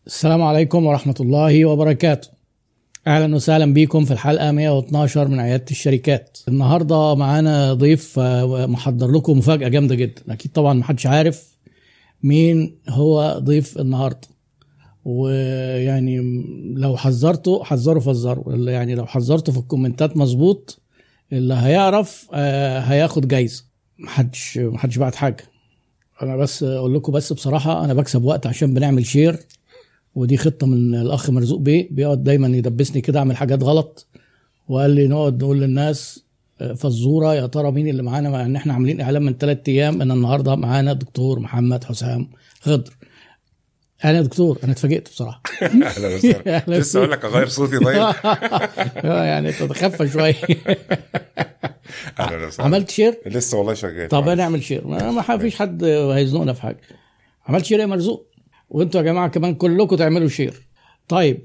السلام عليكم ورحمة الله وبركاته. أهلا وسهلا بكم في الحلقة 112 من عيادة الشركات. النهاردة معانا ضيف محضر لكم مفاجأة جامدة جدا. أكيد طبعا محدش عارف مين هو ضيف النهاردة، ويعني لو حذرته فزروا، يعني لو حذرته في الكومنتات مظبوط اللي هيعرف هياخد جايزة. محدش بعت حاجة. أنا بس أقول لكم بس بصراحة أنا بكسب وقت عشان بنعمل شير، ودي خطة من الأخ مرزوق بيقعد دايما يدبسني كده أعمل حاجات غلط، وقال لي نقعد نقول للناس فالزورة يا ترى مين اللي معانا، مع ان احنا عاملين اعلان من 3 ايام ان النهاردة معانا الدكتور محمد حسام خضر. انا يا دكتور انا اتفاجئت بصراحة. اهلا وسهلا. لسه اقول لك اغير صوتي طيب. يعني تتخفى شوية. اهلا وسهلا. عملت شير؟ لسه والله شغال. طب نعمل شير، ما فيش حد هيزنقنا في حاجة. عملت شير يا مرزوق، وانتوا يا جماعة كمان كلكم تعملوا شير. طيب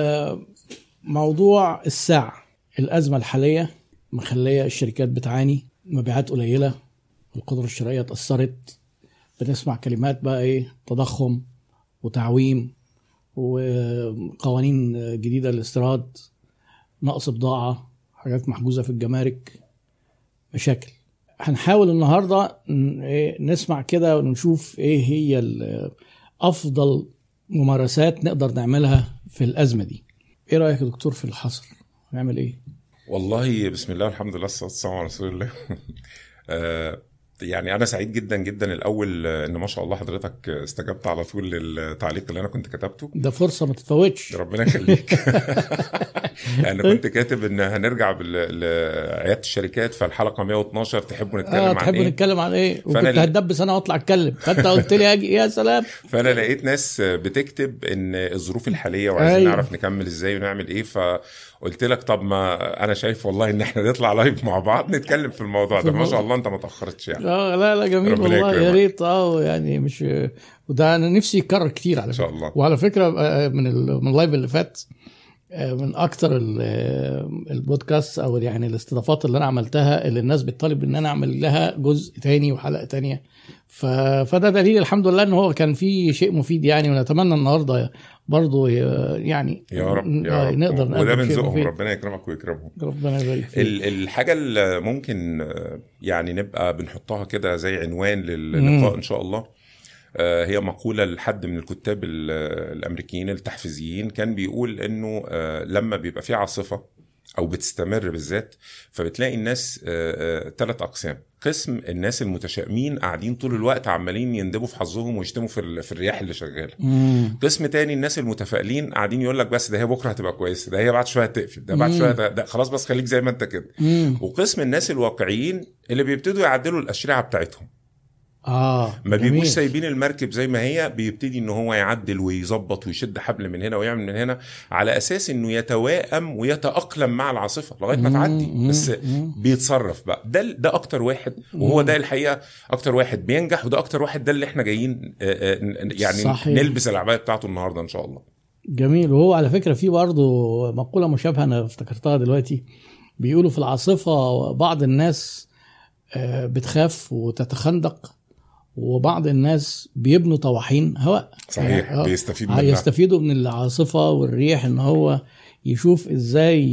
موضوع الساعة، الأزمة الحالية مخلية الشركات بتعاني، مبيعات قليلة، القدرة الشرائية اتأثرت، بنسمع كلمات بقى ايه، تضخم وتعويم وقوانين جديدة للاستيراد، نقص بضاعة، حاجات محجوزة في الجمارك، مشاكل. هنحاول النهاردة نسمع كده ونشوف ايه هي أفضل ممارسات نقدر نعملها في الأزمة دي. ايه رأيك يا دكتور في الحصر؟ نعمل ايه؟ والله بسم الله والحمد لله والصلاة على رسول الله. يعني أنا سعيد جدا جدا الأول إن ما شاء الله حضرتك استجبت على طول للتعليق اللي أنا كنت كتبته. ده فرصة ما تتفوتش. ربنا يخليك. أنا كنت كاتب إن هنرجع لعيادة الشركات في الحلقة 112. تحبوا نتكلم عن إيه؟ تحبوا نتكلم عن إيه؟ وكنت هتدبس أنا وأطلع أتكلم، فأنت قلت لي أجي. يا سلام. فأنا لقيت ناس بتكتب إن الظروف الحالية وعايزين نعرف نكمل إزاي ونعمل إيه. فقلت لك طب ما أنا شايف والله إن إحنا نطلع لايف مع بعض نتكلم في الموضوع ده. ما شاء الله أنت ما تأخرتش يعني. لا جميل والله، يا ريت. يعني مش، وده أنا نفسي يتكرر كتير على فكرة. إن شاء الله. وعلى فكرة من اللايف اللي فات، من اكتر البودكاست او يعني الاستضافات اللي انا عملتها اللي الناس بتطالب ان انا اعمل لها جزء تاني وحلقة تانية. فده دليل الحمد لله ان هو كان فيه شيء مفيد يعني. ونتمنى النهاردة برضو يعني يا رب نقدر وده من ذوقهم. ربنا يكرمك ويكرمهم. ربنا يبارك فيك. الحاجة اللي ممكن يعني نبقى بنحطها كده زي عنوان لللقاء ان شاء الله، هي مقولة لحد من الكتاب الأمريكيين التحفيزيين، كان بيقول إنه لما بيبقى في عاصفة أو بتستمر بالذات، فبتلاقي الناس 3 أقسام. قسم الناس المتشائمين قاعدين طول الوقت عمالين يندبوا في حظهم ويشتموا في الرياح اللي شغالة. قسم تاني الناس المتفائلين قاعدين يقول لك بس ده هي بكرة هتبقى كويس، ده هي بعد شوية هتقفل، ده بعد شوية ده خلاص بس خليك زي ما انت كده. وقسم الناس الواقعيين اللي بيبتدوا يعدلوا الأشرعة بتاعتهم. ما بيبقوش سايبين المركب زي ما هي، بيبتدي ان هو يعدل ويظبط ويشد حبل من هنا ويعمل من هنا، على اساس انه يتوائم ويتأقلم مع العاصفة لغاية ما تعدي. بس بيتصرف بقى. ده اكتر واحد، وهو ده الحقيقة اكتر واحد بينجح، وده اكتر واحد ده اللي احنا جايين يعني صحيح. نلبس العباية بتاعته النهاردة ان شاء الله. جميل. وهو على فكرة في برضه مقولة مشابهة انا افتكرتها دلوقتي، بيقولوا في العاصفة بعض الناس بتخاف وتتخندق، وبعض الناس بيبنوا طواحين هواء. صحيح. يستفيدوا من العاصفة والريح ان هو يشوف ازاي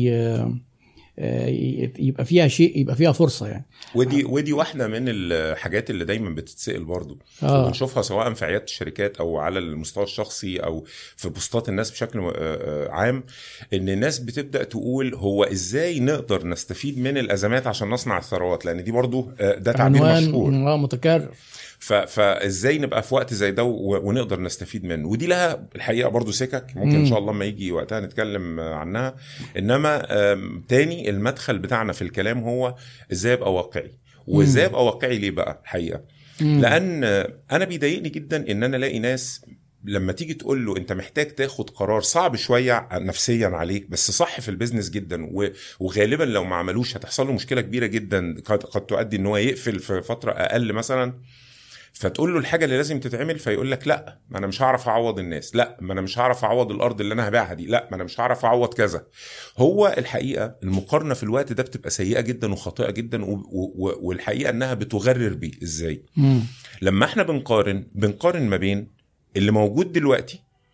يبقى فيها شيء، يبقى فيها فرصة يعني. ودي واحدة من الحاجات اللي دايما بتتسأل برضو ونشوفها سواء في عيادة الشركات او على المستوى الشخصي او في بوستات الناس بشكل عام، ان الناس بتبدأ تقول هو ازاي نقدر نستفيد من الازمات عشان نصنع الثروات، لان دي برضو ده تعبير مشهور متكرر. فازاي نبقى في وقت زي ده ونقدر نستفيد منه. ودي لها الحقيقة برضو سكك ممكن ان شاء الله ما يجي وقتها نتكلم عنها. انما تاني المدخل بتاعنا في الكلام هو ازاي ابقى واقعي. وازاي ابقى واقعي ليه بقى الحقيقة؟ لان انا بيضايقني جدا ان انا الاقي ناس لما تيجي تقول له انت محتاج تاخد قرار صعب شوية نفسيا عليك بس صح في البيزنس جدا، وغالبا لو ما عملوش هتحصل له مشكلة كبيرة جدا قد تؤدي ان هو يقفل في فترة اقل مثلا، فتقول له الحاجة اللي لازم تتعمل فيقول لك لا ما انا مش هعرف اعوض الناس، لا ما انا مش هعرف اعوض الارض اللي انا هبيعها دي، لا ما انا مش هعرف اعوض كذا. هو الحقيقة المقارنة في الوقت ده بتبقى سيئة جدا وخاطئة جدا، والحقيقة انها بتغرر بيه. ازاي؟ لما احنا بنقارن ما بين اللي موجود دلوقتي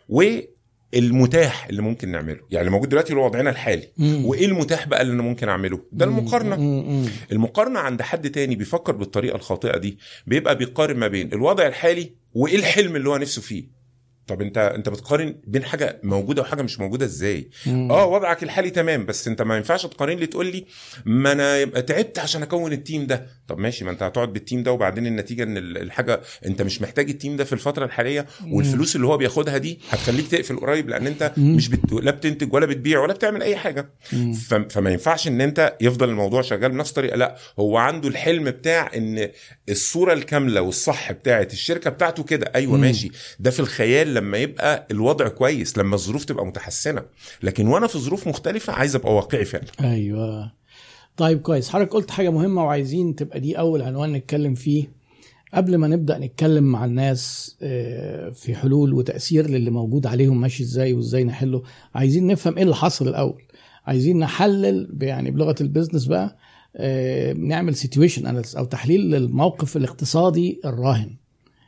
والمتاح اللي ممكن نعمله. يعني اللي موجود دلوقتي اللي هو وضعنا الحالي، وايه المتاح بقى اللي انا ممكن اعمله. ده المقارنه. المقارنه عند حد تاني بيفكر بالطريقه الخاطئه دي، بيبقى بيقارن ما بين الوضع الحالي وايه الحلم اللي هو نفسه فيه. طب انت بتقارن بين حاجه موجوده وحاجه مش موجوده ازاي؟ وضعك الحالي تمام، بس انت ما ينفعش تقارن لي تقول لي ما انا تعبت عشان اكون التيم ده. طب ماشي، ما انت هتقعد بالتيم ده وبعدين النتيجه ان الحاجه انت مش محتاج التيم ده في الفتره الحاليه، والفلوس اللي هو بياخدها دي هتخليك تقفل قريب، لان انت مش لا بتنتج ولا بتبيع ولا بتعمل اي حاجه. فما ينفعش ان انت يفضل الموضوع شغال بنفس الطريقه. لا، هو عنده الحلم بتاع ان الصوره الكامله والصح بتاعه الشركه بتاعته كده. ايوه ماشي، ده في الخيال لما يبقى الوضع كويس، لما الظروف تبقى متحسنه. لكن وانا في ظروف مختلفه عايز ابقى واقعي فعلا. ايوه طيب كويس. حضرتك قلت حاجه مهمه وعايزين تبقى دي اول عنوان نتكلم فيه قبل ما نبدا نتكلم مع الناس في حلول وتاثير للي موجود عليهم ماشي ازاي وازاي نحله. عايزين نفهم ايه اللي حصل الاول، عايزين نحلل يعني بلغه البيزنس بقى، نعمل سيتويشن اناليسيس او تحليل للموقف الاقتصادي الراهن.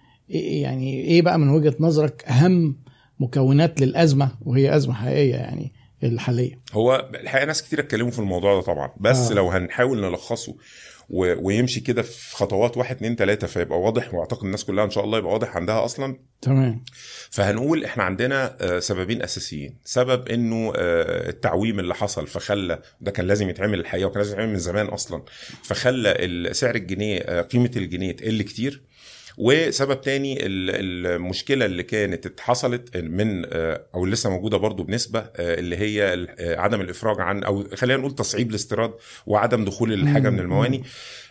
يعني ايه بقى من وجهة نظرك اهم مكونات للأزمة، وهي أزمة حقيقية يعني الحالية؟ هو الحقيقة ناس كتير اتكلموا في الموضوع ده طبعا، بس لو هنحاول نلخصه ويمشي كده في خطوات 1 2 3 فيبقى واضح، واعتقد الناس كلها ان شاء الله يبقى واضح عندها اصلا. تمام. فهنقول احنا عندنا سببين اساسيين. سبب انه التعويم اللي حصل فخلى، ده كان لازم يتعمل الحقيقة وكان لازم يتعمل من زمان اصلا، فخلى سعر الجنيه قيمة الجنيه تقل كتير. وسبب تاني المشكلة اللي كانت حصلت من او لسه موجودة برضو بنسبة، اللي هي عدم الافراج عن، او خلينا نقول تصعيب الاستيراد وعدم دخول الحاجة من المواني.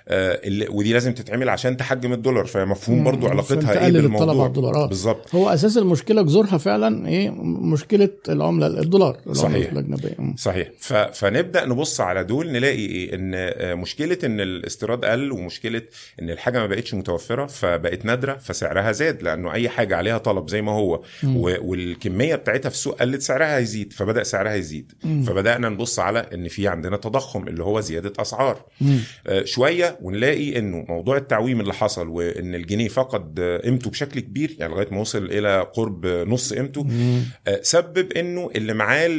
ودي لازم تتعمل عشان تحجم الدولار، فمفهوم برضو علاقتها ايه بالموضوع بالظبط. هو اساس المشكله جذورها فعلا ايه؟ مشكله العمله الدولار. صحيح صحيح. فنبدا نبص على دول نلاقي ايه؟ ان مشكله ان الاستيراد قل، ومشكله ان الحاجه ما بقتش متوفره فبقت نادره فسعرها زاد، لانه اي حاجه عليها طلب زي ما هو والكميه بتاعتها في السوق قلت سعرها هيزيد، فبدا سعرها يزيد. فبدانا نبص على ان في عندنا تضخم اللي هو زياده اسعار شويه، ونلاقي انه موضوع التعويم اللي حصل وان الجنيه فقد قيمته بشكل كبير، يعني لغايه ما وصل الى قرب نص قيمته، سبب انه اللي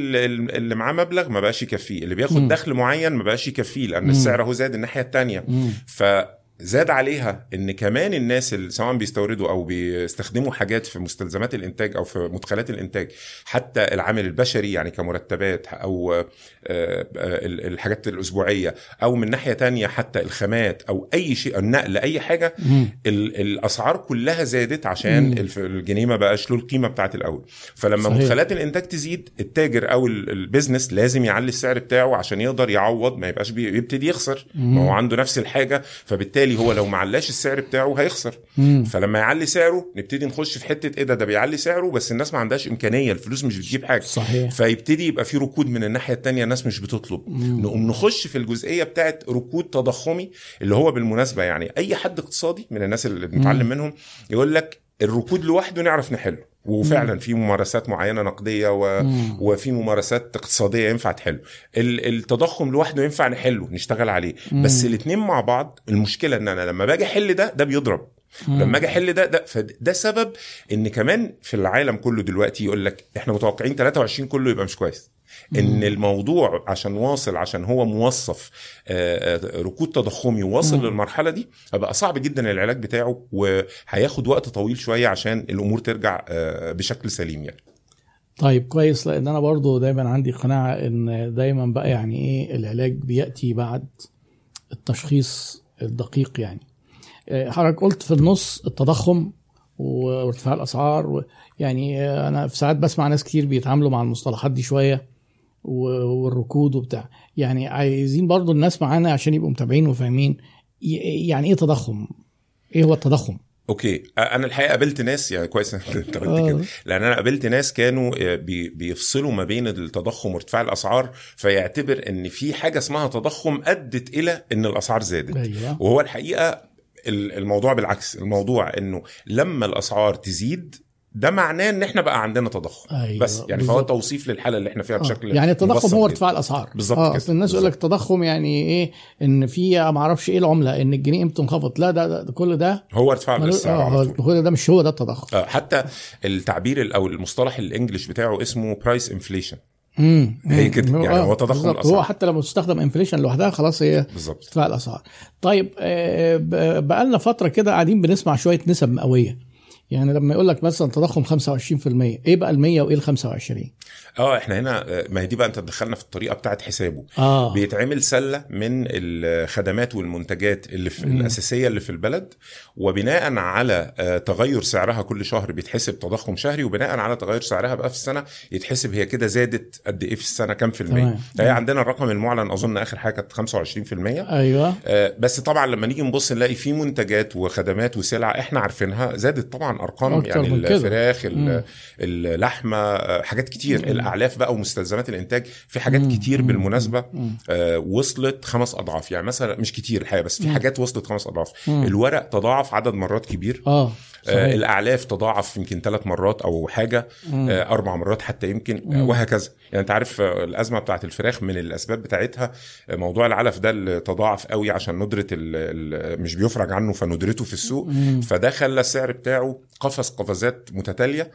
معاه مبلغ ما بقاش يكفيه، اللي بياخد دخل معين ما بقاش يكفيه، لان السعر هو زاد الناحيه الثانيه. زاد عليها ان كمان الناس اللي سواء بيستوردوا او بيستخدموا حاجات في مستلزمات الانتاج او في مدخلات الانتاج، حتى العامل البشري يعني كمرتبات او الحاجات الاسبوعيه، او من ناحيه تانية حتى الخامات او اي شيء، النقل، اي حاجه، الاسعار كلها زادت عشان الجنيه ما بقاش له القيمه بتاعه الاول. فلما صحيح. مدخلات الانتاج تزيد، التاجر او البيزنس لازم يعلي السعر بتاعه عشان يقدر يعوض، ما يبقاش يبتدي يخسر، ما هو عنده نفس الحاجه، فبالتالي هو لو معلاش السعر بتاعه هيخسر. فلما يعلي سعره نبتدي نخش في حته ايه ده بيعلي سعره بس الناس ما عندهاش امكانيه، الفلوس مش بتجيب حاجه. صحيح. فيبتدي يبقى في ركود من الناحيه التانية، الناس مش بتطلب. نقوم نخش في الجزئيه بتاعه ركود تضخمي، اللي هو بالمناسبه يعني اي حد اقتصادي من الناس اللي بنتعلم منهم يقول لك الركود لوحده نعرف نحله، وفعلا في ممارسات معينه نقديه وفي ممارسات اقتصاديه ينفع تحله. التضخم لوحده ينفع نحله نشتغل عليه، بس الاثنين مع بعض المشكله ان انا لما باجي احل ده بيضرب، لما اجي احل ده سبب ان كمان في العالم كله دلوقتي يقول لك احنا متوقعين 23 كله يبقى مش كويس، ان الموضوع عشان هو موصف ركود تضخمي واصل للمرحله دي، بقى صعب جدا العلاج بتاعه، وهياخد وقت طويل شويه عشان الامور ترجع بشكل سليم يعني. طيب كويس، لان انا برضو دايما عندي قناعه ان دايما بقى يعني ايه العلاج بياتي بعد التشخيص الدقيق. يعني حضرتك قلت في النص التضخم وارتفاع الاسعار، يعني انا في ساعات بسمع ناس كتير بيتعاملوا مع المصطلحات دي شويه والركود وبتاع، يعني عايزين برضو الناس معانا عشان يبقوا متابعين وفاهمين يعني ايه تضخم، ايه هو التضخم. اوكي، انا الحقيقه قابلت ناس، يعني كويس انت قلت كده، لان انا قابلت ناس كانوا بيفصلوا ما بين التضخم وارتفاع الاسعار، فيعتبر ان في حاجه اسمها تضخم ادت الى ان الاسعار زادت. أيوة. وهو الحقيقه الموضوع بالعكس، الموضوع انه لما الاسعار تزيد ده معناه ان احنا بقى عندنا تضخم. أيوة بس يعني فهو توصيف للحاله اللي احنا فيها بشكل يعني التضخم هو جداً. ارتفاع الاسعار بالظبط كده. الناس يقول لك التضخم يعني ايه، ان في ما اعرفش ايه العمله، ان الجنيه قيمته انخفض. لا ده كل ده هو ارتفاع السعر على طول. كل ده مش هو ده التضخم. حتى التعبير او المصطلح الانجليش بتاعه اسمه برايس انفليشن. هي كده يعني هو تضخم الاسعار. هو حتى لما تستخدم انفليشن لوحدها خلاص هي ارتفاع الاسعار. طيب بقى لنا فتره كده قاعدين بنسمع شويه نسب مئويه. يعني لما يقول لك مثلا تضخم 25%، ايه بقى ال100 وايه ال25؟ احنا هنا ما هي دي بقى انت تدخلنا في الطريقه بتاعه حسابه. بيتعمل سله من الخدمات والمنتجات اللي في الاساسيه اللي في البلد، وبناء على تغير سعرها كل شهر بيتحسب تضخم شهري، وبناء على تغير سعرها بقى في السنه يتحسب هي كده زادت قد ايه في السنه، كام في المية. فهي عندنا الرقم المعلن اظن اخر حاجه كانت 25%. ايوه. بس طبعا لما نيجي نبص نلاقي في منتجات وخدمات وسلع احنا عارفينها زادت طبعا ارقام، يعني الفراخ، اللحمه، حاجات كتير، الاعلاف بقى ومستلزمات الانتاج، في حاجات كتير بالمناسبه وصلت 5 أضعاف. يعني مثلا مش كتير الحقيقه بس في حاجات وصلت 5 أضعاف. الورق تضاعف عدد مرات كبير. الاعلاف تضاعف يمكن 3 مرات او حاجه، 4 مرات حتى يمكن، وهكذا. يعني انت عارف الازمه بتاعت الفراخ من الاسباب بتاعتها موضوع العلف ده اللي تضاعف قوي عشان ندره مش بيفرج عنه فندرته في السوق، فده خلى السعر بتاعه قفزات متتاليه.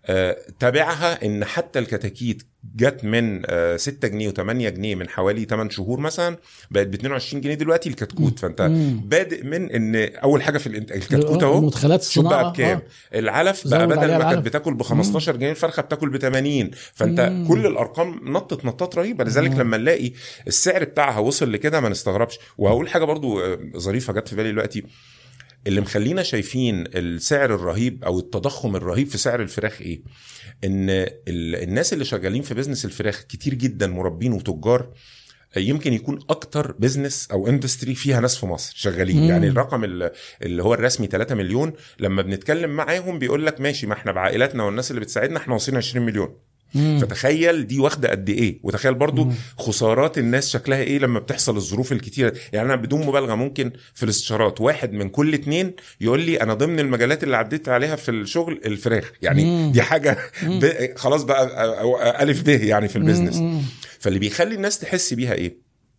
تابعها ان حتى الكتاكيت جت من 6 جنيه و8 جنيه من حوالي 8 شهور مثلا، بقت ب 22 جنيه دلوقتي الكتكوت. فانت بادئ من ان اول حاجه في الكتكوت اهو مدخلات الصناعه بقى بكام. العلف بقى بدل ما كانت بتاكل ب 15 جنيه الفرخه بتاكل ب 80. فانت كل الارقام نطت رهيبه. لذلك لما نلاقي السعر بتاعها وصل لكده ما نستغربش. وهقول حاجه برضو ظريفه جت في بالي دلوقتي، اللي مخلينا شايفين السعر الرهيب او التضخم الرهيب في سعر الفراخ ايه؟ ان الناس اللي شغالين في بيزنس الفراخ كتير جدا مربين وتجار، يمكن يكون اكتر بيزنس او اندستري فيها ناس في مصر شغالين. يعني الرقم اللي هو الرسمي 3 مليون، لما بنتكلم معاهم بيقول لك ماشي، ما احنا بعائلاتنا والناس اللي بتساعدنا احنا واصلين 20 مليون. فتخيل دي واخده قد ايه، وتخيل برضو خسارات الناس شكلها ايه لما بتحصل الظروف الكتيره. يعني انا بدون مبالغه ممكن في الاستشارات 1 من كل 2 يقول لي انا ضمن المجالات اللي عديت عليها في الشغل الفراخ. يعني دي حاجه خلاص بقى الف ب يعني في البيزنس. فاللي بيخلي الناس تحس بيها ايه؟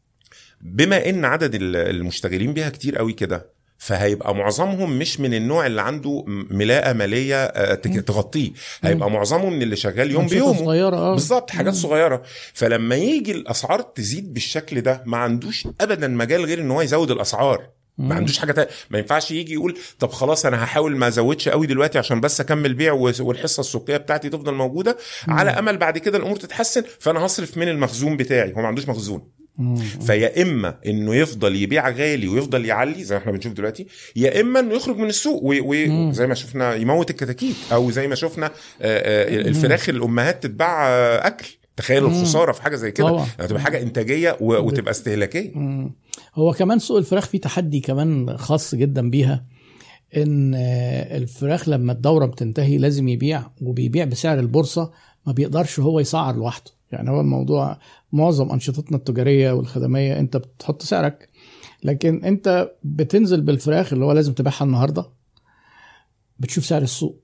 بما ان عدد المشتغلين بيها كتير قوي كده، فهيبقى معظمهم مش من النوع اللي عنده ملاءة مالية تغطيه. هيبقى معظمهم من اللي شغال يوم بيومه. بالظبط، حاجات صغيرة. فلما يجي الأسعار تزيد بالشكل ده ما عندوش أبدا مجال غير ان هو يزود الأسعار. ما عندوش حاجة ما ينفعش يجي يقول طب خلاص انا هحاول ما ازودش قوي دلوقتي عشان بس اكمل بيع والحصة السوقية بتاعتي تفضل موجودة على امل بعد كده الامور تتحسن، فانا هصرف من المخزون بتاعي. هو ما عندوش مخزون. فيا اما انه يفضل يبيع غالي ويفضل يعلي زي ما احنا بنشوف دلوقتي، يا اما انه يخرج من السوق وزي ما شفنا يموت الكتاكيت، او زي ما شفنا الفراخ الامهات تتباع اكل. تخيل الخساره في حاجه زي كده، هتبقى حاجه انتاجيه وتبقى استهلاكيه. هو كمان سوق الفراخ فيه تحدي كمان خاص جدا بيها، ان الفراخ لما الدوره بتنتهي لازم يبيع، وبيبيع بسعر البورصه، ما بيقدرش هو يسعر لوحده. يعني هو الموضوع معظم أنشطتنا التجارية والخدمية أنت بتحط سعرك، لكن أنت بتنزل بالفراخ اللي هو لازم تبيعها النهاردة، بتشوف سعر السوق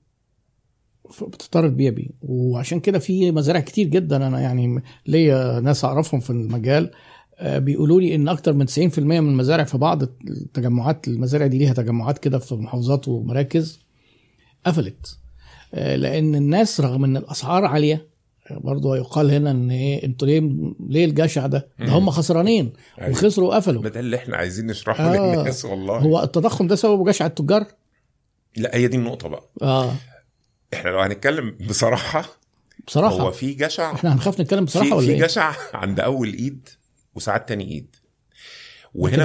بتضطر تبيع بيه. وعشان كده في مزارع كتير جدا، أنا يعني ليا ناس أعرفهم في المجال بيقولوا لي إن أكتر من 90% من المزارع في بعض التجمعات، المزارع دي ليها تجمعات كده في محافظات ومراكز، قفلت. لأن الناس رغم إن الأسعار عالية، برضه يقال هنا ان ايه انتوا ليه الجشع ده هم خسرانين وخسروا وقفلوا. ده اللي احنا عايزين نشرحه للناس والله. هو التضخم ده سببه جشع التجار؟ لا، هي دي النقطه بقى. احنا لو هنتكلم بصراحه هو في جشع. احنا هنخاف نتكلم بصراحه ولا ايه؟ في جشع عند اول ايد وساعات تاني ايد. وهنا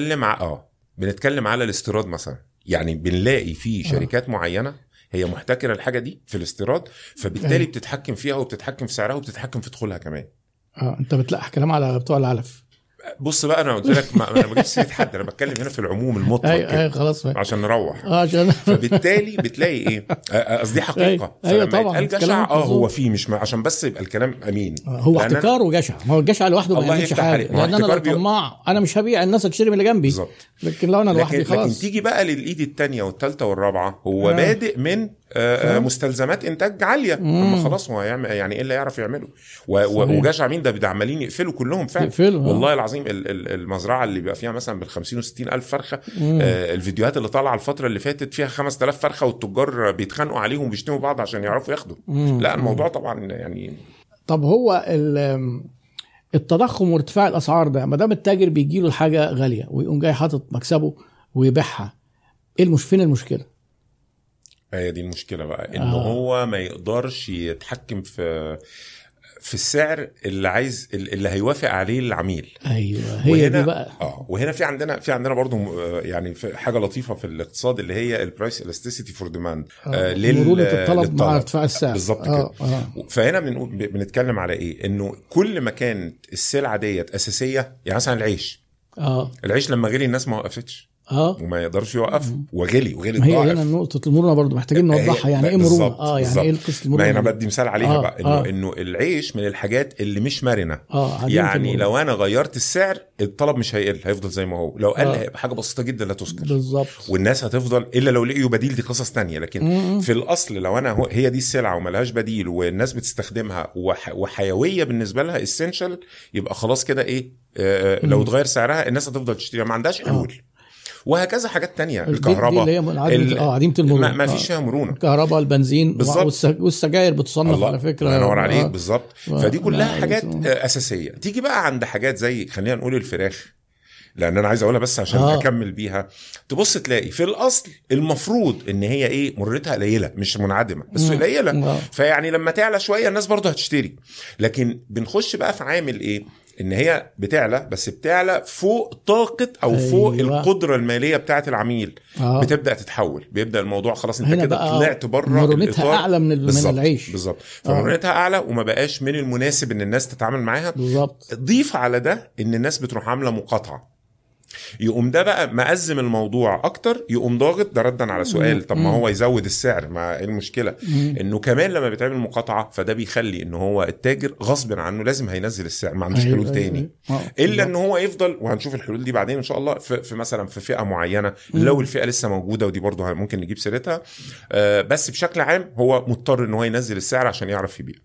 بنتكلم على الاستيراد مثلا. يعني بنلاقي في شركات معينه هي محتكرة الحاجة دي في الاستيراد، فبالتالي بتتحكم فيها وبتتحكم في سعرها وبتتحكم في دخولها كمان. انت بتلاقي كلام على بتوع العلف. بص بقى، انا قلت لك انا ما جبتش سيره حد، انا بتكلم هنا في العموم المطلق. خلاص عشان نروح. فبالتالي بتلاقي ايه، قصدي حقيقه. طبعا الجشع هو فيه، مش عشان بس يبقى الكلام امين. هو احتكار وجشع. ما هو الجشع لوحده ما يعملش حاجه، لان انا لو طماع انا مش هبيع، الناس تشتري من اللي جنبي بالظبط. لكن لو انا لوحدي خلاص. لكن تيجي بقى للايد الثانيه والثالثه والرابعه، هو بادئ من مستلزمات انتاج عاليه. اما خلاص هو هيعمل يعني ايه اللي يعرف يعمله؟ وجشع مين ده عمالين يقفلوا كلهم فعلا. والله العظيم المزرعه اللي بيبقى فيها مثلا بال50 و60 الف فرخه، الفيديوهات اللي طالعه الفتره اللي فاتت فيها 5000 فرخه والتجار بيتخانقوا عليهم بيشتموا بعض عشان يعرفوا ياخدوا. لا الموضوع طبعا يعني. طب هو التضخم وارتفاع الاسعار ده، ما دام التاجر بيجي له الحاجه غاليه ويقوم جاي حاطط مكسبه ويبيعها، ايه فين المشكله؟ هي دي المشكله بقى، انه هو ما يقدرش يتحكم في السعر اللي هيوافق عليه العميل. ايوه هي دي بقى. وهنا في عندنا برضو يعني في حاجه لطيفه في الاقتصاد اللي هي البرايس الاستيسيتي فور ديماند، مرونه الطلب مع ارتفاع السعر بالظبط كده. فهنا بنتكلم على ايه؟ انه كل ما كانت السلعه ديت اساسيه، يعني مثلا العيش لما غلي الناس ما وقفتش وما يقدرش يوقف وغلي ما هي هنا نقطه المرونه برضو محتاجين نوضحها. يعني ايه مرونه؟ يعني ايه القصه المرونه؟ ما انا بدي مثال عليها بقى، انه العيش من الحاجات اللي مش مرنه. يعني لو انا غيرت السعر الطلب مش هيقل، هيفضل زي ما هو. لو قل هيبقى حاجه بسيطه جدا لا تذكر بالظبط، والناس هتفضل الا لو لقيوا بديل، دي قصص تانية. لكن في الاصل لو انا هي دي السلعه وملهاش بديل والناس بتستخدمها وحيويه بالنسبه لها اسينشال، يبقى خلاص كده ايه، لو اتغير سعرها الناس هتفضل تشتريها، ما عندهاش حلول. وهكذا حاجات تانية. الكهرباء اللي هي عديمة المرونة، ما فيش فيها مرونة. الكهرباء، البنزين والسجاير بتصنف على فكرة. الله ينور عليك بالظبط. فدي كلها حاجات أساسية. تيجي بقى عند حاجات زي خلينا نقول الفراخ، لأن أنا عايز أقولها بس عشان أكمل بيها. تبص تلاقي في الأصل المفروض إن هي إيه، مرونتها قليلة مش منعدمة بس قليلة. فيعني لما تعلى شوية الناس برضو هتشتري. لكن بنخش بقى في عامل إيه، ان هي بتعلى، بس بتعلى فوق طاقة او فوق القدرة المالية بتاعة العميل. بتبدأ تتحول، بيبدأ الموضوع خلاص انت كده طلعت بره مرونتها اعلى من العيش. بالظبط. فمرونتها اعلى وما بقاش من المناسب ان الناس تتعامل معاها. بالظبط. ضيف على ده ان الناس بتروح عاملة مقاطعة، يقوم ده بقى مأزم الموضوع اكتر، يقوم ضاغط. ده ردا على سؤال، طب ما هو يزود السعر، ما ايه المشكله؟ انه كمان لما بيتعمل مقاطعه فده بيخلي ان هو التاجر غصب عنه لازم هينزل السعر، ما عندوش حلول تاني الا ان هو يفضل. وهنشوف الحلول دي بعدين ان شاء الله في مثلا في فئه معينه، لو الفئه لسه موجوده، ودي برضه ممكن نجيب سيرتها. بس بشكل عام هو مضطر ان هو ينزل السعر عشان يعرف يبيع.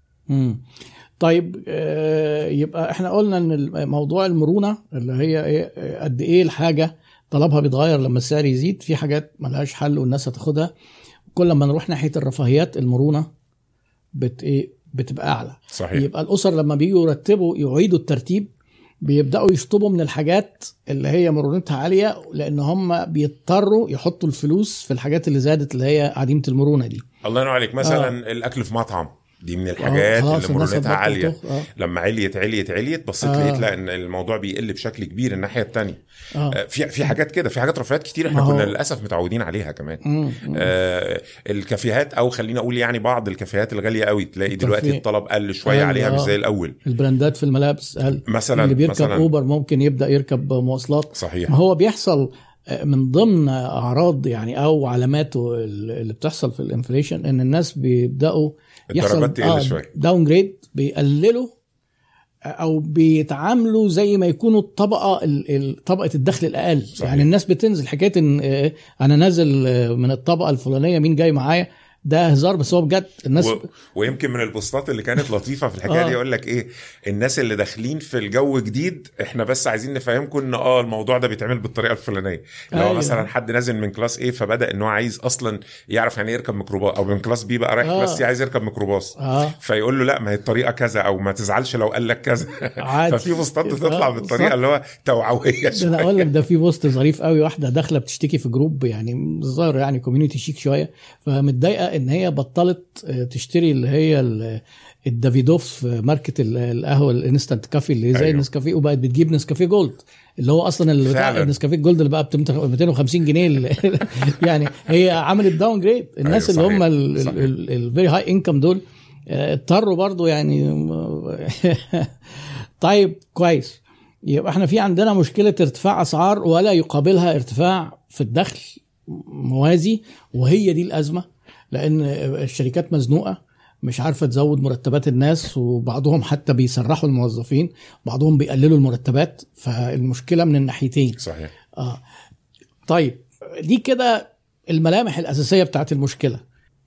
طيب يبقى احنا قلنا ان موضوع المرونة اللي هي قد ايه الحاجة طلبها بيتغير لما السعر يزيد، في حاجات ملهاش حل والناس هتاخدها. كل ما نروح ناحية الرفاهيات المرونة بتبقى اعلى. صحيح. يبقى الاسر لما بييجوا يرتبوا يعيدوا الترتيب بيبدأوا يشطبوا من الحاجات اللي هي مرونتها عالية، لان هم بيضطروا يحطوا الفلوس في الحاجات اللي زادت اللي هي عديمة المرونة دي. الله ينور عليك. مثلا الاكل في مطعم، دي من الحاجات اللي مرونتها عالية. لما عليت بصيت لقيت لا ان الموضوع بيقل بشكل كبير الناحية التانية. في حاجات كده، في حاجات رفاهيات كتير احنا كنا للأسف متعودين عليها كمان. الكافيهات، او خلينا اقول يعني بعض الكافيهات الغالية قوي، تلاقي دلوقتي الطلب قل شوية عليها مش زي الأول. البراندات في الملابس مثلا، اللي بيركب أوبر ممكن يبدأ يركب مواصلات. صحيح. ما هو بيحصل من ضمن أعراض يعني أو علاماته اللي بتحصل في الانفليشن ان الناس بيبدأوا يحصل داون جريد، بيقللوا او بيتعاملوا زي ما يكونوا طبقه الدخل الاقل. صحيح. يعني الناس بتنزل حكايه ان انا نازل من الطبقه الفلانيه، مين جاي معايا، ده هزار بس هو بجد. الناس ويمكن من البوستات اللي كانت لطيفه في الحكايه دي يقول لك ايه، الناس اللي داخلين في الجو جديد احنا بس عايزين نفهمكم ان الموضوع ده بيتعمل بالطريقه الفلانيه. لو مثلا حد نازل من كلاس A فبدا ان هو عايز اصلا يعرف يعني يركب ميكروباص، او من كلاس B بقى رايح كلاس C عايز يركب ميكروباص، فيقول له لا ما هي الطريقه كذا، او ما تزعلش لو قال لك كذا. ففي بوستات بتطلع بالطريقه اللي هو توعويه. انا اقول لك ده في بوست ظريف قوي، واحده داخله بتشتكي في جروب يعني ظاهر يعني كوميونتي شيك شويه، فمتضايقه ان هي بطلت تشتري اللي هي الدافيدوف ماركة القهوة الانستانت كافي اللي زي النسكافيه، وبقت بتجيب نسكافيه جولد اللي هو اصلا النسكافيه جولد اللي بقى ب 250 جنيه. يعني هي عملت داون جريد. الناس اللي هم الفيري هاي انكم دول اضطروا برضو يعني. طيب كويس. يبقى احنا في عندنا مشكلة ارتفاع اسعار ولا يقابلها ارتفاع في الدخل موازي، وهي دي الازمة. لأن الشركات مزنوقة مش عارفة تزود مرتبات الناس، وبعضهم حتى بيسرحوا الموظفين، بعضهم بيقللوا المرتبات. فالمشكلة من الناحيتين. صحيح. طيب دي كده الملامح الأساسية بتاعت المشكلة.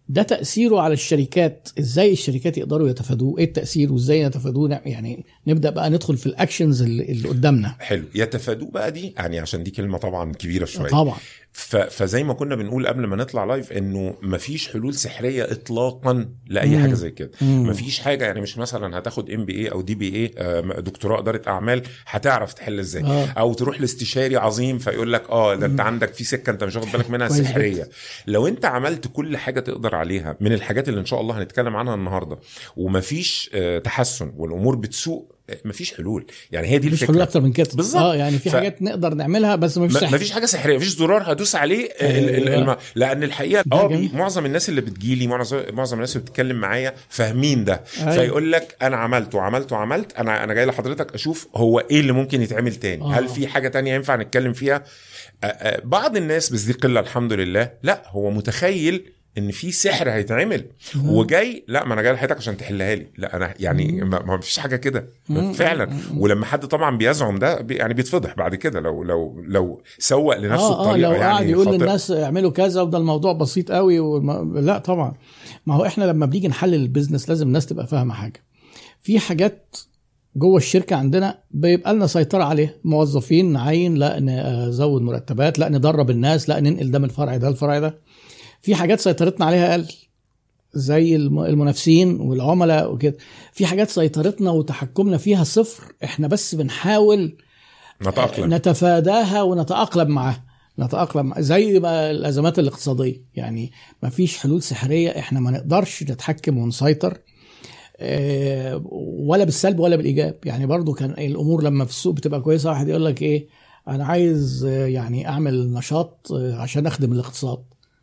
ده تأثيره على الشركات، ازاي الشركات يقدروا يتفادوه، ايه التأثير وازاي يتفادوه، يعني نبدأ بقى ندخل في الاكشنز اللي قدامنا. حلو، يتفادوه بقى دي يعني عشان دي كلمة طبعا كبيرة شوية طبعا. فزي ما كنا بنقول قبل ما نطلع لايف انه مفيش حلول سحريه اطلاقا لاي حاجه زي كده. مفيش حاجه يعني مش مثلا هتاخد MBA او DBA دكتوراه اداره اعمال هتعرف تحل ازاي او تروح لاستشاري عظيم فيقول لك ده انت عندك في سكه انت مش واخد بالك منها سحريه. لو انت عملت كل حاجه تقدر عليها من الحاجات اللي ان شاء الله هنتكلم عنها النهارده ومفيش تحسن والامور بتسوء، مفيش حلول. يعني هي دي الفكره، مفيش حلول اكتر من كده بالظبط. يعني في حاجات نقدر نعملها بس مفيش حاجه سحريه، مفيش زرار هدوس عليه لان الحقيقه معظم الناس اللي بتجيلي معظم الناس اللي بتتكلم معايا فاهمين ده. فيقول لك انا عملت انا جاي لحضرتك اشوف هو ايه اللي ممكن يتعمل تاني. هل في حاجه تانية ينفع نتكلم فيها؟ بعض الناس بس دي قله الحمد لله، لا هو متخيل ان في سحر هيتعمل وجاي، لا ما انا جاي لحياتك عشان تحلها لي. لا انا يعني ما فيش حاجه كده فعلا. ولما حد طبعا بيزعم ده يعني بيتفضح بعد كده لو سوق لنفسه الطريقه. لو يعني قاعد يقول للناس اعملوا كذا وده الموضوع بسيط قوي لا طبعا. ما هو احنا لما بنيجي نحلل البيزنس لازم الناس تبقى فاهمه حاجه. في حاجات جوه الشركه عندنا بيبقى لنا سيطره عليه، موظفين نعين، لا نزود مرتبات، لا ندرب الناس، لا ننقل ده من الفرع ده الفرع ده. في حاجات سيطرتنا عليها أقل زي المنافسين والعملاء وكده. في حاجات سيطرتنا وتحكمنا فيها صفر، احنا بس بنحاول نتفاداها ونتأقلم معها. زي ما الأزمات الاقتصادية، يعني ما فيش حلول سحرية، احنا ما نقدرش نتحكم ونسيطر ولا بالسلب ولا بالإيجاب. يعني برضو كان الأمور لما في السوق بتبقى كويسة واحد يقول لك ايه أنا عايز يعني أعمل نشاط عشان أخدم الاقتصاد،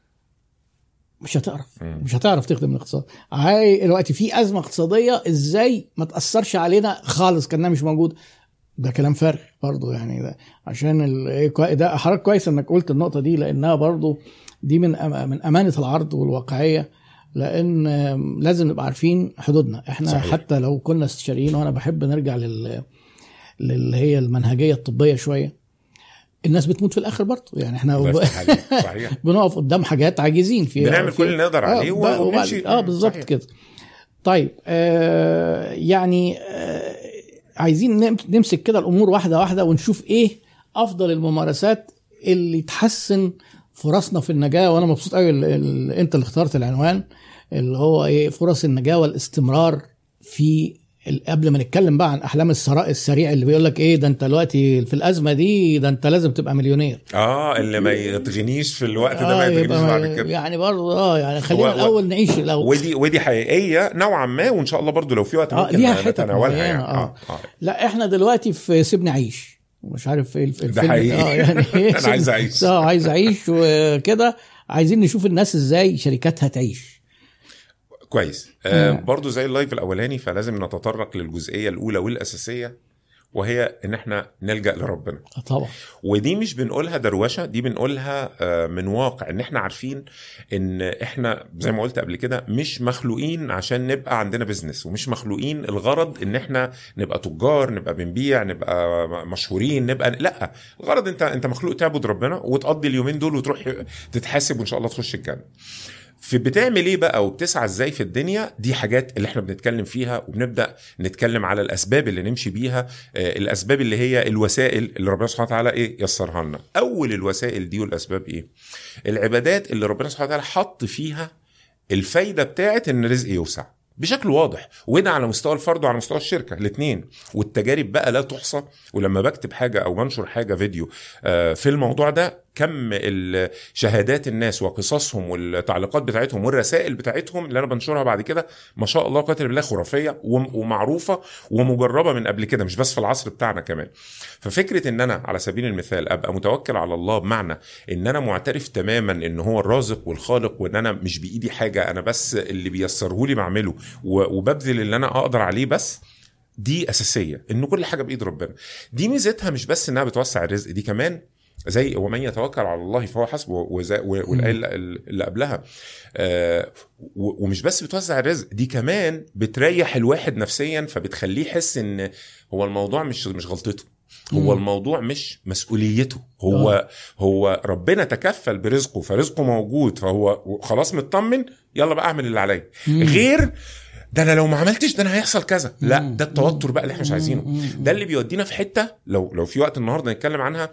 مش هتعرف تخدم الاقتصاد. دلوقتي في أزمة اقتصادية، ازاي ما تأثرش علينا خالص كأنها مش موجود؟ ده كلام فارغ برضو. يعني ده عشان ده حضرتك كويس انك قلت النقطة دي، لانها برضو دي من أمانة العرض والواقعية، لان لازم نبقى عارفين حدودنا احنا. صحيح. حتى لو كنا استشاريين، وانا بحب نرجع اللي هي المنهجية الطبية شوية، الناس بتموت في الاخر برضه. يعني احنا صحيح. بنقف قدام حاجات عاجزين فيها، بنعمل كل اللي نقدر عليه ونمشي. بالظبط كده. طيب يعني عايزين نمسك كده الامور واحده واحده ونشوف ايه افضل الممارسات اللي تحسن فرصنا في النجاه. وانا مبسوط قوي انت اللي اخترت العنوان اللي هو ايه، فرص النجاه والاستمرار في قبل ما نتكلم بقى عن احلام الثراء السريع اللي بيقول لك ايه ده انت دلوقتي في الازمه دي ده انت لازم تبقى مليونير. اللي ما يتغنيش في الوقت ده ما يتغنيش بعد كده. يعني برضه يعني خلينا الاول نعيش الاول. ودي حقيقيه نوعا ما، وان شاء الله برضه لو في وقت ممكن نتناولها يعني. لا احنا دلوقتي في سيبني عيش، مش عارف ايه الفيلم ده حقيقي. يعني انا عايز اعيش. عايز اعيش وكده. عايزين نشوف الناس ازاي شركاتها تعيش كويس. برضو زي اللايف الاولاني، فلازم نتطرق للجزئيه الاولى والاساسيه، وهي ان احنا نلجأ لربنا. طبعا. ودي مش بنقولها دروشه، دي بنقولها من واقع ان احنا عارفين ان احنا زي ما قلت قبل كده مش مخلوقين عشان نبقى عندنا بيزنس، ومش مخلوقين الغرض ان احنا نبقى تجار، نبقى بنبيع، نبقى مشهورين، لا. الغرض انت مخلوق تعبد ربنا وتقضي اليومين دول وتروح تتحاسب وان شاء الله تخش الجنه. في بتعمل ايه بقى وبتسعى ازاي في الدنيا، دي حاجات اللي احنا بنتكلم فيها، وبنبدأ نتكلم على الاسباب اللي نمشي بيها، الاسباب اللي هي الوسائل اللي ربنا سبحانه وتعالى ايه يسرها لنا. اول الوسائل دي والاسباب ايه؟ العبادات اللي ربنا سبحانه وتعالى حط فيها الفايدة بتاعت ان الرزق يوسع بشكل واضح، وده على مستوى الفرد وعلى مستوى الشركة الاثنين. والتجارب بقى لا تحصى. ولما بكتب حاجة او بنشر حاجة فيديو في الموضوع ده، كم الشهادات الناس وقصصهم والتعليقات بتاعتهم والرسائل بتاعتهم اللي انا بنشرها بعد كده ما شاء الله قاتل بالله خرافية ومعروفة ومجربة من قبل كده، مش بس في العصر بتاعنا كمان. ففكرة ان انا على سبيل المثال ابقى متوكل على الله، بمعنى ان انا معترف تماما ان هو الرازق والخالق، وان انا مش بايدي حاجة، انا بس اللي بيسره لي بعمله وببذل اللي انا اقدر عليه بس. دي اساسية، ان كل حاجة بايد ربنا. دي ميزتها مش بس انها بتوسع الرزق، دي كمان زي ومن يتوكل على الله فهو حسبه، والآية اللي قبلها. ومش بس بتوزع الرزق، دي كمان بتريح الواحد نفسيا، فبتخليه يحس ان هو الموضوع مش غلطته. هو الموضوع مش مسؤوليته، هو ربنا تكفل برزقه، فرزقه موجود، فهو خلاص مطمن، يلا بقى اعمل اللي عليا. غير ده انا لو ما عملتش ده انا هيحصل كذا، لا ده التوتر بقى اللي احنا مش عايزينه. ده اللي بيودينا في حته لو في وقت النهارده نتكلم عنها،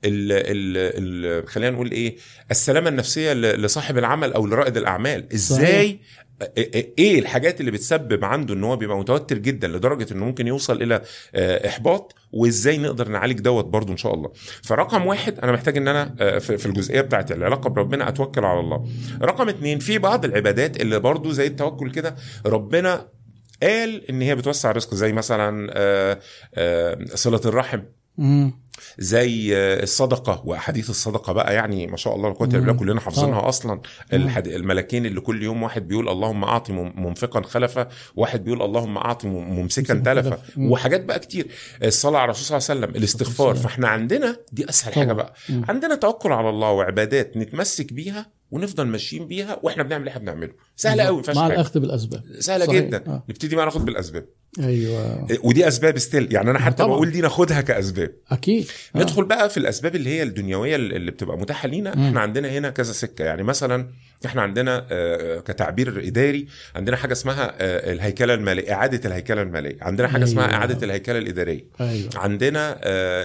خلينا نقول ايه، السلامه النفسيه لصاحب العمل او لرائد الاعمال. ازاي ايه الحاجات اللي بتسبب عنده ان هو بيبقى متوتر جدا لدرجه انه ممكن يوصل الى احباط، وازاي نقدر نعالج دوت برضو ان شاء الله. فرقم 1 انا محتاج ان انا في الجزئيه بتاعت العلاقه بربنا اتوكل على الله. رقم 2 في بعض العبادات اللي برضو زي التوكل كده ربنا قال ان هي بتوسع رزق، زي مثلا صله الرحم، زي الصدقة وأحاديث الصدقة بقى، يعني ما شاء الله القوة إلا بالله كلنا حافظينها أصلا. الملكين اللي كل يوم واحد بيقول اللهم أعطي منفقا خلفا، واحد بيقول اللهم أعطي ممسكا تلفا، وحاجات بقى كتير. الصلاة على الرسول صلى الله عليه وسلم، الاستغفار. فاحنا عندنا دي أسهل حاجة بقى، عندنا توكل على الله وعبادات نتمسك بيها ونفضل ماشيين بيها واحنا بنعمل اللي احنا بنعمله. سهله قوي، مع الاخذ بالاسباب سهله صحيح. جدا نبتدي بقى ناخد بالاسباب. ايوه، ودي اسباب ستيل، يعني انا حتى بقول دي ناخدها كاسباب اكيد. ندخل بقى في الاسباب اللي هي الدنيويه اللي بتبقى متاحه لينا. احنا عندنا هنا كذا سكه، يعني مثلا احنا عندنا كتعبير اداري عندنا حاجه اسمها الهيكله الماليه، اعاده الهيكله الماليه. عندنا حاجه اسمها اعاده الهيكله الاداريه. عندنا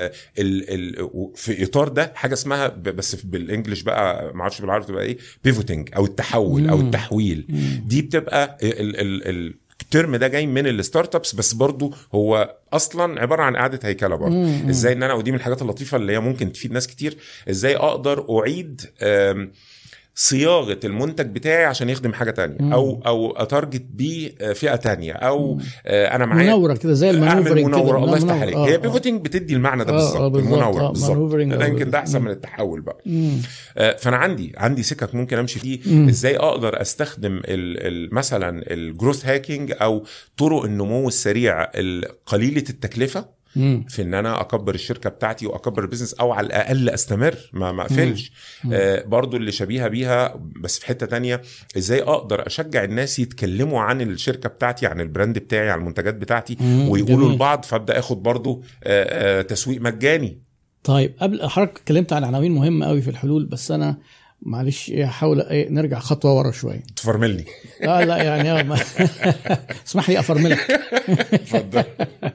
في اطار ده حاجه اسمها بس بالانجلش بقى، ما اعرفش بالعربي تبقى ايه، بيفوتنج او التحول او التحويل. دي بتبقى الترم ده جاي من الستارت ابس، بس برضو هو اصلا عباره عن اعاده هيكله برضو. ازاي ان انا، ودي من الحاجات اللطيفه اللي هي ممكن تفيد ناس كتير، ازاي اقدر اعيد صياغه المنتج بتاعي عشان يخدم حاجه تانية، او اتارجت بيه فئه تانية، او انا معايا منوره كده زي المانوفرنج كده. الله يفتح عليك. هي بيفوتنج بتدي المعنى ده بالظبط، المنوره بالظبط. ده يمكن ده احسن من التحول بقى. فانا عندي سكك ممكن امشي فيه. ازاي اقدر استخدم مثلا الجروث هاكينج او طرق النمو السريع قليله التكلفه في ان انا اكبر الشركه بتاعتي واكبر البيزنس، او على الاقل استمر ما اقفلش. برضو اللي شبيهه بيها بس في حته تانية، ازاي اقدر اشجع الناس يتكلموا عن الشركه بتاعتي، عن البراند بتاعي، عن المنتجات بتاعتي، ويقولوا لبعض، فابدا اخد برضو تسويق مجاني. طيب، قبل حضرتك اتكلمت عن عناوين مهمه قوي في الحلول، بس انا معلش احاول نرجع خطوه ورا شويه. تفرملني؟ لا يعني اسمح لي افرملك. اتفضل.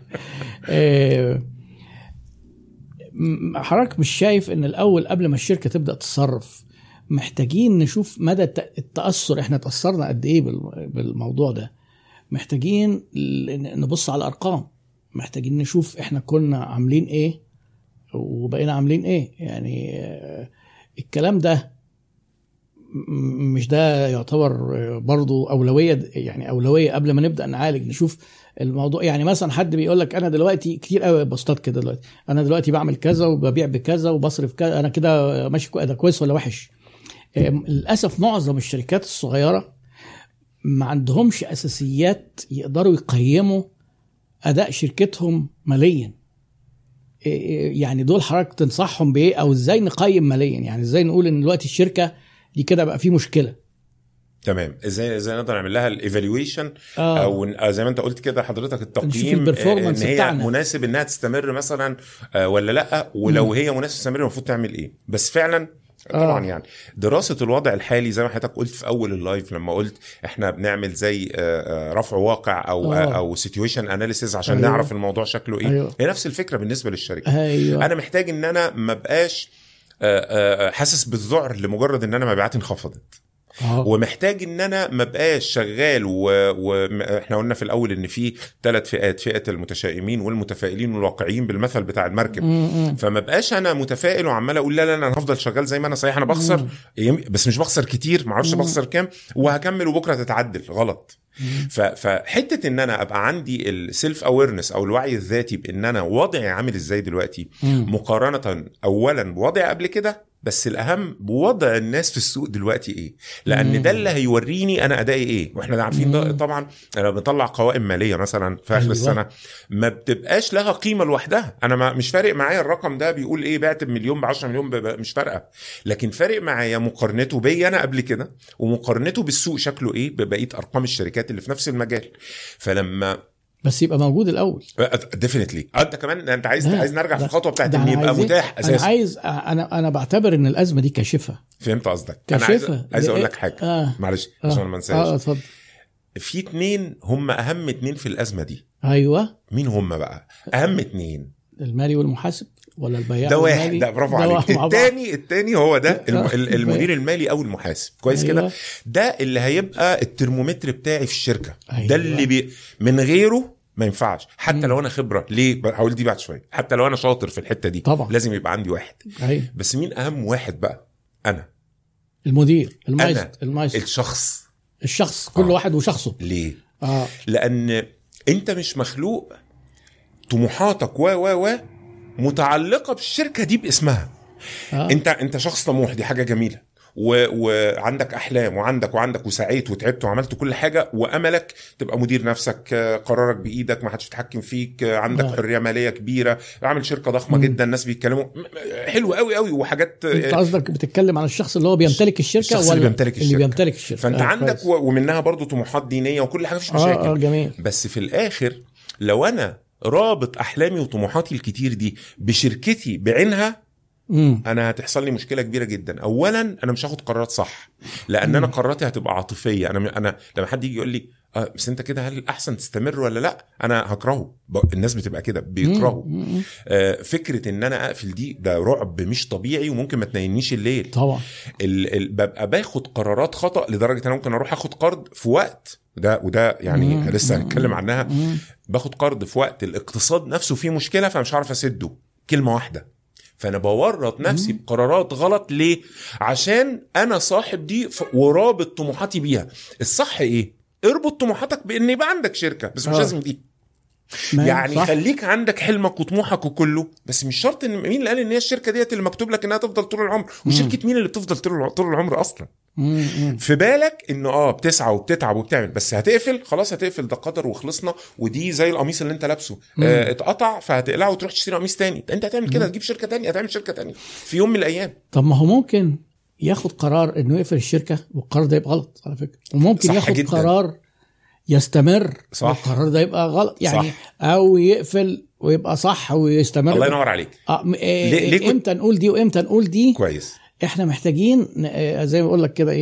حضرتك مش شايف ان الاول قبل ما الشركه تبدا تتصرف محتاجين نشوف مدى التاثر؟ احنا تاثرنا قد ايه بالموضوع ده؟ محتاجين نبص على الارقام، محتاجين نشوف احنا كنا عاملين ايه وبقينا عاملين ايه. يعني الكلام ده مش ده يعتبر برضو أولوية؟ يعني أولوية قبل ما نبدأ نعالج، نشوف الموضوع. يعني مثلا حد بيقول لك أنا دلوقتي كتير قوي بوستات كده دلوقتي، أنا دلوقتي بعمل كذا وببيع بكذا وبصرف كذا، أنا كده ماشي، ده كويس ولا وحش؟ للأسف معظم الشركات الصغيرة ما عندهمش أساسيات يقدروا يقيموا أداء شركتهم ماليا. يعني دول حضرتك تنصحهم بإيه، أو إزاي نقيم ماليا؟ يعني إزاي نقول إن دلوقتي الشركة دي كده بقى في مشكله؟ تمام. ازاي نقدر نعمل لها الايفالويشن، او زي ما انت قلت كده حضرتك التقييم، ان هي بتاعنا مناسب انها تستمر مثلا ولا لا، ولو هي مناسب تستمر المفروض تعمل ايه. بس فعلا طبعا يعني دراسه الوضع الحالي زي ما حضرتك قلت في اول اللايف لما قلت احنا بنعمل زي رفع واقع او سيتويشن اناليسيز عشان نعرف الموضوع شكله ايه. هي نفس الفكره بالنسبه للشركه. انا محتاج ان انا ما بقاش حاسس بالذعر لمجرد ان انا مبيعاتي انخفضت، ومحتاج ان انا ما بقاش شغال واحنا قلنا في الاول ان في 3 فئات، فئه المتشائمين والمتفائلين والواقعيين بالمثل بتاع المركب. فما بقاش انا متفائل وعمال اقول لا انا هفضل شغال زي ما انا. صحيح انا بخسر بس مش بخسر كتير، ما اعرفش بخسر كام، وهكمل وبكره تتعدل. غلط. فحته ان انا ابقى عندي السيلف اويرنس او الوعي الذاتي بان انا وضعي عامل ازاي دلوقتي مقارنه اولا بوضعي قبل كده، بس الاهم بوضع الناس في السوق دلوقتي ايه، لان ده اللي هيوريني انا ادائي ايه. واحنا عارفين ده طبعا. انا بنطلع قوائم ماليه مثلا في اخر السنه، ما بتبقاش لها قيمه لوحدها. انا مش فارق معايا الرقم ده بيقول ايه، بعت بمليون ب10 مليون مش فارقه، لكن فارق معايا مقارنته بيا انا قبل كده ومقارنته بالسوق شكله ايه، ببقيه ارقام الشركات اللي في نفس المجال. فلما بس يبقى موجود الاول. ديفينتلي. انت كمان انت عايز نرجع في الخطوه بتاعت ده ان يبقى متاح اساسا. انا بعتبر ان الازمه دي كاشفه. فهمت قصدك. كاشفه. انا عايز اقول لك حاجه. معلش عشان ما انساش. اتفضل. في 2 هم اهم 2 في الازمه دي. ايوه. مين هم بقى اهم 2؟ المالي والمحاسب ولا البياع؟ ده واحد. ده برافو عليك. التاني هو ده المدير المالي او المحاسب. كويس. أيوة. كده ده اللي هيبقى الترمومتر بتاعي في الشركه. أيوة. ده اللي من غيره ما ينفعش. حتى لو انا خبره. ليه هقول دي بعد شويه. حتى لو انا شاطر في الحته دي طبعا لازم يبقى عندي واحد. أيوة. بس مين اهم واحد بقى؟ انا المدير المايسترو الشخص كل واحد وشخصه. ليه؟ لان انت مش مخلوق طموحاتك و متعلقه بالشركه دي باسمها. انت شخص طموح، دي حاجه جميله، وعندك احلام وعندك وسعيت وتعبت وعملت كل حاجه، واملك تبقى مدير نفسك، قرارك بايدك، ما حدش يتحكم فيك، عندك حريه ماليه كبيره، عامل شركه ضخمه جدا، الناس بيتكلموا حلو قوي وحاجات. انت قصدك بتتكلم عن الشخص اللي هو بيمتلك الشركه ولا اللي بيمتلك الشركه؟ فانت عندك ومنها برضو طموحات دينيه وكل حاجه، مفيش مشاكل. جميل. بس في الاخر لو انا رابط احلامي وطموحاتي الكتير دي بشركتي بعينها، انا هتحصل لي مشكله كبيره جدا. اولا انا مش هاخد قرارات صح، لان انا قراراتي هتبقى عاطفيه. انا لما حد يجي يقول لي بس انت كده هل الاحسن تستمر ولا لا، انا هكرهه. الناس بتبقى كده بيكرهوا. فكره ان انا اقفل ده رعب مش طبيعي، وممكن ما تنينيش الليل طبعا. ببقى باخد قرارات خطا لدرجه انا ممكن اروح اخد قرض في وقت وده يعني لسه هنتكلم عنها. باخد قرض في وقت الاقتصاد نفسه فيه مشكله، فمش عارف اسده كلمه واحده، فانا بورط نفسي بقرارات غلط. ليه؟ عشان انا صاحب دي ورابط طموحاتي بيها. الصح ايه؟ اربط طموحاتك بان يبقى عندك شركه، بس مش لازم دي. يعني صح. خليك عندك حلمك وطموحك وكله، بس مش شرط. ان مين اللي قال ان هي الشركه ديت اللي مكتوب لك انها تفضل طول العمر؟ وشركه مين اللي بتفضل طول العمر اصلا؟ في بالك انه بتسعى وبتتعب وبتعمل، بس هتقفل خلاص، هتقفل، ده قدر وخلصنا. ودي زي القميص اللي انت لابسه اتقطع، فهتقلعه وتروح تشتري قميص تاني. انت هتعمل كده، تجيب شركه تانية، هتعمل شركه تانية في يوم من الايام. طب ما هو ممكن ياخد قرار انه يقفل الشركه والقرار ده يبقى غلط على فكره، وممكن ياخد جداً. قرار يستمر صح، القرار ده يبقى غلط يعني صح. او يقفل ويبقى صح ويستمر. الله ينور عليك. ليه امتى نقول دي وامتى نقول دي؟ كويس. احنا محتاجين زي ما بقول لك كده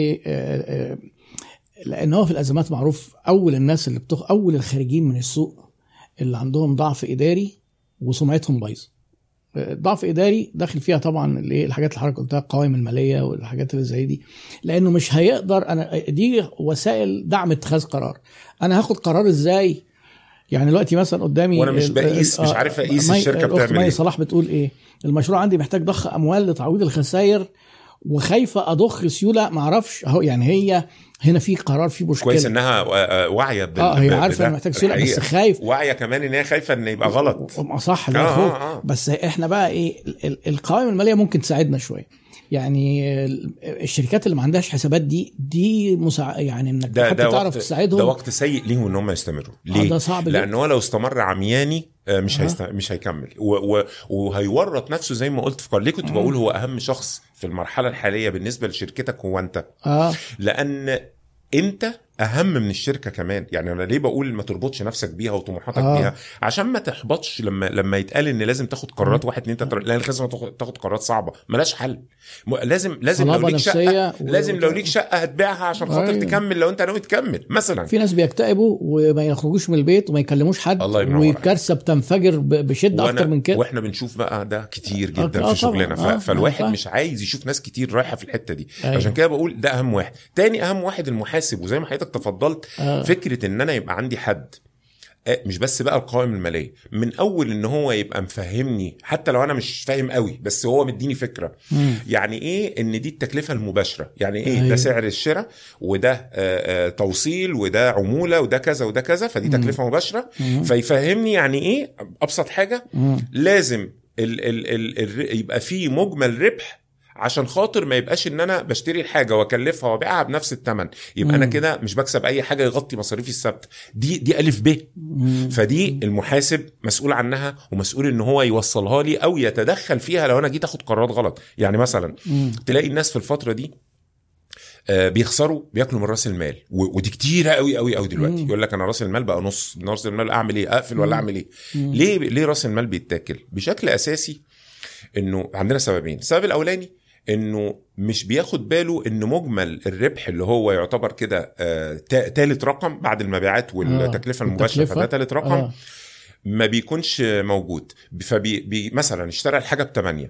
لان هو في الازمات معروف اول الناس اللي اول الخارجين من السوق اللي عندهم ضعف اداري وسمعتهم بايظه. ضعف اداري داخل فيها طبعا الحاجات اللي حضرتك قلتها، القوائم الماليه والحاجات اللي زي دي، لانه مش هيقدر. انا دي وسائل دعم اتخاذ قرار. انا هاخد قرار ازاي؟ يعني دلوقتي مثلا قدامي وانا مش بقيس مش عارف اقيس الشركه بتعمل ايه. صلاح بتقول ايه؟ المشروع عندي محتاج ضخ اموال لتعويض الخسائر، وخايفه اضخ سيوله، ما اعرفش اهو. يعني هي هنا في قرار، في مشكله. كويس انها واعيه هي عارفه ان محتاج سيوله، بس خايف. واعيه كمان ان هي خايفه ان يبقى غلط. صح ده بس احنا بقى ايه؟ القوائم الماليه ممكن تساعدنا شويه. يعني الشركات اللي ما عندهاش حسابات دي يعني انك حتى تعرف تساعدهم. ده وقت سيء ليهم ان هم يستمروا. ليه؟ ده صعب لانه لو استمر عمياني مش هيكمل وهيورط نفسه زي ما قلت في ليه كنت بقول هو اهم شخص في المرحله الحاليه بالنسبه لشركتك هو انت. لان انت اهم من الشركه كمان. يعني انا ليه بقول ما تربطش نفسك بيها وطموحاتك بيها؟ عشان ما تحبطش لما يتقال ان لازم تاخد قرارات 1 2 3. لا، لازم تاخد قرارات صعبه ملهاش حل. لازم لو ليك شقه لو ليك شقه هتبيعها عشان خاطر تكمل. لو انت ناوي تكمل مثلا. في ناس بيكتئبوا وما يخرجوش من البيت وما يكلموش حد، والكارثه بتنفجر بشده اكتر من كده. واحنا بنشوف بقى ده كتير جدا في شغلنا. فالواحد مش عايز يشوف ناس كتير رايحه في الحته دي. عشان كده بقول ده اهم واحد. تاني اهم واحد المحاسب. وزي ما حضرتك تفضلت فكرة ان انا يبقى عندي حد مش بس بقى القوائم المالية، من اول ان هو يبقى مفهمني حتى لو انا مش فاهم قوي، بس هو مديني فكرة. يعني ايه ان دي التكلفة المباشرة؟ يعني ايه ده سعر الشراء، وده توصيل، وده عمولة، وده كذا وده كذا، فدي تكلفة مباشرة. فيفهمني يعني ايه. ابسط حاجة لازم يبقى فيه مجمل ربح، عشان خاطر ما يبقاش ان انا بشتري الحاجه واكلفها وابيعها بنفس الثمن. يبقى انا كده مش بكسب اي حاجه يغطي مصاريفي الثابته. دي الف ب. فدي المحاسب مسؤول عنها، ومسؤول ان هو يوصلها لي او يتدخل فيها لو انا جيت اخد قرارات غلط. يعني مثلا تلاقي الناس في الفتره دي بيخسروا بياكلوا من راس المال، ودي كتيره قوي قوي قوي دلوقتي. يقول لك انا راس المال بقى نص، راس المال اعمل ايه؟ اقفل ولا اعمل ايه؟ ليه راس المال بيتاكل بشكل اساسي؟ انه عندنا سببين. السبب الاولاني انه مش بياخد باله ان مجمل الربح اللي هو يعتبر كده ثالث رقم بعد المبيعات والتكلفه المباشره، فده ثالث رقم ما بيكونش موجود. مثلا اشترى الحاجه ب8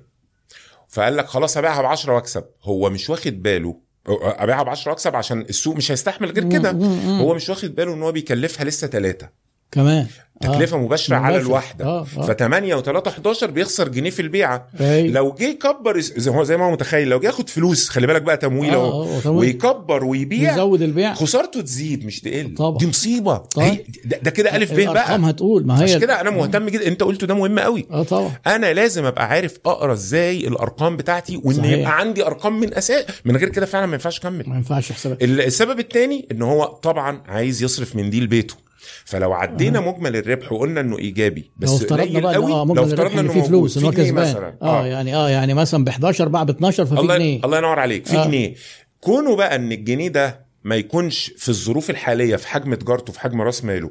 فقال لك خلاص ابيعها ب10 واكسب. هو مش واخد باله ابيعها ب10 واكسب عشان السوق مش هيستحمل غير كده. هو مش واخد باله ان هو بيكلفها لسه 3 كمان تكلفة مباشرة على الواحدة. ف8 و3 11 بيخسر جنيه في البيعة. لو جه يكبر زي ما هو متخيل، لو جه ياخد فلوس، خلي بالك بقى تمويل ويكبر ويبيع، يزود البيع، خسارته تزيد مش تقل. دي مصيبة. ده كده ألف ب بقى. الأرقام هتقول ما هي عشان كده أنا مهتم جدا. أنت قلته ده مهم قوي. طبعا أنا لازم أبقى عارف أقرأ إزاي الأرقام بتاعتي، وإن يبقى عندي أرقام من أساس. من غير كده فعلا ما ينفعش أكمل، ما ينفعش حسابات. السبب الثاني إن هو طبعا عايز يصرف من دي لبيته. فلو عدينا مجمل الربح وقلنا انه ايجابي بس قليل قوي، لو افترضنا انه في فلوس انه كسبان مثلا يعني مثلا ب11 باع ب12 ففي جنيه. الله ينور عليك، في جنيه. كونه بقى ان الجنيه ده ما يكونش في الظروف الحاليه في حجم تجارته في حجم راس ماله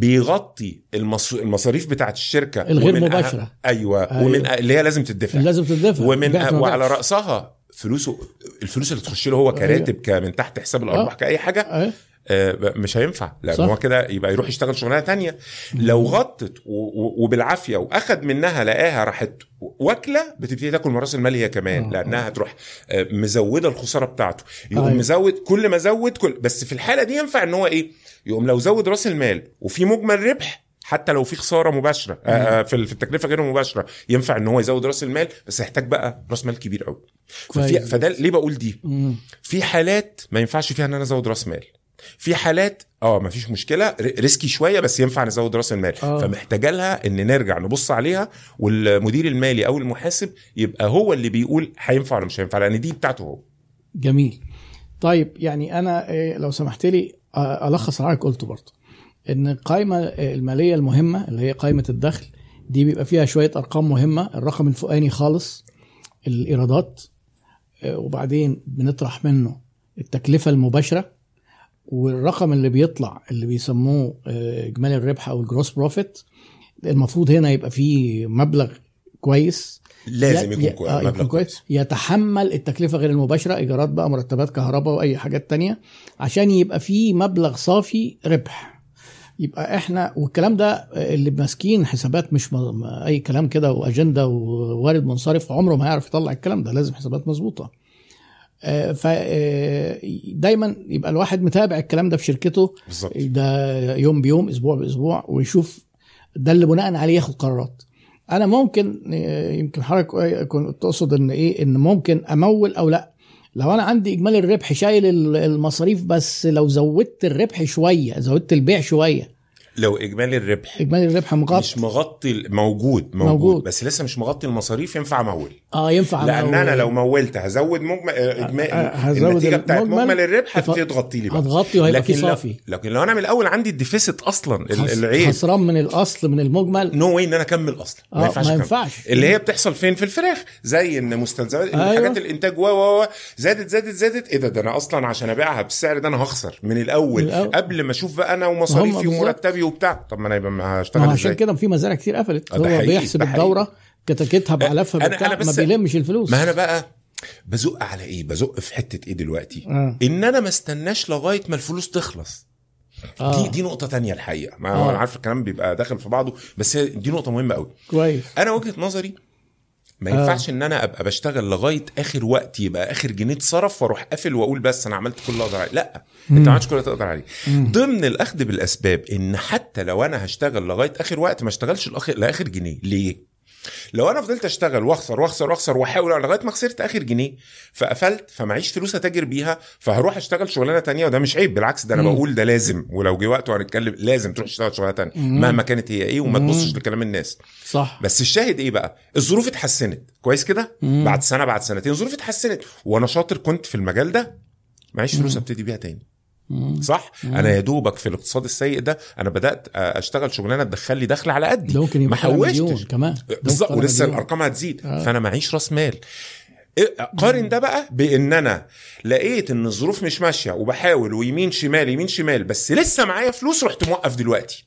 بيغطي المصاريف بتاعه الشركه الغير مباشره. أيوة. ومن اللي هي لازم تدفع وعلى راسها الفلوس اللي تخش له هو كراتب من تحت حساب الارباح كاي حاجه. مش هينفع، لأن هو كده يبقى يروح يشتغل شغلانه تانية. لو غطت وبالعافيه واخد منها لقاها راحت واكله، بتبتدي تاكل من راس المال هي كمان، لانها هتروح مزوده الخساره بتاعته. يقوم مزود، كل ما زود بس في الحاله دي ينفع ان هو ايه، يقوم لو زود راس المال وفي مجمل ربح، حتى لو في خساره مباشره في التكلفه غير مباشره، ينفع ان هو يزود راس المال، بس يحتاج بقى راس مال كبير قوي. فده ليه بقول دي؟ في حالات ما ينفعش فيها ان انا ازود راس مال. في حالات ما فيش مشكله، ريسكي شويه بس ينفع نزود راس المال. فمحتاجه لها ان نرجع نبص عليها، والمدير المالي او المحاسب يبقى هو اللي بيقول هينفع ولا مش هينفع، لان دي بتاعته هو. جميل. طيب يعني انا لو سمحت لي الخص عليك، قلت برضه ان القائمه الماليه المهمه اللي هي قائمه الدخل دي بيبقى فيها شويه ارقام مهمه. الرقم الفوقاني خالص الايرادات، وبعدين بنطرح منه التكلفه المباشره، والرقم اللي بيطلع اللي بيسموه اجمالي الربح او الجروس بروفيت. المفروض هنا يبقى فيه مبلغ كويس، لازم يكون مبلغ كويس يتحمل التكلفه غير المباشره، ايجارات بقى، مرتبات كهرباء واي حاجات تانية، عشان يبقى فيه مبلغ صافي ربح. يبقى احنا والكلام ده اللي ماسكين حسابات مش اي كلام كده واجنده ووارد منصرف، عمره ما هيعرف يطلع الكلام ده، لازم حسابات مظبوطه. فدايما يبقى الواحد متابع الكلام ده في شركته بالزبط. ده يوم بيوم، اسبوع باسبوع، ويشوف ده اللي بناء عليه ياخد قرارات. انا ممكن يمكن حضرتك كنت تقصد ان ايه، ان ممكن امول او لا. لو انا عندي اجمالي الربح شايل المصاريف، بس لو زودت الربح شويه، زودت البيع شويه، لو اجمالي الربح مغطي، مش مغطي، موجود بس لسه مش مغطي المصاريف، ينفع امول. ينفع، لان انا لو مولت هزود النتيجه بتاعت مجمل الربح هتبتدي تغطي لي بقى، هتغطي وهيبقى في صافي. لكن لو انا من الاول عندي الديفيسيت اصلا، العيب خسران من الاصل من المجمل، نو واي ان انا اكمل اصلا. ما ينفعش. اللي هي بتحصل فين؟ في الفراخ، زي ان مستلزمات حاجات الانتاج زادت ايه ده انا اصلا عشان ابيعها بالسعر ده انا هخسر من الاول قبل ما اشوف بقى انا ومصاريفي ومرتبي وبتاع. طب ما انا يبقى هشتغل ازاي؟ عشان كده في مزارع كتير قفلت. هو بيحسب الدوره كتكتها بعلفها ما بيلمش الفلوس. ما انا بقى بزق على ايه؟ بزق في حته ايه دلوقتي؟ ان انا ما استناش لغايه ما الفلوس تخلص. دي نقطه تانية الحقيقه. ما انا عارف الكلام بيبقى داخل في بعضه، بس دي نقطه مهمه قوي. كويس. انا وجهه نظري ما ينفعش ان انا ابقى بشتغل لغايه اخر وقت، يبقى اخر جنيه اتصرف واروح قافل واقول بس انا عملت كل اللي اقدر عليه. لا، انت ما عملتش كل اللي تقدر عليه. ضمن الاخذ بالاسباب ان حتى لو انا هشتغل لغايه اخر وقت ما اشتغلش لاخر جنيه. ليه؟ لو انا فضلت اشتغل واخسر واحاول لغايه ما خسرت اخر جنيه فقفلت، فمعيش فلوس اتاجر بيها، فهروح اشتغل شغلانه تانية. وده مش عيب، بالعكس ده انا بقول ده لازم، ولو جه وقت وهنتكلم لازم تروح تشتغل شغلانه تانية مهما كانت هي ايه، وما تبصش لكلام الناس. صح. بس الشاهد ايه بقى؟ الظروف اتحسنت كويس كده، بعد سنه بعد سنتين الظروف اتحسنت، وانا شاطر كنت في المجال ده، معيش فلوس ابتدي بيها تاني. صح. انا يا دوبك في الاقتصاد السيء ده انا بدات اشتغل شغلانه تدخل لي دخل على قدي، ما حوشتش كمان بالظبط، ولسه الارقام هتزيد. فانا معيش راس مال. قارن ده بقى بان انا لقيت ان الظروف مش ماشيه وبحاول ويمين شمال يمين شمال بس لسه معايا فلوس، رحت موقف دلوقتي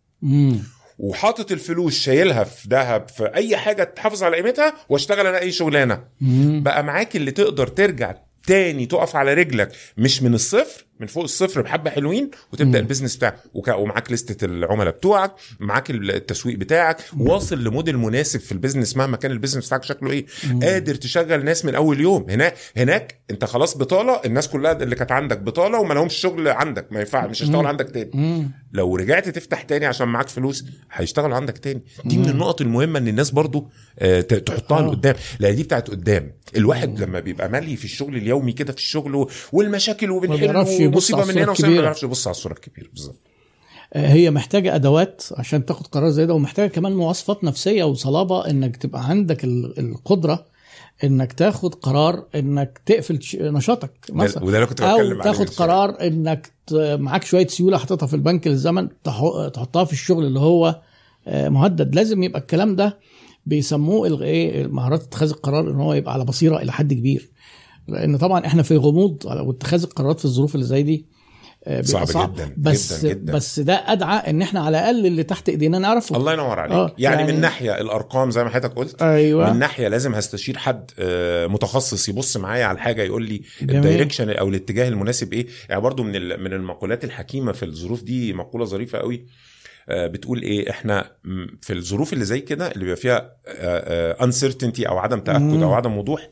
وحاطط الفلوس شايلها في ذهب في اي حاجه تحافظ على قيمتها واشتغل انا اي شغلانه. بقى معاك اللي تقدر ترجع تاني تقف على رجلك، مش من الصفر، من فوق الصفر بحبه حلوين، وتبدا البيزنس بتاعك ومعاك لستة العملاء بتوعك، معاك التسويق بتاعك، واصل لموديل مناسب في البيزنس مهما كان البيزنس بتاعك شكله ايه، قادر تشغل ناس من اول يوم. هناك انت خلاص بطاله، الناس كلها اللي كانت عندك بطاله وما لهمش شغل عندك، ما ينفع مش هيشتغل عندك تاني. لو رجعت تفتح تاني عشان معاك فلوس هيشتغلوا عندك تاني. دي من النقط المهمه ان الناس برضو تحطها لقدام، لان دي بتاعت قدام. الواحد لما بيبقى مالي في الشغل اليومي كده في الشغل والمشاكل وبنحل مصيبه من هنا وسنة، ما بيعرفش يبص على الصوره الكبيره. بالظبط. هي محتاجه ادوات عشان تاخد قرار زي ده، ومحتاجه كمان مواصفات نفسيه وصلابه انك تبقى عندك القدره انك تاخد قرار انك تقفل نشاطك مثلا، وده اللي كنت بتكلم او تاخد قرار انك معاك شويه سيوله حاططها في البنك للزمن تحطها في الشغل اللي هو مهدد. لازم يبقى الكلام ده بيسموه مهارات اتخاذ القرار، ان هو يبقى على بصيره الى حد كبير، لان طبعا احنا في غموض واتخاذ القرارات في الظروف اللي زي دي صعب جدا بس جدا جدا. بس ده ادعى ان احنا على الاقل اللي تحت ايدينا نعرفه. الله ينور عليك. يعني من ناحيه الارقام زي ما حضرتك قلت، أيوة. من ناحيه لازم هستشير حد متخصص يبص معايا على حاجه، يقول لي الدايركشن او الاتجاه المناسب ايه. يعني برضو من المقولات الحكيمه في الظروف دي مقوله ظريفه قوي، بتقول ايه، احنا في الظروف اللي زي كده اللي بيبقى فيها uncertainty او عدم تاكد او عدم وضوح،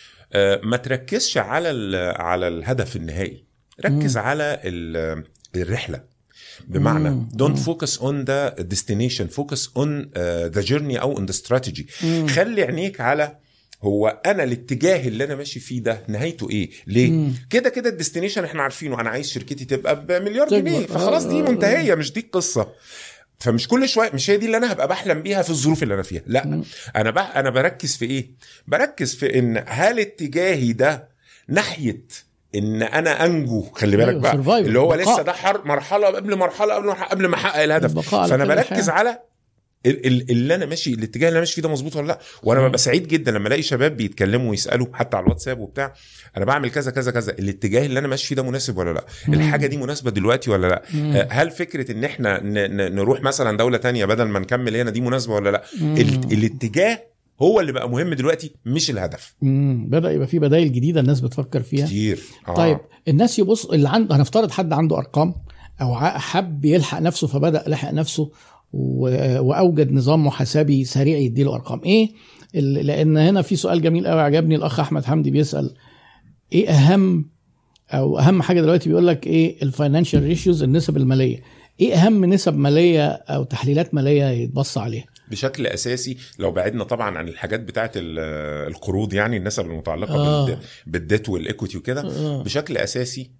ما تركزش على الهدف النهائي، ركز على الرحله. بمعنى don't focus on the destination, focus on the journey او on the strategy. خلي عينيك على هو انا الاتجاه اللي انا ماشي فيه ده نهايته ايه. ليه كده الديستنيشن احنا عارفينه، انا عايز شركتي تبقى بمليار جنيه فخلاص دي منتهيه، مش دي القصه. فمش كل شويه، مش هي دي اللي انا هبقى بحلم بيها في الظروف اللي انا فيها. لا، انا بركز في ايه، بركز في ان هل اتجاهي ده ناحيه ان انا انجو. خلي بالك بقى اللي هو لسه ده مرحله قبل ما احقق الهدف. فانا بركز على اللي انا ماشي، الاتجاه اللي انا ماشي فيه ده مظبوط ولا لا. وانا ببقى سعيد جدا لما الاقي شباب بيتكلموا ويسالوا حتى على الواتساب وبتاع، انا بعمل كذا كذا كذا، الاتجاه اللي انا ماشي فيه ده مناسب ولا لا، الحاجه دي مناسبه دلوقتي ولا لا، هل فكره ان احنا نروح مثلا دوله تانية بدل ما نكمل هنا دي مناسبه ولا لا. الاتجاه هو اللي بقى مهم دلوقتي مش الهدف. بدأ يبقى في بدائل جديدة الناس بتفكر فيها كتير. طيب الناس يبص اللي عنده، هنفترض حد عنده أرقام أو حب يلحق نفسه فبدأ لحق نفسه وأوجد نظام محاسبي سريع يديله أرقام. إيه لأن هنا في سؤال جميل قوي عجبني، الأخ أحمد حمدي بيسأل إيه أهم حاجة دلوقتي، بيقول لك إيه الفاينانشال ريشيوز، النسب المالية، إيه أهم نسب مالية أو تحليلات مالية يتبص عليها بشكل أساسي؟ لو بعدنا طبعا عن الحاجات بتاعت القروض، يعني النسب المتعلقة بالديت والإيكوتي وكده، بشكل أساسي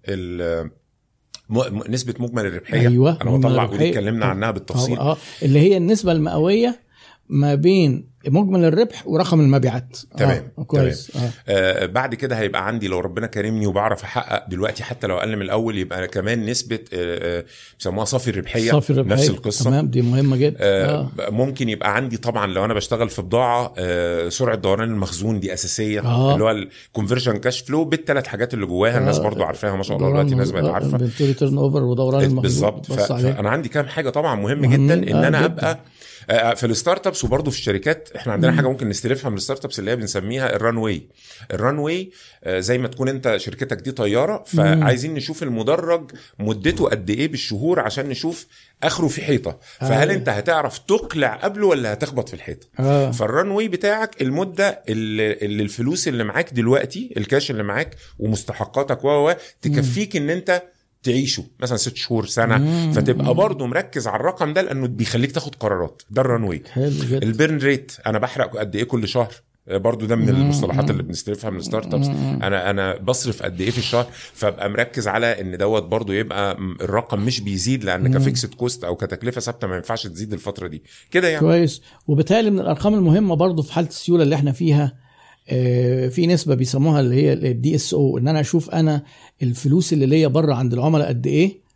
نسبة مجمل الربحية. أيوة. أنا بطلع ودي اتكلمنا عنها بالتفصيل. اللي هي النسبة المئوية ما بين مجمل الربح ورقم المبيعات. تمام. كويس. بعد كده هيبقى عندي لو ربنا كرمني وبعرف احقق دلوقتي حتى لو اقل من الاول، يبقى كمان نسبه بيسموها صافي الربحيه. نفس القصه. تمام، دي مهمه جدا. ممكن يبقى عندي طبعا لو انا بشتغل في بضاعه سرعه دوران المخزون دي اساسيه. اللي هو الكونفرجن كاش فلو بالثلاث حاجات اللي جواها. الناس برضو عارفاها ما شاء الله دلوقتي، الناس بقت عارفه انفنتوري تيرن اوفر ودوران المخزون بالظبط. فانا عندي كام حاجه طبعا مهم جدا ان انا ابقى في الستارت ابس وبرضه في الشركات. احنا عندنا حاجه ممكن نستلفها من الستارت ابس اللي هي بنسميها الران واي. زي ما تكون انت شركتك دي طياره، فعايزين نشوف المدرج مدته قد ايه بالشهور عشان نشوف اخره في حيطه، فهل انت هتعرف تقلع قبله ولا هتخبط في الحيطه. فالران واي بتاعك المده اللي الفلوس اللي معاك دلوقتي، الكاش اللي معاك ومستحقاتك تكفيك ان انت تعيشه مثلا 6 شهور سنة. فتبقى برضو مركز على الرقم ده لأنه بيخليك تاخد قرارات. ده الرانوي. البيرن ريت، أنا بحرق قد إيه كل شهر، برضو ده من المصطلحات اللي بنستلفها من الستارت ابس. انا بصرف قد ايه في الشهر، فابقى مركز على ان دوت برضو يبقى الرقم مش بيزيد، لان كفيكسد كوست او كتكلفه ثابته ما ينفعش تزيد الفتره دي كده يعني. كويس. وبالتالي من الارقام المهمه برضو في حاله السيوله اللي احنا فيها، في نسبه بيسموها اللي هي الدي اس او، ان انا اشوف انا الفلوس اللي ليا بره عند العملاء قد ايه،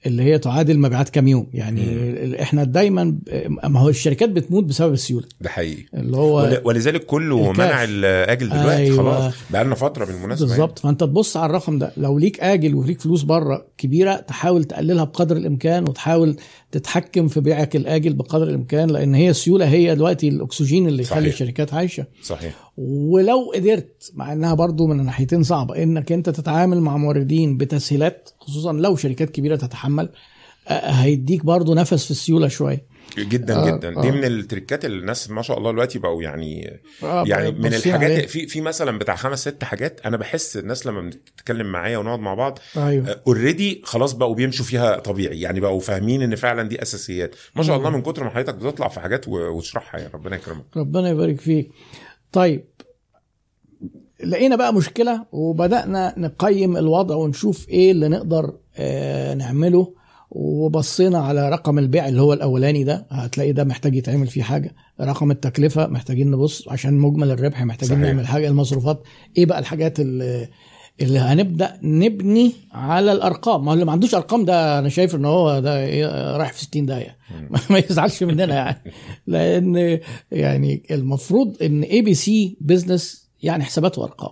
اللي هي تعادل مبيعات كام يوم يعني. احنا دايما ما هو الشركات بتموت بسبب السيوله، ده حقيقي. اللي هو ولذلك كله منع الاجل دلوقتي. أيوة. خلاص بقى لنا فتره بالمناسبه بالظبط. فانت تبص على الرقم ده، لو ليك اجل وليك فلوس بره كبيره تحاول تقللها بقدر الامكان، وتحاول تتحكم في بيعك الاجل بقدر الامكان، لان هي السيوله هي دلوقتي الاكسجين اللي يخلي الشركات عايشه. صحيح. ولو قدرت، مع انها برضو من ناحيتين صعبه، انك انت تتعامل مع موردين بتسهيلات، خصوصا لو شركات كبيره تتحمل، هيديك برضو نفس في السيوله شويه جدا جدا. دي من التريكات اللي الناس ما شاء الله دلوقتي بقوا يعني من الحاجات في مثلا بتاع 5-6 حاجات انا بحس الناس لما بتتكلم معايا ونقعد مع بعض اوريدي خلاص بقوا بيمشوا فيها طبيعي، يعني بقوا فاهمين ان فعلا دي اساسيات ما شاء الله، من كتر ما حضرتك بتطلع في حاجات وتشرحها. يا ربنا يكرمك. ربنا يبارك فيك. طيب لقينا بقى مشكله وبدأنا نقيم الوضع ونشوف ايه اللي نقدر نعمله، وبصينا على رقم البيع اللي هو الاولاني ده، هتلاقي ده محتاج يتعمل فيه حاجه. رقم التكلفه محتاجين نبص عشان مجمل الربح محتاجين نعمل حاجه. المصروفات ايه بقى الحاجات اللي هنبدا نبني على الارقام. ما اللي ما عندوش ارقام ده انا شايف ان هو ده رايح في 60 دقيقه ما يزعلش مننا يعني. لان يعني المفروض ان ABC بزنس يعني حسابات وارقام.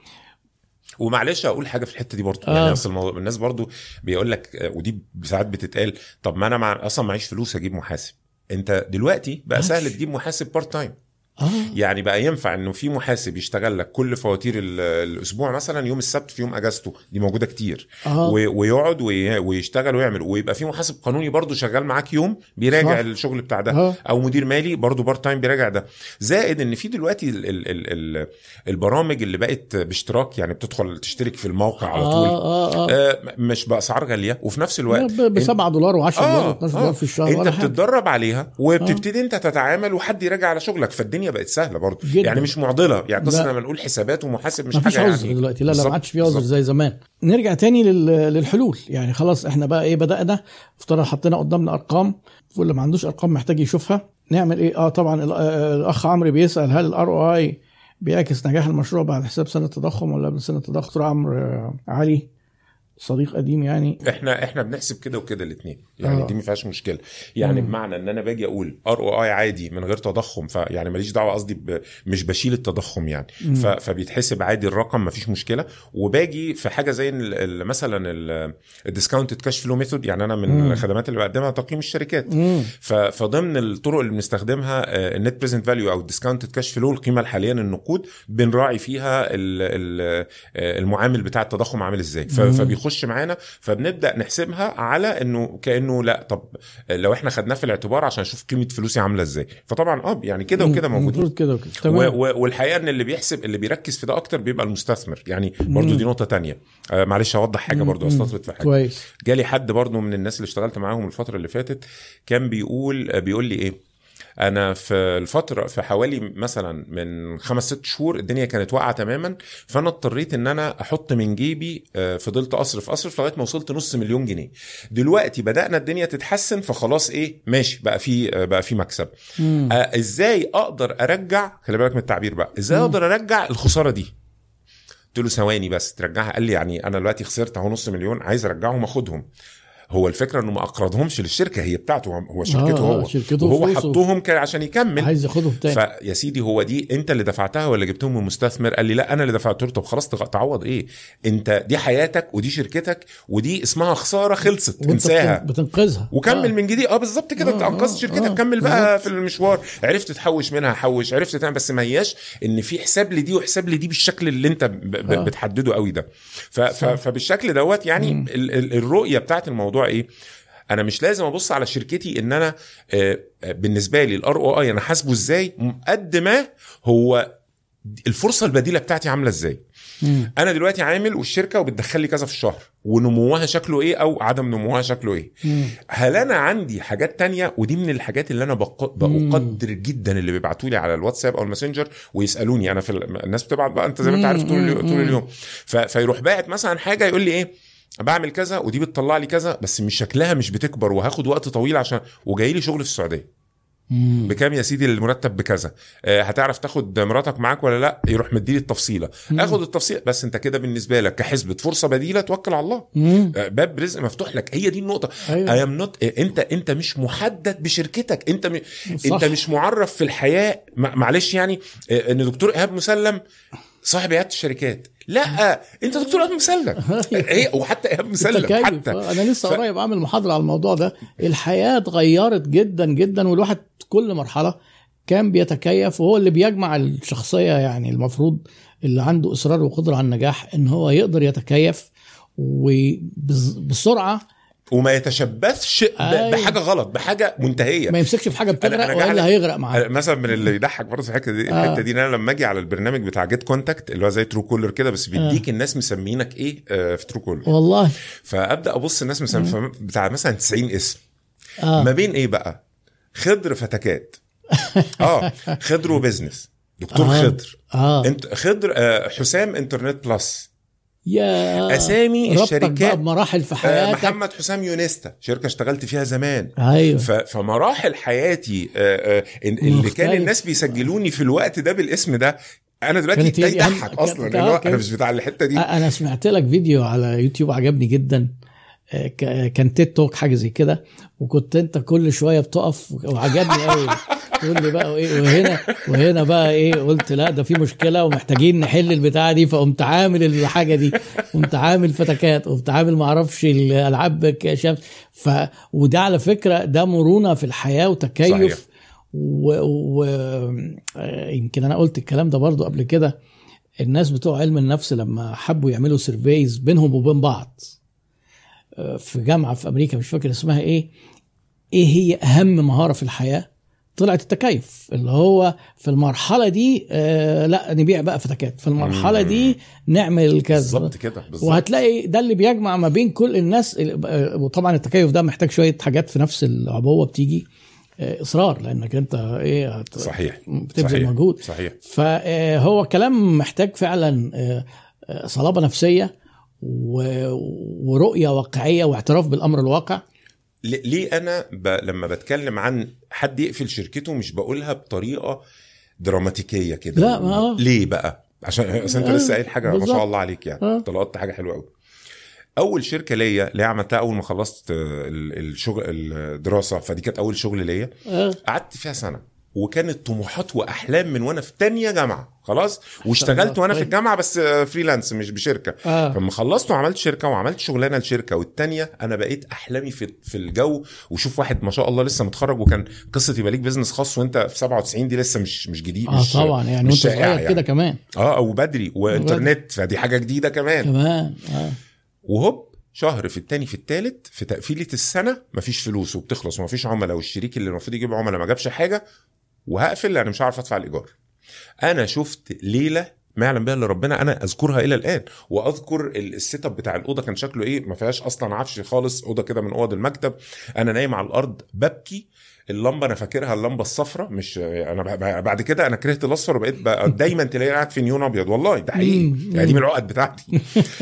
ومعلش اقول حاجه في الحته دي برضو يعني اصل الناس برضو بيقول لك، ودي ساعات بتتقال، طب ما انا اصلا معيش فلوس اجيب محاسب. انت دلوقتي بقى سهل تجيب محاسب بارت تايم. يعني بقى ينفع انه في محاسب يشتغل لك كل فواتير الاسبوع، مثلا يوم السبت في يوم اجازته، دي موجوده كتير. ويقعد ويشتغل ويعمل، ويبقى في محاسب قانوني برضو شغال معاك يوم بيراجع الشغل بتاع ده، او مدير مالي برضو بارت تايم بيراجع ده. زائد ان في دلوقتي البرامج اللي بقت باشتراك، يعني بتدخل تشترك في الموقع على طول. مش باسعار غاليه، وفي نفس الوقت $7 و10 $12 في الشهر. انت بتتدرب عليها وبتبتدي انت تتعامل وحد يراجع على شغلك، فالدنيا بقت سهله برضو جداً. يعني مش معضله، يعني قصه لما نقول حسابات ومحاسب مش حاجه يعني دلوقتي. لا ما عادش في عذر زي زمان. نرجع تاني للحلول. يعني خلاص احنا بقى ايه، بدأنا افترض حطينا قدامنا ارقام، واللي ما عندوش ارقام محتاج يشوفها. نعمل ايه؟ طبعا الاخ عمرو بيسأل هل الROI بيعكس نجاح المشروع بعد حساب سنه تضخم ولا قبل سنه تضخم؟ دكتور عمرو علي صديق قديم يعني. احنا بنحسب كده وكده الاثنين يعني. دي ما فيهاش مشكله يعني. بمعنى ان انا باجي اقول ROI عادي من غير تضخم، يعني ماليش دعوه، قصدي مش بشيل التضخم يعني. فبيتحسب عادي الرقم، ما فيش مشكله. وباجي في حاجه زي مثلا الديسكاونتد كاش فلو ميثود، يعني انا من الخدمات اللي بقدمها تقييم الشركات. فضمن الطرق اللي بنستخدمها النت بريزنت فاليو او الديسكاونتد كاش فلو، القيمه الحاليه للنقود، بنراعي فيها المعامل بتاع التضخم عامل ازاي. فبيخش معانا، فبنبدا نحسبها على انه كانه لا، طب لو احنا خدناه في الاعتبار عشان نشوف قيمه فلوسي عامله ازاي. فطبعا يعني كده وكده موجودين كده وكده. والحقيقه ان اللي بيحسب، اللي بيركز في ده اكتر بيبقى المستثمر يعني. برضو دي نقطه تانية. معلش اوضح حاجه برضو، استطرد في حاجه كويس. جالي حد برضو من الناس اللي اشتغلت معاهم الفتره اللي فاتت، كان بيقول لي ايه، انا في الفتره في حوالي مثلا من 5-6 شهور الدنيا كانت واقعه تماما، فانا اضطريت ان انا احط من جيبي، فضلت اصرف لغايه ما وصلت $500,000 جنيه. دلوقتي بدانا الدنيا تتحسن، فخلاص ايه ماشي، بقى في مكسب. ازاي اقدر ارجع، خلي بالك من التعبير بقى، ازاي اقدر ارجع الخساره دي؟ قلت له ثواني بس ترجعها. قال لي يعني انا دلوقتي خسرت اهو $500,000 عايز ارجعهم اخدهم. هو الفكره انه ما اقرضهمش للشركه، هي بتاعته، هو شركته وهو حطوهم عشان يكمل، عايز ياخدهم تاني. فيا سيدي هو دي انت اللي دفعتها ولا جبتهم من مستثمر؟ قال لي لا انا اللي دفعته. طب خلاص تعوض ايه؟ انت دي حياتك ودي شركتك ودي اسمها خساره خلصت، انساها بتنقذها وكمل من جديد. بالظبط كده. انت انقذت شركتك، كمل بقى في المشوار. عرفت تحوش منها حوش، عرفت تعمل، بس ما هياش ان في حساب لدي وحساب لدي بالشكل اللي انت بتحدده قوي ده. فبالشكل دوت يعني الرؤيه بتاعت الموضوع ايه؟ انا مش لازم ابص على شركتي ان انا بالنسبه لي الROI انا حاسبه ازاي، قد ما هو الفرصه البديله بتاعتي عامله ازاي. انا دلوقتي عامل والشركه وبتدخل لي كذا في الشهر، ونموها شكله ايه او عدم نموها شكله ايه. هل انا عندي حاجات تانية؟ ودي من الحاجات اللي انا بقدر جدا اللي بيبعتوا لي على الواتساب او الماسنجر ويسالوني. انا في الناس بتبعت بقى، انت زي ما انت عارف طول اليوم. فيروح باعت مثلا حاجه يقول لي ايه، بعمل كذا ودي بتطلع لي كذا، بس مش شكلها مش بتكبر وهاخد وقت طويل عشان، وجاي لي شغل في السعوديه. بكام يا سيدي المرتب بكذا، هتعرف تاخد مراتك معاك ولا لا، يروح مديلي التفصيله، اخد التفصيله بس. انت كده بالنسبه لك كحسبة فرصه بديله، توكل على الله، باب رزق مفتوح لك. هي دي النقطه. أيوة. انت مش محدد بشركتك، انت مش معرف في الحياه. معلش يعني ان دكتور ايهاب مسلم صاحب عياده الشركات، لا انت دكتور ايهاب مسلم. وحتى ايهاب مسلم حتى انا لسه قريب عامل محاضره على الموضوع ده. الحياه اتغيرت جدا جدا، والواحد كل مرحله كان بيتكيف، وهو اللي بيجمع الشخصيه. يعني المفروض اللي عنده اصرار وقدره على النجاح ان هو يقدر يتكيف وبسرعه، وما يتشبثش بحاجه غلط، بحاجه منتهيه، ما يمسكش في حاجه بتغرق ولا هيغرق معاه. مثلا من اللي يضحك برضه في الحته دي انا لما اجي على البرنامج بتاع جيت كونتاكت اللي هو زي ترو كولر كده، بس بيديك الناس مسمينك ايه في ترو كولر والله. فابدا ابص الناس مسمين بتاع مثلا 90 اسم ما بين ايه بقى، خضر فتكات خضر وبزنس، دكتور خضر، انت خضر، حسام انترنت بلس، يا اسامي الشركات بمراحل في حياتك. محمد حسام يونستا، شركه اشتغلت فيها زمان. ايوه. فمراحل حياتي اللي كان الناس بيسجلوني في الوقت ده بالاسم ده، انا دلوقتي ده يضحك اصلا، انا مش بتاع الحته دي. انا سمعت لك فيديو على يوتيوب عجبني جدا، كان تيد توك حاجه زي كده، وكنت انت كل شويه بتقف وعجبني قوي. تقول لي بقى ايه وهنا بقى ايه، قلت لا ده في مشكله ومحتاجين نحل البتاعه دي، فقمت عامل الحاجه دي، قمت عامل فتكات، قمت عامل ما اعرفش الالعاب كشاف. وده على فكره ده مرونه في الحياه وتكيف. ويمكن انا قلت الكلام ده برضو قبل كده. الناس بتوع علم النفس لما حبوا يعملوا سيرفيز بينهم وبين بعض في جامعه في امريكا مش فاكر اسمها ايه هي اهم مهاره في الحياه، طلعت التكيف. اللي هو في المرحله دي لا نبيع بقى فتكات، في المرحله دي نعمل كذا بالظبط كده، وهتلاقي ده اللي بيجمع ما بين كل الناس. وطبعا التكيف ده محتاج شويه حاجات في نفس العبوه بتيجي اصرار، لانك انت ايه صحيح بتبذل مجهود. صحيح. فهو كلام محتاج فعلا صلابه نفسيه ورؤيه واقعيه واعتراف بالامر الواقع. ليه انا لما بتكلم عن حد يقفل شركته مش بقولها بطريقه دراماتيكيه كده؟ لا ليه بقى؟ عشان انت لسه قايل حاجه ما شاء الله عليك، يعني طلعت حاجه حلوه قوي. اول شركه ليا اللي عملتها اول ما خلصت الشغل الدراسه، فدي كانت اول شغل ليا، قعدت فيها سنه، وكانت طموحات واحلام من وانا في تانية جامعه خلاص، واشتغلت وانا في الجامعه بس فريلانس مش بشركه. فلما خلصت وعملت شركه وعملت شغلانه لشركه والتانية، انا بقيت احلامي في الجو. وشوف واحد ما شاء الله لسه متخرج وكان قصه يبقى ليك بيزنس خاص وانت في 97 دي لسه مش جديد، مش طبعا يعني وانت صغير كده كمان او بدري وانترنت، فدي حاجه جديده كمان. وهوب شهر في التاني في التالت في تقفيلة السنة مفيش فلوس وبتخلص ومفيش عملاء، والشريك اللي المفروض يجيب عملاء ما جابش حاجة، وهقفل لأن مش عارف أدفع الإيجار. أنا شفت ليلة ما يعلم بها إلا ربنا، أنا أذكرها إلى الآن، وأذكر السيت اب بتاع الأوضة كان شكله إيه. ما فيهاش أصلا عفش خالص، أوضة كده من أوض المكتب، أنا نايم على الأرض ببكي. اللمبه انا فاكرها اللمبه الصفراء، مش انا بعد كده انا كرهت الاصفر وبقيت دايما تلاقيني قاعد في نيون ابيض، والله ده حقيقي يعني، دي من العقد بتاعتي.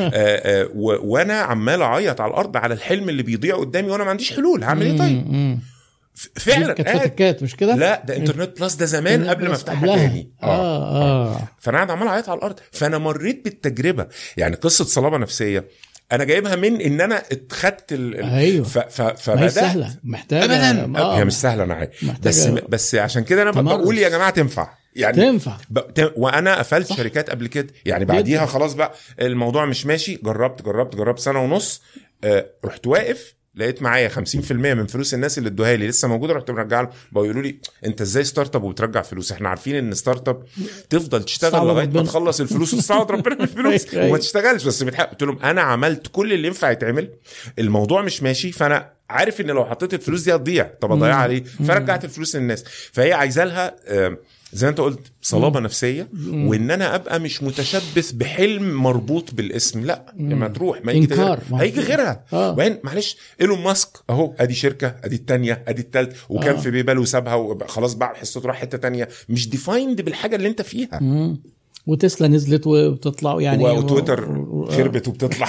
وانا عمال اعيط على الارض على الحلم اللي بيضيع قدامي وانا ما عنديش حلول، هعمل ايه طيب؟ فعلا كانت فتكات مش كده؟ لا ده انترنت بلس ده زمان قبل ما افتحها تاني. فانا قاعد عمال اعيط على الارض. فانا مريت بالتجربه، يعني قصه صلابه نفسيه انا جايبها من ان انا اتخدت ايوه. فبدأ سهله محتاجه هي مش سهله انا بس عشان كده انا بقول يا جماعه تنفع يعني تنفع. وانا قفلت شركات قبل كده يعني، بعديها خلاص بقى الموضوع مش ماشي، جربت سنه ونص، رحت واقف، لقيت معايا 50% من فلوس الناس اللي ادوها لي لسه موجوده، رحت مرجعها. بيقولوا لي انت ازاي ستارت اب وبترجع فلوس؟ احنا عارفين ان ستارت اب تفضل تشتغل لغايه ما تخلص الفلوس وتستعوض ربنا من الفلوس وما تشتغلش بس بتحقق. قلت لهم انا عملت كل اللي ينفع يتعمل، الموضوع مش ماشي، فانا عارف ان لو حطيت الفلوس دي هتضيع، طب اضيعها ليه؟ فرجعت الفلوس للناس. فهي عايزه لها زي ما انت قلت صلابه نفسيه، وان انا ابقى مش متشبث بحلم مربوط بالاسم. لا لما تروح ما هيجي غيرها. وين معلش ايلون ماسك اهو، ادي شركه، ادي الثانيه، ادي الثالث، وكان في بيبال وسابها وخلاص بقى حصته راح حته ثانيه، مش ديفايند بالحاجه اللي انت فيها. وتسلا نزلت وبتطلع يعني، وتويتر خربت وبتطلع.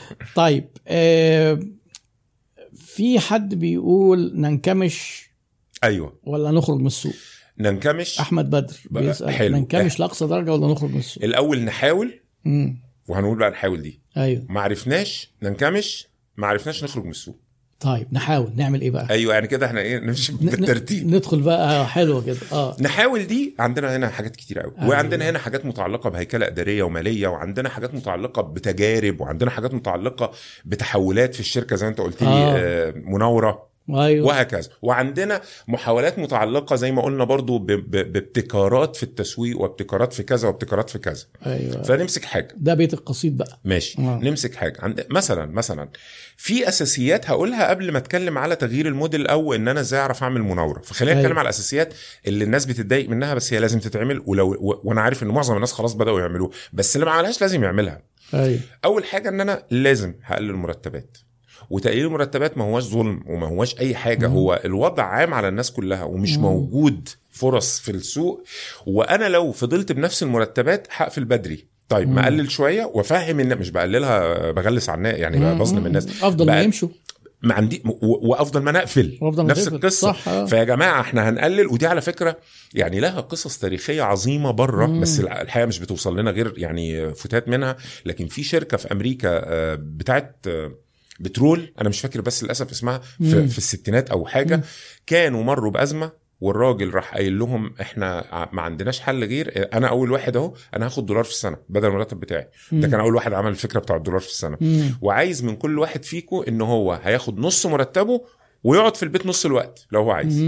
طيب في حد بيقول ننكمش ايوه ولا نخرج من السوق؟ ننكمش. احمد بدر بيسأل حلو. ننكمش لاقصى درجه ولا نخرج من السوق؟ الاول نحاول، وهنقول بقى نحاول دي. ايوه. ما عرفناش ننكمش، ما عرفناش نخرج من السوق. طيب نحاول نعمل ايه بقى؟ ايوه يعني كده احنا ايه نمشي بالترتيب. ندخل بقى حلوه كده. نحاول دي عندنا هنا حاجات كتير قوي. وعندنا هنا حاجات متعلقه بهيكله اداريه وماليه، وعندنا حاجات متعلقه بتجارب، وعندنا حاجات متعلقه بتحولات في الشركه زي ما انت قلت لي مناوره. أيوة. وهكذا. وعندنا محاولات متعلقة زي ما قلنا برضو بابتكارات في التسويق، وابتكارات في كذا، وابتكارات في كذا. أيوة. فنمسك حاجة، ده بيت القصيد بقى. ماشي. نمسك حاجة مثلا في أساسيات هقولها قبل ما أتكلم على تغيير الموديل أو إن أنا إزاي أعرف أعمل مناورة. فخلينا نتكلم على الأساسيات اللي الناس بتتضايق منها، بس هي لازم تتعمل. وأنا عارف إن معظم الناس خلاص بدأوا يعملوه، بس اللي ما عملهاش لازم يعملها. أيوة. أول حاجة إن أنا لازم هقلل المرتبات. وتقليل المرتبات ما هوش ظلم وما هوش اي حاجه، هو الوضع عام على الناس كلها، ومش موجود فرص في السوق. وانا لو فضلت بنفس المرتبات هقفل بدري. طيب ما اقلل شويه وافهم ان مش بقللها بغلس على الناس يعني، بظلم الناس. افضل ما يمشوا ما عندي وافضل ما نقفل نفس القصه. فيا جماعه احنا هنقلل. ودي على فكره يعني لها قصص تاريخيه عظيمه بره، بس الحقيقه مش بتوصل لنا غير يعني فتات منها. لكن في شركه في امريكا بتاعت بترول، انا مش فاكر بس للاسف اسمها، في الستينات او حاجه، كانوا مروا بازمه، والراجل راح قايل لهم احنا ما عندناش حل غير انا اول واحد اهو، انا هاخد $1 في السنه بدل المرتب بتاعي. ده كان اول واحد عمل الفكره بتاع $1 في السنه. وعايز من كل واحد فيكم ان هو هياخد نص مرتبه ويقعد في البيت نص الوقت لو هو عايز.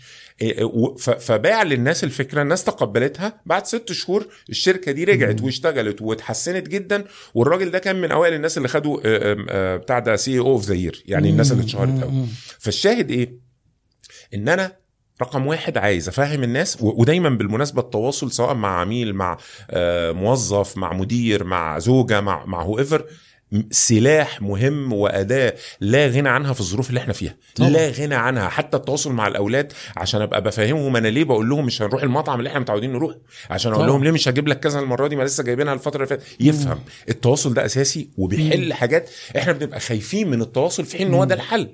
فباع للناس الفكرة، الناس تقبلتها. بعد 6 شهور الشركة دي رجعت واشتغلت واتحسنت جدا. والراجل ده كان من اوائل الناس اللي خدوا بتاع ده CEO of the year، يعني الناس اللي اتشهرت قوي. فالشاهد ايه؟ ان انا رقم 1 عايز افهم الناس. ودايما بالمناسبة التواصل سواء مع عميل، مع موظف، مع مدير، مع زوجة، مع whoever، سلاح مهم وأداة لا غنى عنها في الظروف اللي احنا فيها. لا غنى عنها. حتى التواصل مع الأولاد عشان أبقى بفهمهم أنا ليه بقول لهم مش هنروح المطعم اللي احنا متعودين نروح، عشان أقول لهم ليه مش هجيب لك كذا المرة دي، ما لسه جايبينها الفترة اللي فاتت. يفهم. التواصل ده أساسي وبيحل حاجات احنا بنبقى خايفين من التواصل في حين إن هو ده الحل.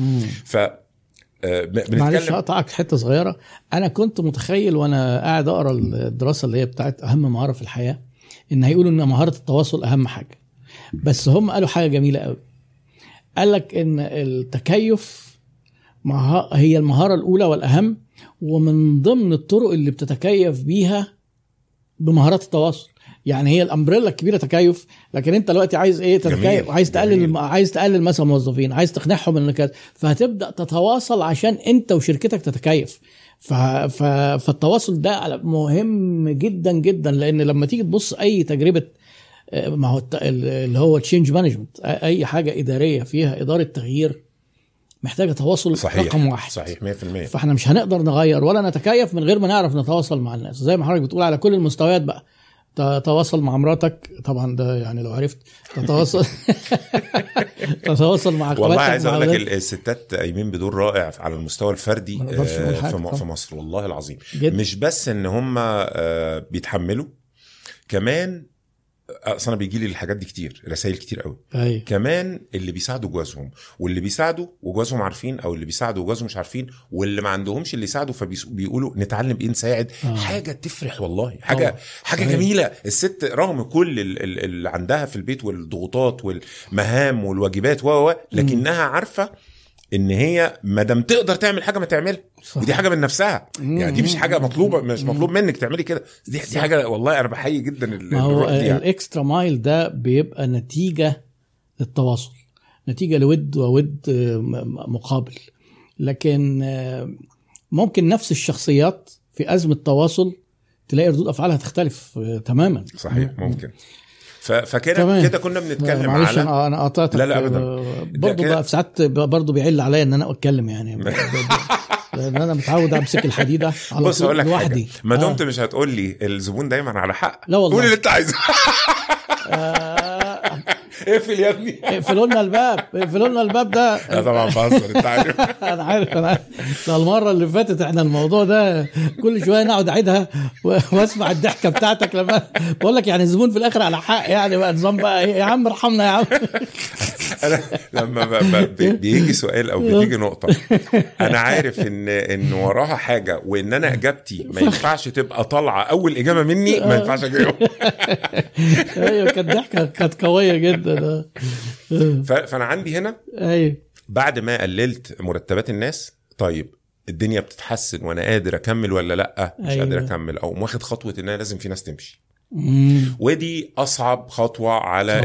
معلش هقطعك حتة صغيرة. أنا كنت متخيل وأنا قاعد أقرأ الدراسة اللي هي بتاعت أهم مهارة في الحياة إن هيقولوا إن مهارة التواصل أهم حاجة، بس هم قالوا حاجة جميلة قوي. قال لك إن التكيف هي المهارة الأولى والأهم، ومن ضمن الطرق اللي بتتكيف بيها بمهارات التواصل. يعني هي الأمبريلا الكبيرة تكيف، لكن أنت دلوقتي عايز إيه؟ تتكيف. عايز تقلل مثلا موظفين، عايز تقنعهم إن كذا، فهتبدأ تتواصل عشان أنت وشركتك تتكيف. فالتواصل ده مهم جدا جدا، لأن لما تيجي تبص أي تجربة، ما هو اللي هو تشينج مانجمنت، اي حاجه اداريه فيها اداره تغيير محتاجه تواصل. صحيح. رقم 1 صحيح 100%. فاحنا مش هنقدر نغير ولا نتكيف من غير ما نعرف نتواصل مع الناس، زي ما حضرتك بتقول على كل المستويات بقى. تتواصل مع مراتك طبعا، ده يعني لو عرفت تتواصل تتواصل مع اخواتك. والله عايز اقول لك الستات قايمين بدور رائع على المستوى الفردي في مصر والله العظيم جدا. مش بس ان هم بيتحملوا، كمان اصلا بيجي لي الحاجات دي كتير، رسائل كتير قوي. أي. كمان اللي بيساعدوا جوازهم، واللي بيساعدوا وجوازهم عارفين، او اللي بيساعدوا وجوازهم مش عارفين، واللي ما عندهمش اللي يساعدوا فبيقولوا نتعلم ايه نساعد. حاجه تفرح والله، حاجه جميله. الست رغم كل اللي عندها في البيت والضغوطات والمهام والواجبات لكنها عارفه ان هي مادام تقدر تعمل حاجه ما تعملها. ودي حاجه من نفسها، يعني دي مش حاجه مطلوبه، مش مطلوب منك تعملي كده. دي حاجه والله انا بحيي جدا الروح دي. يعني الاكسترا مايل ده بيبقى نتيجه للتواصل، نتيجه لود وود مقابل. لكن ممكن نفس الشخصيات في ازمه تواصل تلاقي ردود افعالها تختلف تماما. صحيح. ممكن. فكده كنا بنتكلم على انا قطعتك. لا ابدا. برضه بقى في ساعات برضه بيعل عليا ان انا اتكلم يعني لان انا متعود امسك الحديده على طول لوحدي. ما دمت مش هتقول لي الزبون دايما على حق، لا والله قول اللي انت عايزه. اقفل يا ابني. اقفلوا لنا الباب ده. انا طبعا بهزر، انت عارف. انا عارف. ده المره اللي فاتت احنا الموضوع ده كل شويه نقعد اعيدها واسمع الضحكه بتاعتك لما بقول لك يعني الزبون في الاخر على حق، يعني بقى نظام بقى ايه يا عم ارحمنا يا عم. انا لما بيجي سؤال او بتيجي نقطه انا عارف ان وراها حاجه، وان انا اجابتي ما ينفعش تبقى طالعه اول اجابه مني، ما ينفعش اجاوب. ايوه كانت ضحكه كانت قويه جدا. فانا عندي هنا ايوه بعد ما قللت مرتبات الناس، طيب الدنيا بتتحسن وانا قادر اكمل ولا لا؟ مش قادر اكمل، او واخد خطوه ان انا لازم في ناس تمشي. ودي اصعب خطوه على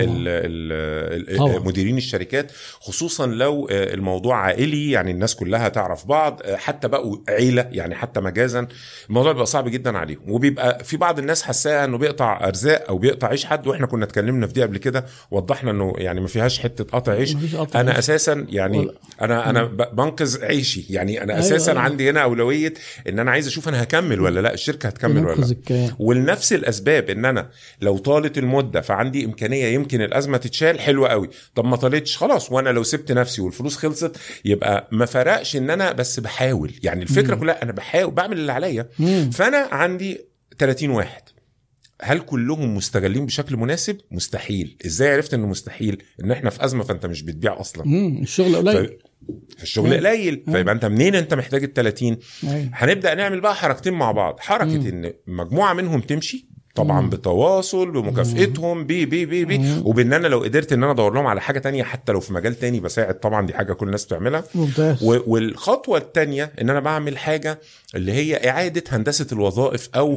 مديرين الشركات، خصوصا لو الموضوع عائلي، يعني الناس كلها تعرف بعض، حتى بقوا عيله يعني، حتى مجازا الموضوع بيبقى صعب جدا عليهم. وبيبقى في بعض الناس حساها انه بيقطع ارزاق او بيقطع عيش حد، واحنا كنا اتكلمنا في دي قبل كده، وضحنا انه يعني ما فيهاش حته قطع عيش. انا اساسا يعني انا بنقذ عيشي، يعني انا اساسا عندي هنا اولويه ان انا عايز اشوف انا هكمل ولا لا، الشركه هتكمل ولا لا. ولنفس الاسباب ان انا لو طالت المده فعندي امكانيه يمكن الازمه تتشال، حلوه قوي. طب ما طالتش خلاص، وانا لو سبت نفسي والفلوس خلصت يبقى ما فرقش ان انا بس بحاول. يعني الفكره كلها انا بحاول بعمل اللي عليا. فانا عندي 30 واحد، هل كلهم مستغلين بشكل مناسب؟ مستحيل. ازاي عرفت انه مستحيل؟ ان احنا في ازمه فانت مش بتبيع اصلا، الشغل قليل. الشغل قليل، فيبقى انت منين انت محتاج ال30؟ هنبدا نعمل بقى حركتين مع بعض. حركه ان مجموعه منهم تمشي طبعا بتواصل بمكافئتهم بي وبان انا لو قدرت ان انا ادور لهم على حاجه تانية حتى لو في مجال تاني بساعد، طبعا دي حاجه كل الناس بتعملها. والخطوه التانية ان انا بعمل حاجه اللي هي اعاده هندسه الوظائف، او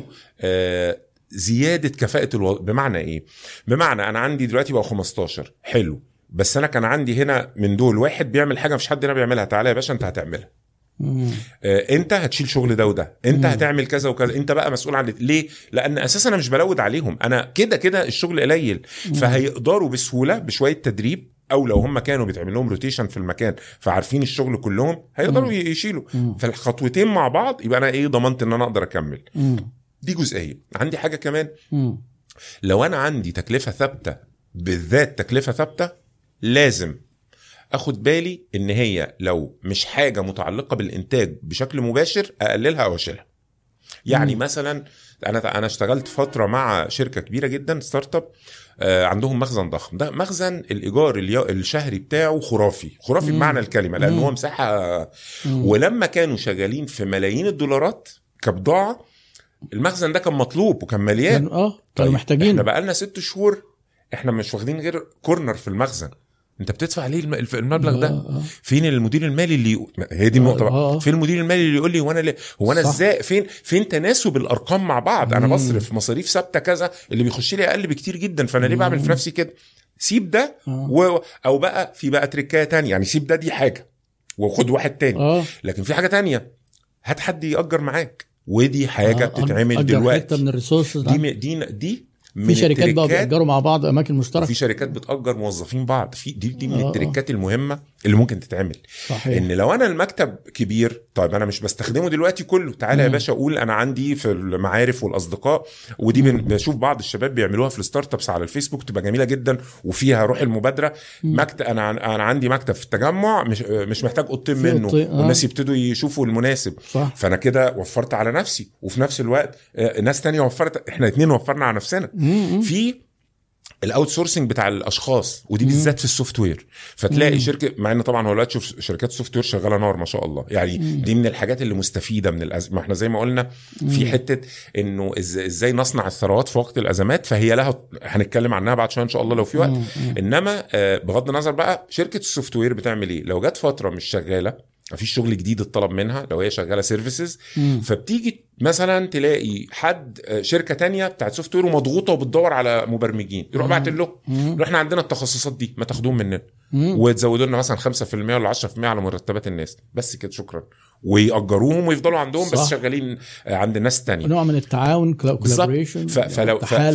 زياده كفاءه بمعنى ايه؟ بمعنى انا عندي دلوقتي بقى 15 حلو، بس انا كان عندي هنا من دول واحد بيعمل حاجه مش حد هنا بيعملها، تعالى يا باشا انت هتعملها. انت هتشيل شغل ده وده، انت هتعمل كذا وكذا، انت بقى مسؤول عن ليه؟ لان اساسا انا مش بلود عليهم، انا كده الشغل قليل، فهيقدروا بسهوله بشويه تدريب، او لو هم كانوا بيتعمل لهم روتيشن في المكان فعارفين الشغل كلهم هيقدروا يشيلوا. فالخطوتين مع بعض يبقى انا ضمنت ان انا اقدر اكمل. دي جزئيه. عندي حاجه كمان، لو انا عندي تكلفه ثابته، بالذات تكلفه ثابته، لازم اخد بالي ان هي لو مش حاجه متعلقه بالانتاج بشكل مباشر اقللها او اشيلها. يعني مثلا انا اشتغلت فتره مع شركه كبيره جدا ستارت اب، عندهم مخزن ضخم. ده مخزن الايجار الشهري بتاعه خرافي بمعنى الكلمه، لان هو مساحه. ولما كانوا شغالين في ملايين الدولارات كبضاعه، المخزن ده كان مطلوب وكان مليان. كانوا محتاجين. احنا بقالنا 6 شهور احنا مش واخدين غير كورنر في المخزن. انت بتدفع ليه المبلغ ده؟ فين المدير المالي اللي هي دي النقطه بقى. فين المدير المالي اللي يقول لي هو انا ازاي؟ فين تناسب الارقام مع بعض؟ انا بصرف مصاريف ثابته كذا، اللي بيخش لي اقل بكتير جدا، فانا ليه بعمل في نفسي كده؟ سيب ده او بقى في بقى تريكايه تانية، يعني سيب ده، دي حاجه، وخد واحد تاني. لكن في حاجه تانية، هات حد يأجر معاك، ودي حاجه بتتعمل دلوقتي من الريسورسز. دي في شركات بقى بيأجروا مع بعض اماكن مشتركه، في شركات بتأجر موظفين بعض. في دي من التريكات المهمه اللي ممكن تتعمل. صحيح. ان لو انا المكتب كبير، طيب انا مش بستخدمه دلوقتي كله، تعالى يا باشا اقول انا عندي في المعارف والاصدقاء، ودي بشوف بعض الشباب بيعملوها في الستارت ابس على الفيسبوك، تبقى جميله جدا وفيها روح المبادره. مكتب انا عندي مكتب في التجمع، مش محتاج اوضتين منه، والناس يبتدوا يشوفوا المناسب. فانا كده وفرت على نفسي، وفي نفس الوقت ناس تانية وفرت، احنا الاثنين وفرنا على نفسنا. في الاوت سورسنج بتاع الاشخاص، ودي بالذات في السوفت وير. فتلاقي شركه، مع ان طبعا هو تشوف شركات السوفت وير شغاله نار ما شاء الله، يعني دي من الحاجات اللي مستفيده من الازمه. احنا زي ما قلنا في حته انه ازاي نصنع الثروات في وقت الازمات، فهي لها هنتكلم عنها بعد شويه ان شاء الله لو في وقت. انما بغض النظر بقى شركه السوفت وير بتعمل ايه؟ لو جت فتره مش شغاله، مفيش شغل جديد اتطلب منها، لو هي شغاله سيرفيسز، فبتيجي مثلا تلاقي حد شركه تانية بتاعت سوفت وير ومضغوطه وبتدور على مبرمجين، يروح بعت له احنا عندنا التخصصات دي، ما تاخدوهم مننا وتزودوا لنا مثلا 5% ولا 10% على مرتبات الناس، بس كده شكرا، ويأجروهم ويفضلوا عندهم. بس شغالين عند الناس التانية، نوع من التعاون، كولابوريشن، فلو تحالف.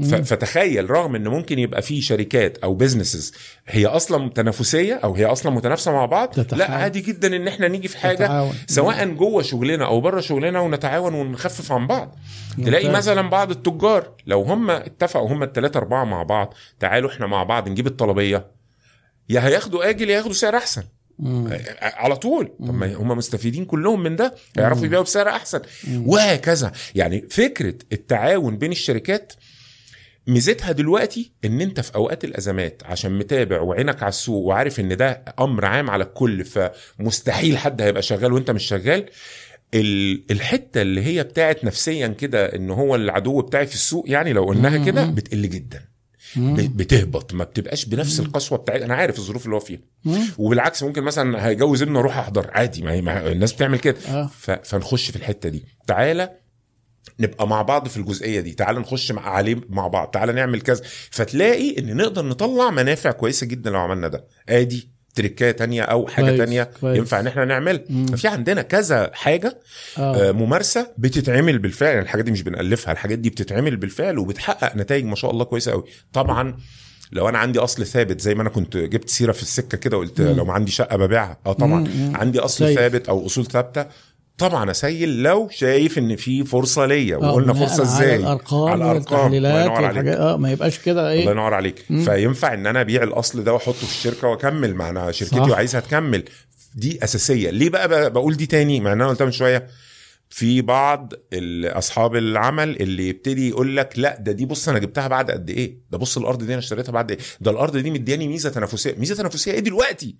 فتخيل رغم ان ممكن يبقى في شركات او بيزنسز هي اصلا تنافسيه او هي اصلا متنافسه مع بعض، لا عادي جدا ان احنا نيجي في حاجه سواء جوه شغلنا او بره شغلنا ونتعاون ونخفف عن بعض. تلاقي مثلا بعض التجار لو هم اتفقوا هم الثلاثه اربعه مع بعض، تعالوا احنا مع بعض نجيب الطلبيه، يا هياخدوا اجل يا هياخدوا سعر احسن على طول. طب ما هم مستفيدين كلهم من ده، هيعرفوا يبيعوا بسعر احسن وهكذا. يعني فكره التعاون بين الشركات ميزتها دلوقتي ان انت في اوقات الازمات عشان متابع وعينك على السوق وعارف ان ده امر عام على الكل، فمستحيل حد هيبقى شغال وانت مش شغال. الحته اللي هي بتاعت نفسيا كده ان هو العدو بتاعي في السوق، يعني لو قلناها كده بتقل جدا، بتهبط، ما بتبقاش بنفس القسوه بتاعت انا عارف الظروف اللي هو فيها. وبالعكس ممكن مثلا هيجوز ابنه اروح احضر عادي، ما الناس بتعمل كده. فنخش في الحته دي، تعالى نبقى مع بعض في الجزئيه دي، تعالى نخش عليه مع بعض، تعالى نعمل كذا، فتلاقي ان نقدر نطلع منافع كويسه جدا لو عملنا ده. ادي تريكايه تانية او حاجه تانية ينفع ان احنا نعمل. ففي عندنا كذا حاجه ممارسه بتتعمل بالفعل، يعني الحاجات دي مش بنألفها، الحاجات دي بتتعمل بالفعل وبتحقق نتائج ما شاء الله كويسه قوي. طبعا لو انا عندي اصل ثابت، زي ما انا كنت جبت سيره في السكه كده وقلت لو ما عندي شقه ببيعها، طبعا عندي اصل ثابت او اصول ثابته، طبعا اسيل لو شايف ان في فرصه ليا. وقلنا فرصه ازاي؟ على الارقام والتحليلات والحاجات. ما يبقاش كده الله ينور عليك. فينفع ان انا ابيع الاصل ده واحطه في الشركه واكمل مع انا شركتي وعايزها تكمل. دي اساسيه. ليه بقى بقول دي تاني؟ مع ان انا قلتها من شويه، في بعض اصحاب العمل اللي يبتدي يقول لك لا دي بص انا جبتها بعد قد ايه، ده بص الارض دي انا اشتريتها بعد ايه، ده الارض دي مدياني ميزه تنافسيه. ميزه تنافسيه ايه دلوقتي؟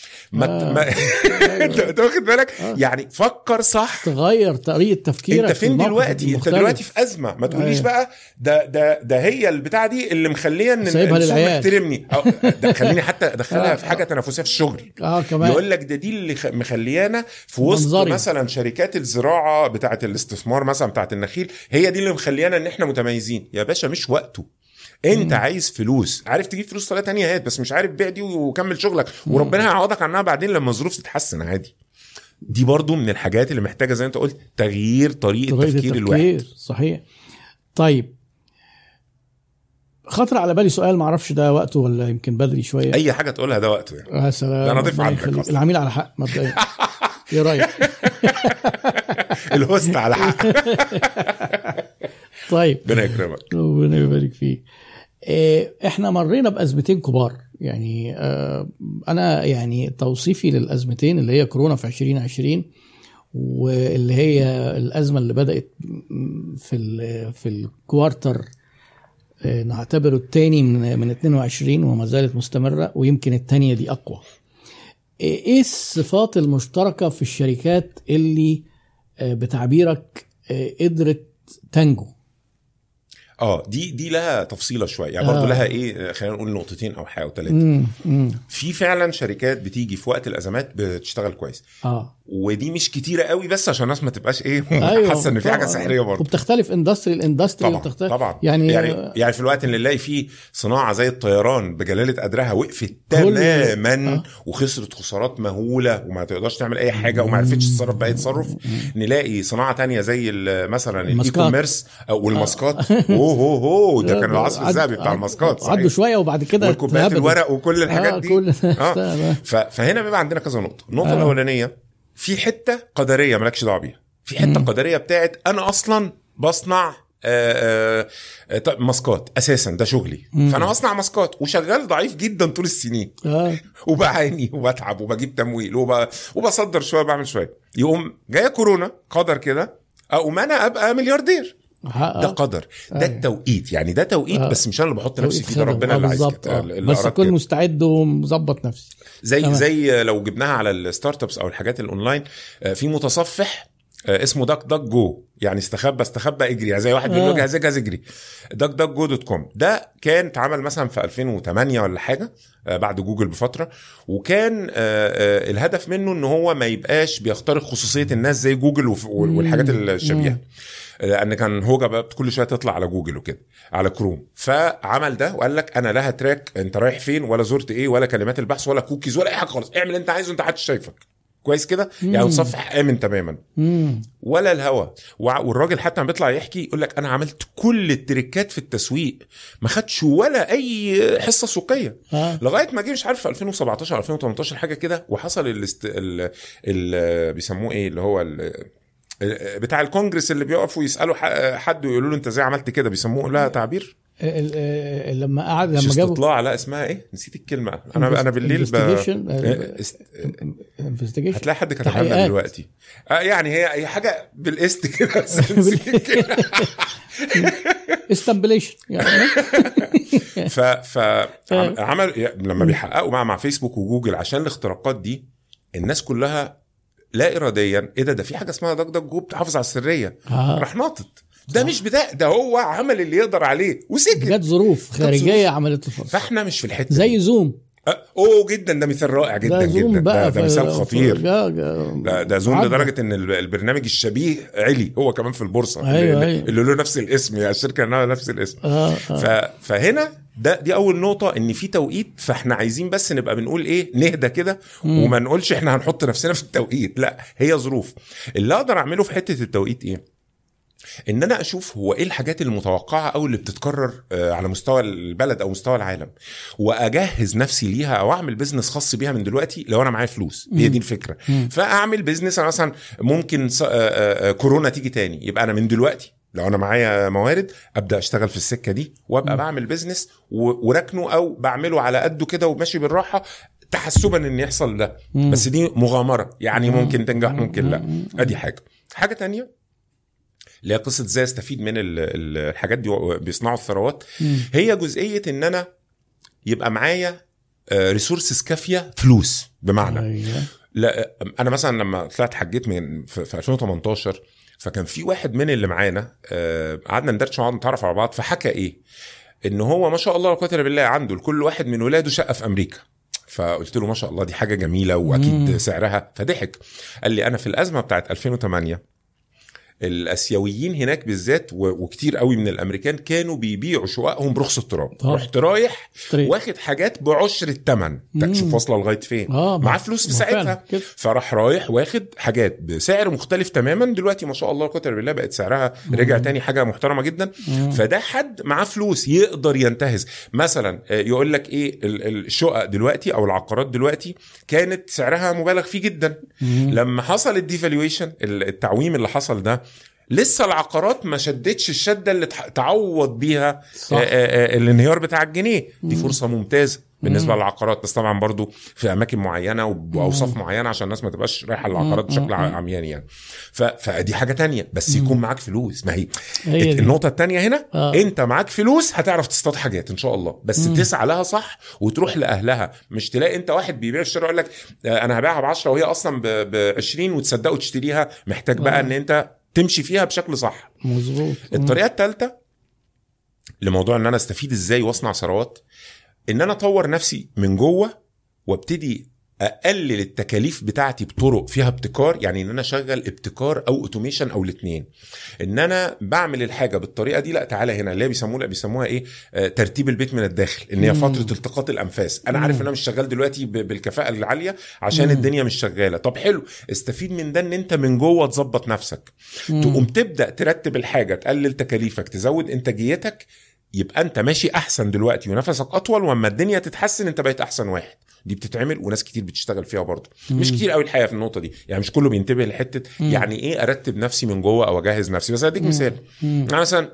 انت واخد بالك؟ يعني فكر صح، تغير طريقه تفكيرك. انت فين دلوقتي؟ انت دلوقتي في ازمه، ما تقوليش بقى ده هي البتاعه دي اللي مخليه ان السوق يحترمني، خليني حتى ادخلها في حاجه تنافسيه في الشغل. كمان يقول لك دي اللي مخليانا في وسط مثلا شركات الزراعه بتاعه الاستثمار مثلا بتاعه النخيل، هي دي اللي مخليانا ان احنا متميزين. يا باشا مش وقته. انت عايز فلوس، عارف تجيب فلوس طريقه تانية هات، بس مش عارف بيع دي وكمل شغلك وربنا هيعوضك عنها بعدين لما الظروف تتحسن عادي. دي برضو من الحاجات اللي محتاجه زي انت قلت تغيير طريقه تفكير الواحد. صحيح. طيب خطر على بالي سؤال، معرفش ده وقته ولا يمكن بدري شويه. اي حاجه تقولها ده وقته يعني. يا سلام، انا ضيف عنك العميل على حق مبدئيا. ايه رايك؟ الهوست على حق. طيب ربنا يكرمك. ربنا يبارك فيك. احنا مرينا بأزمتين كبار، يعني انا يعني توصيفي للأزمتين اللي هي كورونا في 2020 واللي هي الأزمة اللي بدأت في الكوارتر نعتبره الثاني من 22 وما زالت مستمرة، ويمكن الثانية دي أقوى. ايه الصفات المشتركة في الشركات اللي بتعبيرك قدرت تنجو؟ دي لها تفصيله شويه يعني. برضو لها ايه، خلينا نقول نقطتين او حاجه او ثلاثه. في فعلا شركات بتيجي في وقت الازمات بتشتغل كويس، ودي مش كتيره قوي، بس عشان الناس ما تبقاش ايه حاسه ان في حاجه سحريه برضو. وبتختلف اندستري طبعا يعني في الوقت اللي نلاقي فيه صناعه زي الطيران بجلاله قدرها وقفت تماما وخسرت خسارات مهوله وما تقدرش تعمل اي حاجه وما عرفتش تتصرف باي تصرف. نلاقي صناعه تانية زي مثلا الاي كوميرس او الماسكات. ده كان العصر الذهبي بتاع الماسكات. عدوا شويه وبعد كده والكوبايات الورق وكل الحاجات دي. فهنا بيبقى عندنا كذا نقطه. النقطه الاولانيه، في حته قدريه مالكش دعوه بيها، في حته قدريه بتاعت انا اصلا بصنع ماسكات اساسا، ده شغلي. فانا اصنع ماسكات وشغال ضعيف جدا طول السنين وبعاني وبتعب وبجيب تمويل وبصدر شويه بعمل شويه. يقوم جايه كورونا قدر كده اقوم انا ابقى ملياردير. ده قدر، ده التوقيت يعني، ده توقيت. بس مش انا اللي بحط نفسي فيه، ده ربنا اللي عايز كده. بس اكون مستعد ومظبط نفسي. زي لو جبناها على الستارت ابس او الحاجات الاونلاين، في متصفح اسمه دك جو، يعني استخبى اجري، يعني زي واحد بيقول له جهاز اجري. duckduckgo.com ده كان اتعمل مثلا في 2008 ولا حاجه بعد جوجل بفتره، وكان الهدف منه ان هو ما يبقاش بيخترق خصوصيه الناس زي جوجل والحاجات الشبيهه، لان كان هوجا بقى كل شويه تطلع على جوجل وكده على كروم. فعمل ده وقال لك انا لا هتراك انت رايح فين ولا زرت ايه ولا كلمات البحث ولا كوكيز ولا اي حاجه خالص، اعمل انت عايزه، انت محدش شايفك كويس كده يعني متصفح امن تماما ولا الهوا. والراجل حتى بيطلع يحكي يقول لك انا عملت كل التريكات في التسويق ما خدش ولا اي حصه سوقيه لغايه ما جه مش عارف 2017 2018 حاجه كده، وحصل بيسموه ايه اللي هو بتاع الكونجرس اللي بيقفوا يسالوا حد ويقولوا له انت ازاي عملت كده، بيسموه لها تعبير لما جابوا استطلاع، لا اسمها ايه نسيت الكلمه. انا بالليل هتلاقي حد كتبها لنا دلوقتي يعني هي حاجه بالاست كده استمبليشن يعني. عمل لما بيحققوا مع فيسبوك وجوجل عشان الاختراقات دي، الناس كلها لا اراديا ايه ده في حاجه اسمها دق جو بتحافظ على السريه راح ناطط. ده مش ده هو عمل اللي يقدر عليه وسكت. جت ظروف خارجيه عملت الفرصه. فاحنا مش في الحته زي زوم. جدا ده مثال رائع جدا جدا. ده مثال خطير. ده زوم لدرجه ان البرنامج الشبيه علي هو كمان في البورصه. أيوة. اللي له نفس الاسم يا الشركه انها نفس الاسم. فهنا دي اول نقطه ان في توقيت. فاحنا عايزين بس نبقى بنقول ايه نهدى كده وما نقولش احنا هنحط نفسنا في التوقيت، لا هي ظروف. اللي اقدر اعمله في حته التوقيت ايه؟ ان انا اشوف هو ايه الحاجات المتوقعه او اللي بتتكرر على مستوى البلد او مستوى العالم، واجهز نفسي ليها او اعمل بيزنس خاص بيها من دلوقتي لو انا معايا فلوس. هي دي الفكره. فاعمل بيزنس مثلا ممكن كورونا تيجي تاني، يبقى انا من دلوقتي لو انا معايا موارد ابدا اشتغل في السكه دي وابقى بعمل بيزنس وركنه او بعمله على قده كده وماشي بالراحه تحسبا ان يحصل ده. بس دي مغامره يعني ممكن تنجح ممكن لا. ادي حاجه تانية اللي هي قصة ازاي استفيد من الحاجات دي بيصنعوا الثروات. هي جزئية ان انا يبقى معايا ريسورسز كافية فلوس. بمعنى لا انا مثلا لما طلعت حجيت في 2018 فكان في واحد من اللي معانا قعدنا ندردش مع بعض نتعرف على بعض، فحكى ايه ان هو ما شاء الله لا قوه الا بالله عنده لكل واحد من ولاده شقة في امريكا. فقلت له ما شاء الله دي حاجة جميلة واكيد سعرها. فضحك قال لي انا في الازمة بتاعت 2008 الاسيويين هناك بالذات وكتير قوي من الامريكان كانوا بيبيعوا شققهم برخص التراب. رحت رايح واخد حاجات بعشر الثمن. شوف واصله لغايه فين. معاه فلوس في ساعتها. فراح رايح واخد حاجات بسعر مختلف تماما. دلوقتي ما شاء الله كتر بالله بقت سعرها رجع تاني حاجه محترمه جدا. فده حد معاه فلوس يقدر ينتهز. مثلا يقول لك ايه الشقق دلوقتي او العقارات دلوقتي كانت سعرها مبالغ فيه جدا. لما حصل الديفالويشن التعويم اللي حصل ده لسه العقارات ما شدتش الشدة اللي تعوض بيها الانهيار بتاع الجنيه. دي فرصة ممتازة بالنسبة للعقارات، بس طبعا برضو في أماكن معينة وبأوصاف معينة عشان الناس ما تبقاش رايحة للعقارات بشكل عميان يعني. فدي حاجة تانية بس يكون معاك فلوس. ما هي النقطة التانية هنا انت معاك فلوس هتعرف تصطاد حاجات ان شاء الله، بس تسعى لها صح وتروح لأهلها. مش تلاقي انت واحد بيبيع في الشارع يقول لك انا هبيعها ب10 وهي اصلا ب20 وتصدقوا تشتريها. محتاج بقى ان انت تمشي فيها بشكل صح. مظبوط. الطريقة الثالثة لموضوع ان انا استفيد ازاي واصنع ثروات ان انا اطور نفسي من جوه وابتدي اقلل التكاليف بتاعتي بطرق فيها ابتكار. يعني ان انا اشغل ابتكار او اوتوميشن او الاثنين. ان انا بعمل الحاجه بالطريقه دي لا تعالى هنا اللي بيسموها ايه ترتيب البيت من الداخل. ان هي فتره التقاط الانفاس. انا عارف ان انا مش شغال دلوقتي بالكفاءه العاليه عشان الدنيا مش شغاله. طب حلو استفيد من ده ان انت من جوه تظبط نفسك. تقوم تبدا ترتب الحاجه تقلل تكاليفك تزود انتاجيتك. يبقى انت ماشي احسن دلوقتي ونفسك اطول واما الدنيا تتحسن انت بقيت احسن واحد. دي بتتعمل وناس كتير بتشتغل فيها برضه. مش كتير قوي الحقيقه في النقطه دي يعني مش كله بينتبه لحته يعني ايه ارتب نفسي من جوه او اجهز نفسي. بس اديك مثال مثلا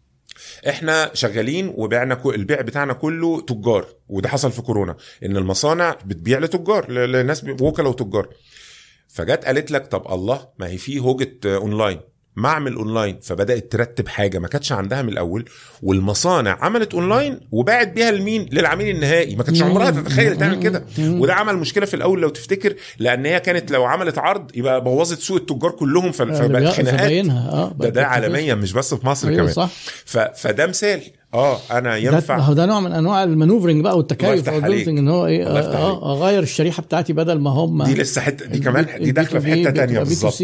احنا شغالين وبيعنا البيع بتاعنا كله تجار. وده حصل في كورونا ان المصانع بتبيع لتجار لناس وكلاء وتجار. فجت قالت لك طب الله ما هي فيه هوجة اونلاين ما اعمل اونلاين. فبدات ترتب حاجه ما كانتش عندها من الاول والمصانع عملت اونلاين وباعت بيها لمين للعميل النهائي. ما كانتش عمرها تتخيل تعمل كده. وده عمل مشكله في الاول لو تفتكر لان هي كانت لو عملت عرض يبقى بوظت سوق التجار كلهم. فبقت خناقات. ده عالميا مش بس في مصر كمان. فده مثال انا ينفع ده نوع من انواع المانوفرنج بقى والتكيف او البيلدنج، ان هو ايه اغير الشريحه بتاعتي بدل ما هم دي لسه حته دي كمان دي داخله في حته تانية بالظبط.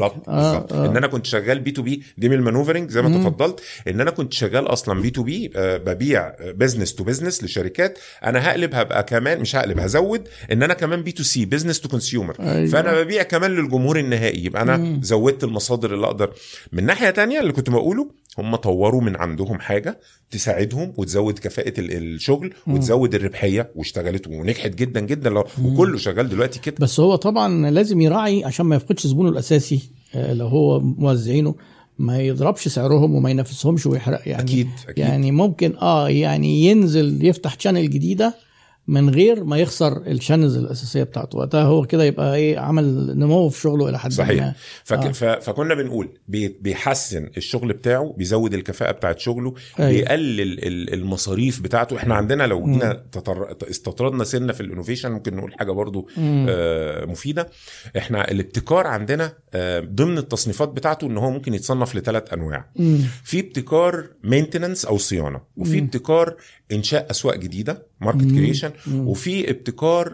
ان انا كنت شغال بي تو بي، دي من المانوفرنج زي ما تفضلت، ان انا كنت شغال اصلا بي تو بي، ببيع بزنس تو بزنس لشركات. انا هقلب هبقى كمان مش هقلب هزود ان انا كمان بي تو سي بزنس تو كونسيومر. فانا ببيع كمان للجمهور النهائي، يبقى انا زودت المصادر اللي اقدر. من ناحيه تانية اللي كنت بقوله، هم طوروا من عندهم حاجه تساعدهم وتزود كفاءه الشغل وتزود الربحيه، واشتغلت ونجحت جدا جدا وكله شغال دلوقتي كده. بس هو طبعا لازم يراعي عشان ما يفقدش زبونه الاساسي، لو هو موزعينه ما يضربش سعرهم وما ينافسهمش ويحرق يعني. أكيد. يعني ممكن يعني ينزل يفتح شانل جديده من غير ما يخسر الشانلز الاساسيه بتاعته، وقتها هو كده يبقى ايه، عمل نمو في شغله الى حد صحيح. فكنا بنقول بيحسن الشغل بتاعه، بيزود الكفاءه بتاعت شغله، بيقلل المصاريف بتاعته. احنا عندنا لو جينا استطردنا سنه في الانوفيشن ممكن نقول حاجه برضو مفيده. احنا الابتكار عندنا ضمن التصنيفات بتاعته ان هو ممكن يتصنف ل3 انواع. في ابتكار مينتيننس او صيانه، وفي ابتكار انشاء اسواق جديده ماركت كرييشن، وفي ابتكار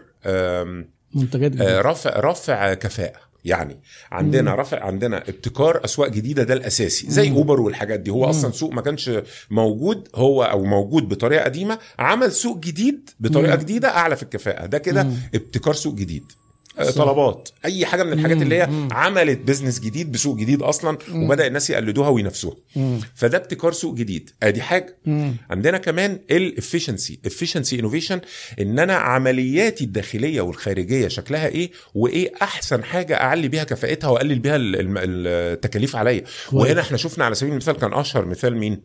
منتجات جديدة. رفع كفاءة. يعني عندنا ابتكار اسواق جديده، ده الاساسي زي اوبر والحاجات دي. هو اصلا سوق ما كانش موجود، هو او موجود بطريقه قديمه، عمل سوق جديد بطريقه جديده اعلى في الكفاءه، ده كده ابتكار سوق جديد. طلبات اي حاجه من الحاجات اللي هي عملت بزنس جديد بسوق جديد اصلا، وبدا الناس يقلدوها وينافسوها، فده ابتكار سوق جديد. ادي حاجه. عندنا كمان الافيشنسي انوفيشن، ان انا عملياتي الداخليه والخارجيه شكلها ايه، وايه احسن حاجه اعلي بيها كفاءتها واقلل بيها التكاليف عليا. وهنا احنا شفنا على سبيل المثال، كان اشهر مثال مين؟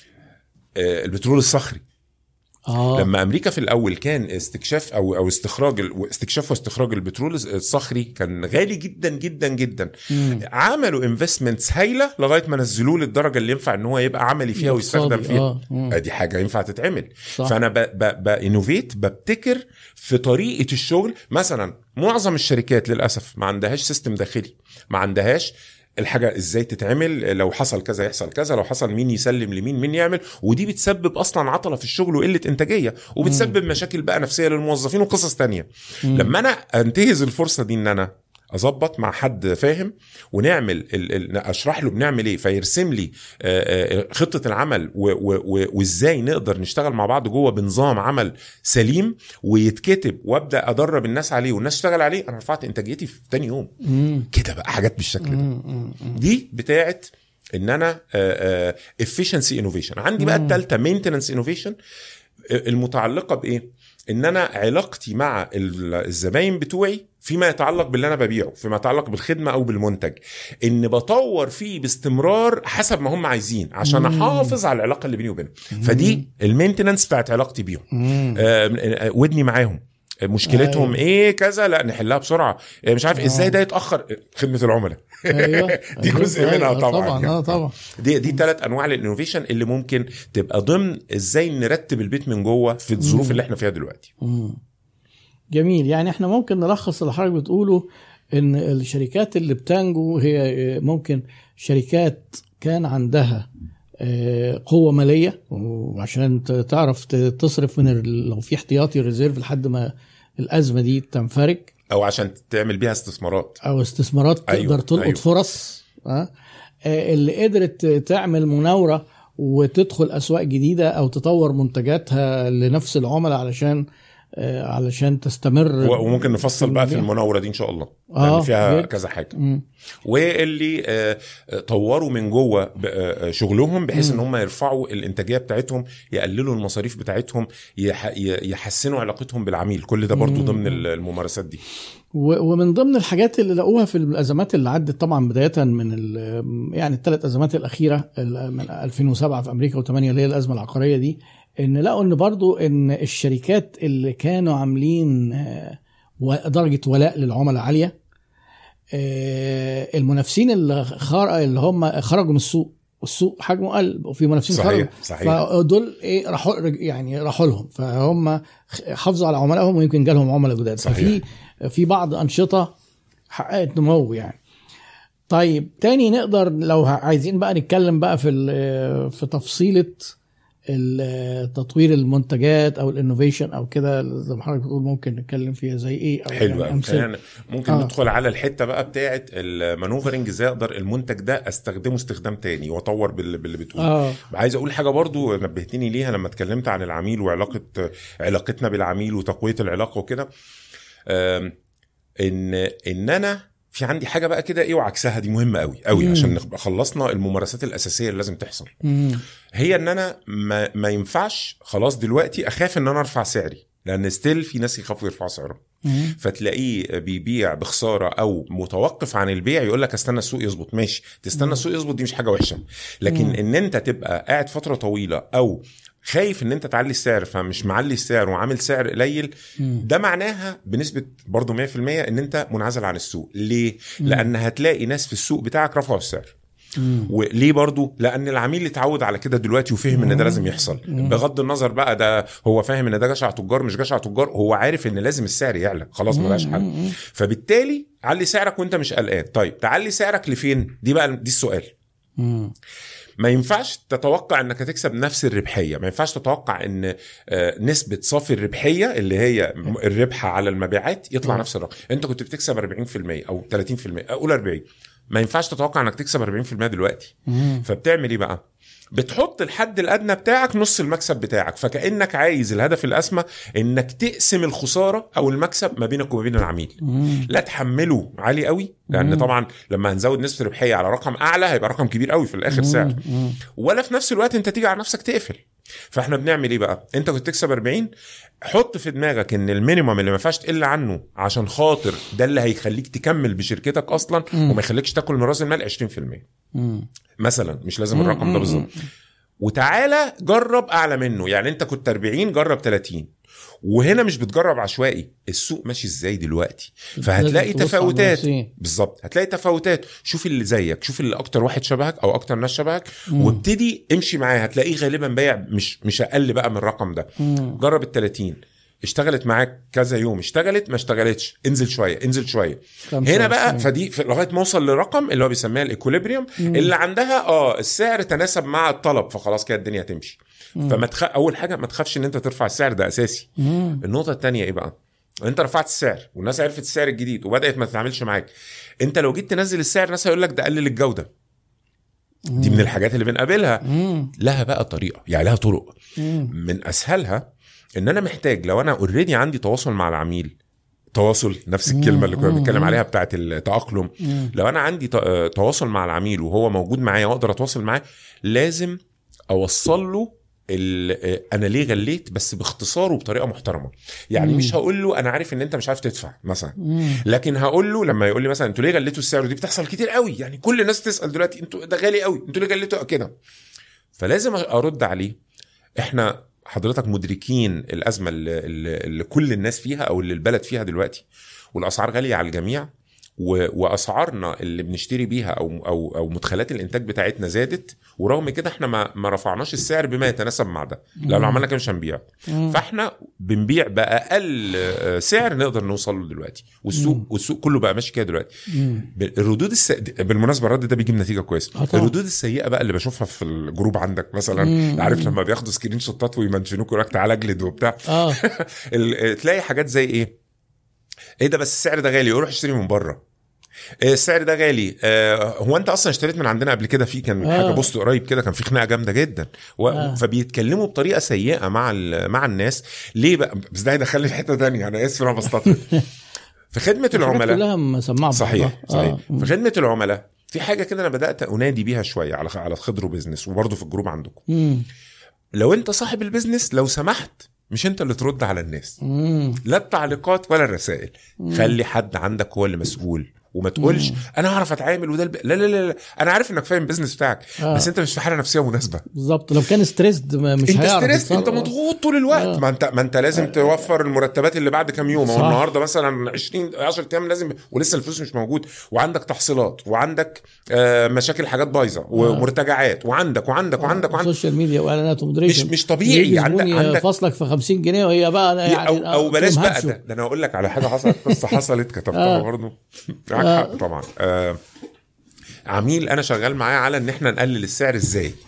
البترول الصخري. لما امريكا في الاول كان استكشاف او استكشاف واستخراج البترول الصخري كان غالي جدا جدا جدا، عملوا انفستمنتس هايله لغايه ما نزلوه للدرجه اللي ينفع ان هو يبقى عملي فيها ويستخدم فيها. دي حاجه ينفع تتعمل. فانا بانوفيت، ببتكر في طريقه الشغل. مثلا معظم الشركات للاسف ما عندهاش سيستم داخلي، ما عندهاش الحاجة ازاي تتعمل، لو حصل كذا يحصل كذا، لو حصل مين يسلم لمين، مين يعمل. ودي بتسبب اصلا عطلة في الشغل وقلة انتاجية، وبتسبب مشاكل بقى نفسية للموظفين وقصص تانية. لما انا انتهز الفرصة دي ان انا اظبط مع حد فاهم ونعمل اشرح له بنعمل ايه، فيرسم لي خطة العمل وازاي نقدر نشتغل مع بعض جوه بنظام عمل سليم ويتكتب، وابدا ادرب الناس عليه والناس تشتغل عليه، انا رفعت انتاجيتي في تاني يوم. كده بقى حاجات بالشكل ده. دي بتاعت ان انا efficiency innovation. عندي بقى الثالثه maintenance innovation، المتعلقه بايه؟ ان انا علاقتي مع الزباين بتوعي فيما يتعلق باللي انا ببيعه، فيما يتعلق بالخدمه او بالمنتج، ان بطور فيه باستمرار حسب ما هم عايزين عشان احافظ على العلاقه اللي بيني وبينهم. فدي المينتيننس بتاعت علاقتي بيهم. ودني معاهم، مشكلتهم ايه كذا، لا نحلها بسرعه، مش عارف ازاي ده يتاخر، خدمه العملاء. دي جزء منها طبعا. يعني. طبعا دي 3 انواع للانوفيشن اللي ممكن تبقى ضمن ازاي نرتب البيت من جوه في الظروف اللي احنا فيها دلوقتي. جميل. يعني احنا ممكن نلخص اللي حضرتك بتقوله، ان الشركات اللي بتنجو هي ممكن شركات كان عندها قوة مالية، وعشان تعرف تصرف من لو في احتياطي ريزيرف لحد ما الأزمة دي تنفرج، أو عشان تعمل بيها استثمارات تقدر تلقط فرص. اللي قدرت تعمل مناورة وتدخل أسواق جديدة أو تطور منتجاتها لنفس العملاء علشان تستمر. وممكن نفصل بقى في المناورة دي إن شاء الله، يعني فيها كذا حاجة. واللي طوروا من جوه شغلهم بحيث ان هم يرفعوا الانتاجية بتاعتهم، يقللوا المصاريف بتاعتهم، يحسنوا علاقتهم بالعميل. كل ده برضو ضمن الممارسات دي. ومن ضمن الحاجات اللي لقوها في الأزمات اللي عدت طبعا بداية من يعني ال3 أزمات الأخيرة من 2007 في أمريكا و8 اللي هي الأزمة العقارية دي، ان لقوا ان برضو ان الشركات اللي كانوا عاملين درجة ولاء للعملاء عالية، المنافسين اللي هم خرجوا من السوق والسوق حجمه قل، وفي منافسين خرجوا، فدول ايه راحوا لهم، فهم حافظوا على عملائهم ويمكن جالهم عملاء جداد. في بعض أنشطة حققت نمو يعني. طيب تاني نقدر لو عايزين بقى نتكلم بقى في تفصيلة تطوير المنتجات او الانوفيشن او كده زي ما حضرتك بتقول، ممكن نتكلم فيها زي ايه او حلو يعني ممكن ندخل على الحته بقى بتاعه المانوفرنج، ازاي اقدر المنتج ده استخدمه استخدام تاني واطور باللي بتقول. عايز اقول حاجه برضو نبهتني ليها لما اتكلمت عن العميل علاقتنا بالعميل وتقويه العلاقه وكده، ان انا في عندي حاجه بقى كده ايه وعكسها، دي مهمه قوي قوي عشان نبقى خلصنا الممارسات الاساسيه اللي لازم تحصل. هي ان انا ما ينفعش خلاص دلوقتي اخاف ان انا ارفع سعري، لان ستيل في ناس يخافوا يرفعوا سعرهم، فتلاقيه بيبيع بخساره او متوقف عن البيع، يقول لك استنى السوق يظبط. ماشي، تستنى السوق يظبط دي مش حاجه وحشه، لكن ان انت تبقى قاعد فتره طويله او خايف ان انت تعلي السعر فمش معلي السعر وعامل سعر قليل، ده معناها بنسبه برضو 100% ان انت منعزل عن السوق. ليه؟ لان هتلاقي ناس في السوق بتاعك رفعوا السعر. وليه برضو؟ لان العميل اتعود على كده دلوقتي وفهم ان ده لازم يحصل، بغض النظر بقى ده هو فاهم ان ده جشع تجار مش جشع تجار، هو عارف ان لازم السعر يعلى، خلاص ما بقاش حل. فبالتالي علي سعرك وانت مش قلقان. طيب تعلي سعرك لفين؟ دي السؤال. ما ينفعش تتوقع انك هتكسب نفس الربحيه، ما ينفعش تتوقع ان نسبه صافي الربحيه اللي هي الربح على المبيعات يطلع نفس الرقم. انت كنت بتكسب 40% او 30% اقول 40، ما ينفعش تتوقع انك تكسب 40% دلوقتي. فبتعمل ايه بقى؟ بتحط الحد الادنى بتاعك نص المكسب بتاعك، فكأنك عايز الهدف الاسمى انك تقسم الخساره او المكسب ما بينك وما بين العميل. لا تحمله عالي قوي، لان طبعا لما هنزود نسبه الربحيه على رقم اعلى هيبقى رقم كبير قوي في الاخر سعر، ولا في نفس الوقت انت تيجي على نفسك تقفل. فاحنا بنعمل ايه بقى؟ انت كنت تكسب 40، حط في دماغك ان المينيمم اللي ما ينفعش تقل عنه عشان خاطر ده اللي هيخليك تكمل بشركتك اصلا وما يخليكش تاكل من راس المال 20% مثلا، مش لازم الرقم ده بالظبط. وتعالى جرب اعلى منه، يعني انت كنت 40 جرب 30. وهنا مش بتجرب عشوائي، السوق ماشي ازاي دلوقتي، فهتلاقي تفاوتات. بالظبط، هتلاقي تفاوتات. شوف اللي زيك، شوف اللي اكتر واحد شبهك او اكتر ناس شبهك وابتدي امشي معاه، هتلاقيه غالبا بايع مش اقل بقى من الرقم ده. جرب ال30، اشتغلت معاك كذا يوم، اشتغلت ما اشتغلتش، انزل شويه انزل شويه. هنا بقى فدي لغايه ما اوصل لرقم اللي هو بيسميها الايكوليبريم، اللي عندها السعر تناسب مع الطلب، فخلاص كده الدنيا تمشي. اول حاجه ما تخافش ان انت ترفع السعر، ده اساسي. النقطه الثانيه ايه بقى؟ انت رفعت السعر والناس عرفت السعر الجديد وبدات ما تتعاملش معاك، انت لو جيت تنزل السعر الناس هيقول لك ده قلل الجوده. دي من الحاجات اللي بنقابلها. لها بقى طريقه، يعني لها طرق. من اسهلها ان انا محتاج لو انا اوريدي عندي تواصل مع العميل، تواصل نفس الكلمه اللي كنا بنتكلم عليها بتاعه التأقلم، لو انا عندي تواصل مع العميل وهو موجود معايا واقدر اتواصل معاه، لازم اوصل له انا ليه غليت، بس باختصار وبطريقه محترمه. يعني مش هقول له انا عارف ان انت مش عارف تدفع مثلا، لكن هقول له لما يقول لي مثلا انتوا ليه غليتوا السعر، دي بتحصل كتير قوي، يعني كل الناس تسال دلوقتي انتوا ده غالي قوي، انتوا ليه غليتوا كده. فلازم ارد عليه، احنا حضرتك مدركين الازمه اللي كل الناس فيها او اللي البلد فيها دلوقتي، والاسعار غاليه على الجميع، واسعارنا اللي بنشتري بيها او مدخلات الانتاج بتاعتنا زادت، ورغم كده احنا ما رفعناش السعر بما يتناسب مع ده. لو عملنا كده مش هنبيع، فاحنا بنبيع باقل سعر نقدر نوصل له دلوقتي، والسوق كله بقى ماشي كده دلوقتي. الردود بالمناسبه الرد ده بيجيب نتيجه كويسه. الردود السيئه بقى اللي بشوفها في الجروب عندك مثلا، عارف لما بياخدوا سكرين شوتات ويمنشنوك يقول لك تعالى اجلد وبتاع، تلاقي حاجات زي ايه ده بس السعر ده غالي، يروح اشتري من بره. السعر ده غالي، هو انت اصلا اشتريت من عندنا قبل كده؟ في كان حاجه بوست قريب كده كان في خناقه جامده جدا، فبيتكلموا بطريقه سيئه مع الناس. ليه بقى؟ بس ده هيدخلني في حته ثانيه، انا اسف انا بستطرد. في خدمه العملاء كلها مسمعه. صحيح. في خدمه العملاء في حاجه كده انا بدات انادي بيها شويه على خضرو بيزنس، وبرضه في الجروب عندكم. لو انت صاحب البيزنس لو سمحت مش انت اللي ترد على الناس، لا التعليقات ولا الرسائل، خلي حد عندك هو اللي مسؤول. وما تقولش انا هعرف اتعامل وده لا لا لا، انا عارف انك فاهم البيزنس بتاعك، بس انت مش في حاله نفسيه مناسبه. بالظبط، لو كان ستريسد مش هيعرف، انت مضغوط طول الوقت. ما انت لازم توفر المرتبات اللي بعد كام يوم، او النهارده مثلا 10 ايام لازم، ولسه الفلوس مش موجود، وعندك تحصيلات، وعندك مشاكل، حاجات بايظه ومرتجعات، وعندك سوشيال ميديا واعلانات ومودريشن. مش طبيعي. عندك فاصلك في 50 جنيه وهي بقى يعني او بلاش بقى ده انا اقول لك على حاجه حصلت، قصه حصلت كتبتها برضه معاك طبعا. عميل انا شغال معاه على ان احنا نقلل السعر ازاي.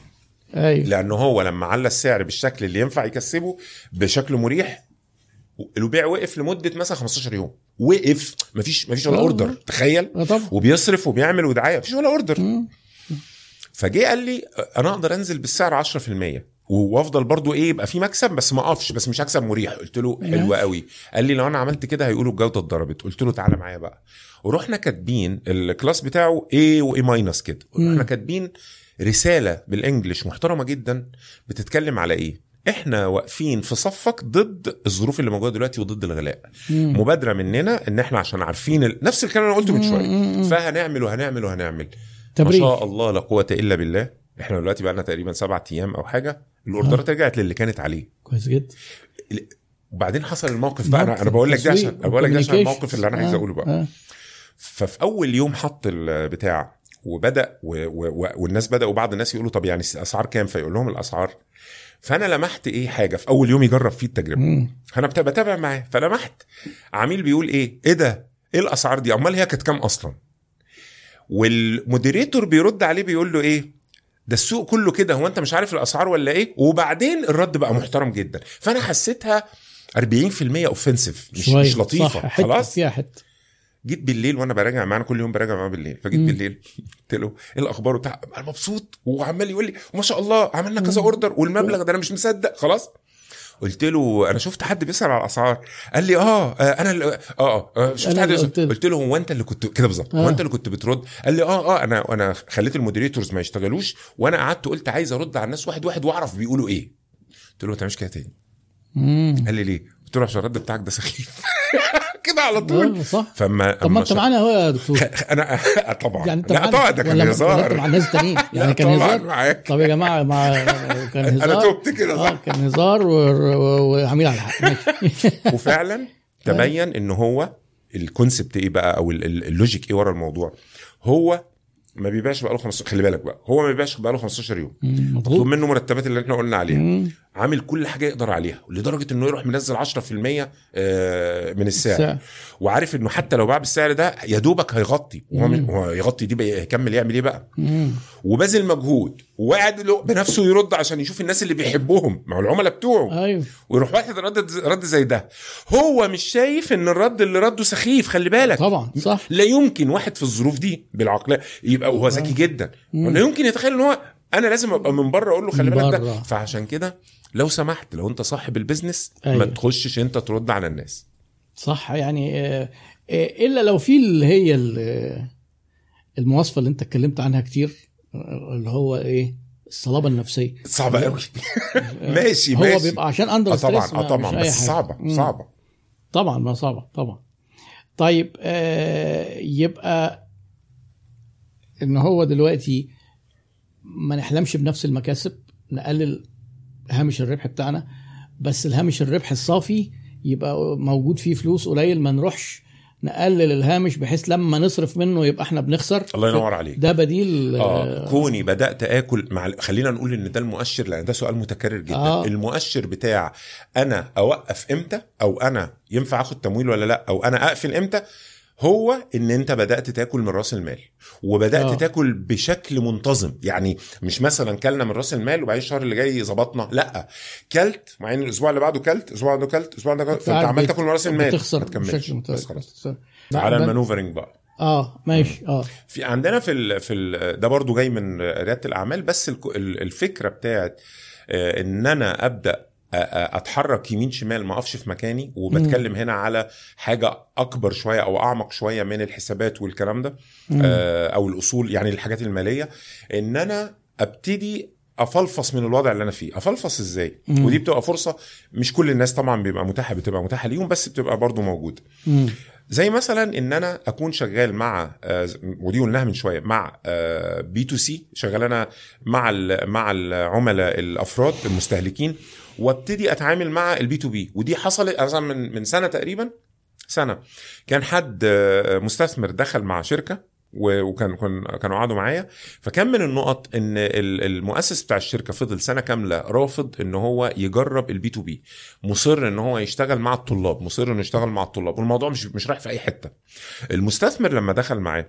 أيوة. لانه هو لما على السعر بالشكل اللي ينفع يكسبه بشكل مريح، البيع وقف لمده مثلا 15 يوم، وقف، مفيش ولا اوردر، تخيل. وبيصرف وبيعمل ودعايه، مفيش ولا اوردر. فجي قال لي انا اقدر انزل بالسعر 10% وافضل برضو ايه، يبقى في مكسب بس ما اقفش، بس مش هكسب مريح. قلت له حلو قوي. قال لي لو انا عملت كده هيقولوا الجوده اتضربت. قلت له تعالى معايا بقى. ورحنا كاتبين الكلاس بتاعه A و A- كده، ورحنا كاتبين رساله بالانجلش محترمه جدا بتتكلم على ايه، احنا واقفين في صفك ضد الظروف اللي موجوده دلوقتي وضد الغلاء. مبادره مننا ان احنا عشان عارفين نفس الكلام اللي انا قلته من شويه، فهنعمل وهنعمل وهنعمل. ما شاء الله لا قوه الا بالله. احنا دلوقتي بقى لنا تقريبا 7 ايام او حاجه، الاوردرات رجعت للي كانت عليه. كويس جدا. وبعدين حصل الموقف بقى، انا بقول لك ده عشان الموقف اللي انا عايز اقوله بقى. ففي اول يوم حط البتاع وبدا والناس بداوا، بعض الناس يقولوا طب يعني الاسعار كام، فيقول لهم الاسعار. فانا لمحت ايه حاجه في اول يوم يجرب فيه التجربه، انا بتابع معاه، فلمحت عميل بيقول ايه ده، ايه الاسعار دي، امال هي كانت كام اصلا. والمودريتور بيرد عليه بيقول له ايه ده، السوق كله كده، هو انت مش عارف الاسعار ولا ايه. وبعدين الرد بقى محترم جدا. فانا حسيتها 40% اوفنسيف، مش لطيفه. خلاص فيها حته. جيت بالليل وانا براجع معانا كل يوم براجع معاه بالليل، فجيت بالليل قلت له ايه الاخبار وبتاع، انا مبسوط وعمال يقول لي ما شاء الله عملنا كذا اوردر والمبلغ ده انا مش مصدق. خلاص قلت له انا شفت حد بيسأل على الاسعار. قال لي انا شفت حد قلت له هو انت اللي كنت كده بالظبط، هو انت اللي كنت بترد. قال لي انا خليت المودريتورز ما يشتغلوش، وانا قعدت قلت عايز ارد على الناس واحد واحد واعرف بيقولوا ايه. قلت له ما تعملش كده تاني. قال لي ليه؟ قلت له عشان الرد بتاعك ده سخيف كده على طول. صح. طب ما انت معانا اهو يا دكتور. انا طبعا يعني لا طبعا ده كان هزار مع الناس التانيين يعني كان هزار. طب يا جماعه كان هزار. انا توبت كده كان هزار وعميل على الحق. وفعلا تبين ان هو الكونسبت ايه بقى، او اللوجيك ايه ورا الموضوع. هو ما بيبيعش بقاله 15، خلي بالك بقى، هو ما بيبيعش بقاله 15 يوم، مطلوب منه مرتبات اللي احنا قلنا عليها، عامل كل حاجه يقدر عليها، لدرجه انه يروح منزل 10% من السعر، وعارف انه حتى لو باع بالسعر ده يا دوبك هيغطي، وهو يغطي دي بقى يكمل يعمل ايه بقى. وبذل مجهود وقاعد بنفسه يرد عشان يشوف الناس اللي بيحبهم مع العملاء بتوعه. ايوه. ويروح واحد رد زي ده، هو مش شايف ان الرد اللي رده سخيف. خلي بالك طبعا صح. لا يمكن واحد في الظروف دي بالعقليه يبقى وهو ذكي جدا، لا يمكن يتخيل ان هو انا لازم ابقى من بره اقول له خلي بالك ده. فعشان كده لو سمحت، لو انت صاحب البيزنس ما تخشش انت ترد على الناس. صح. يعني الا لو في اللي هي المواصفه اللي انت اتكلمت عنها كتير، اللي هو ايه، الصلابه النفسيه. صعبه قوي. ماشي هو بيبقى عشان اندر ستريس. طبعا بس صعبه طبعا، ما صعبه طبعا. طيب يبقى ان هو دلوقتي ما نحلمش بنفس المكاسب، نقلل هامش الربح بتاعنا، بس الهامش الربح الصافي يبقى موجود فيه فلوس قليل، ما نروحش نقلل الهامش بحيث لما نصرف منه يبقى احنا بنخسر. الله ينور عليك. ده بديل. كوني بدأت اكل خلينا نقول ان ده المؤشر، لان ده سؤال متكرر جدا. المؤشر بتاع انا اوقف امتى، او انا ينفع اخد تمويل ولا لا، او انا اقفل امتى، هو ان انت بدأت تاكل من راس المال، وبدأت تاكل بشكل منتظم. يعني مش مثلا كلنا من راس المال وبعدين الشهر اللي جاي ظبطنا، لا، كلت معين الاسبوع اللي بعده كلت، الاسبوع اللي بعده كلت، الاسبوع اللي بعده كلت، فانت عمال تاكل من راس المال بتخسر بشكل متخسر. على المانوفرنج بقى. ماشي. في عندنا في ده برضو جاي من ريادة الاعمال، بس الفكرة بتاعت ان انا ابدأ اتحرك يمين شمال، ما اقفش في مكاني. وبتكلم هنا على حاجه اكبر شويه او اعمق شويه من الحسابات والكلام ده، او الاصول، يعني الحاجات الماليه، ان انا ابتدي افلفص من الوضع اللي انا فيه. افلفص ازاي؟ ودي بتبقى فرصه مش كل الناس طبعا بتبقى متاحه ليهم، بس بتبقى برضو موجوده. زي مثلا ان انا اكون شغال مع ودي قلناها من شويه، مع B2C، شغال انا مع العملاء الافراد المستهلكين، وابتدي اتعامل مع الB2B. ودي حصلت اصلا من سنه تقريبا، كان حد مستثمر دخل مع شركه، كانوا قعدوا معايا. فكان من النقط ان المؤسس بتاع الشركه فضل سنه كامله رافض ان هو يجرب الB2B، مصر ان هو يشتغل مع الطلاب، والموضوع مش رايح في اي حته. المستثمر لما دخل معاه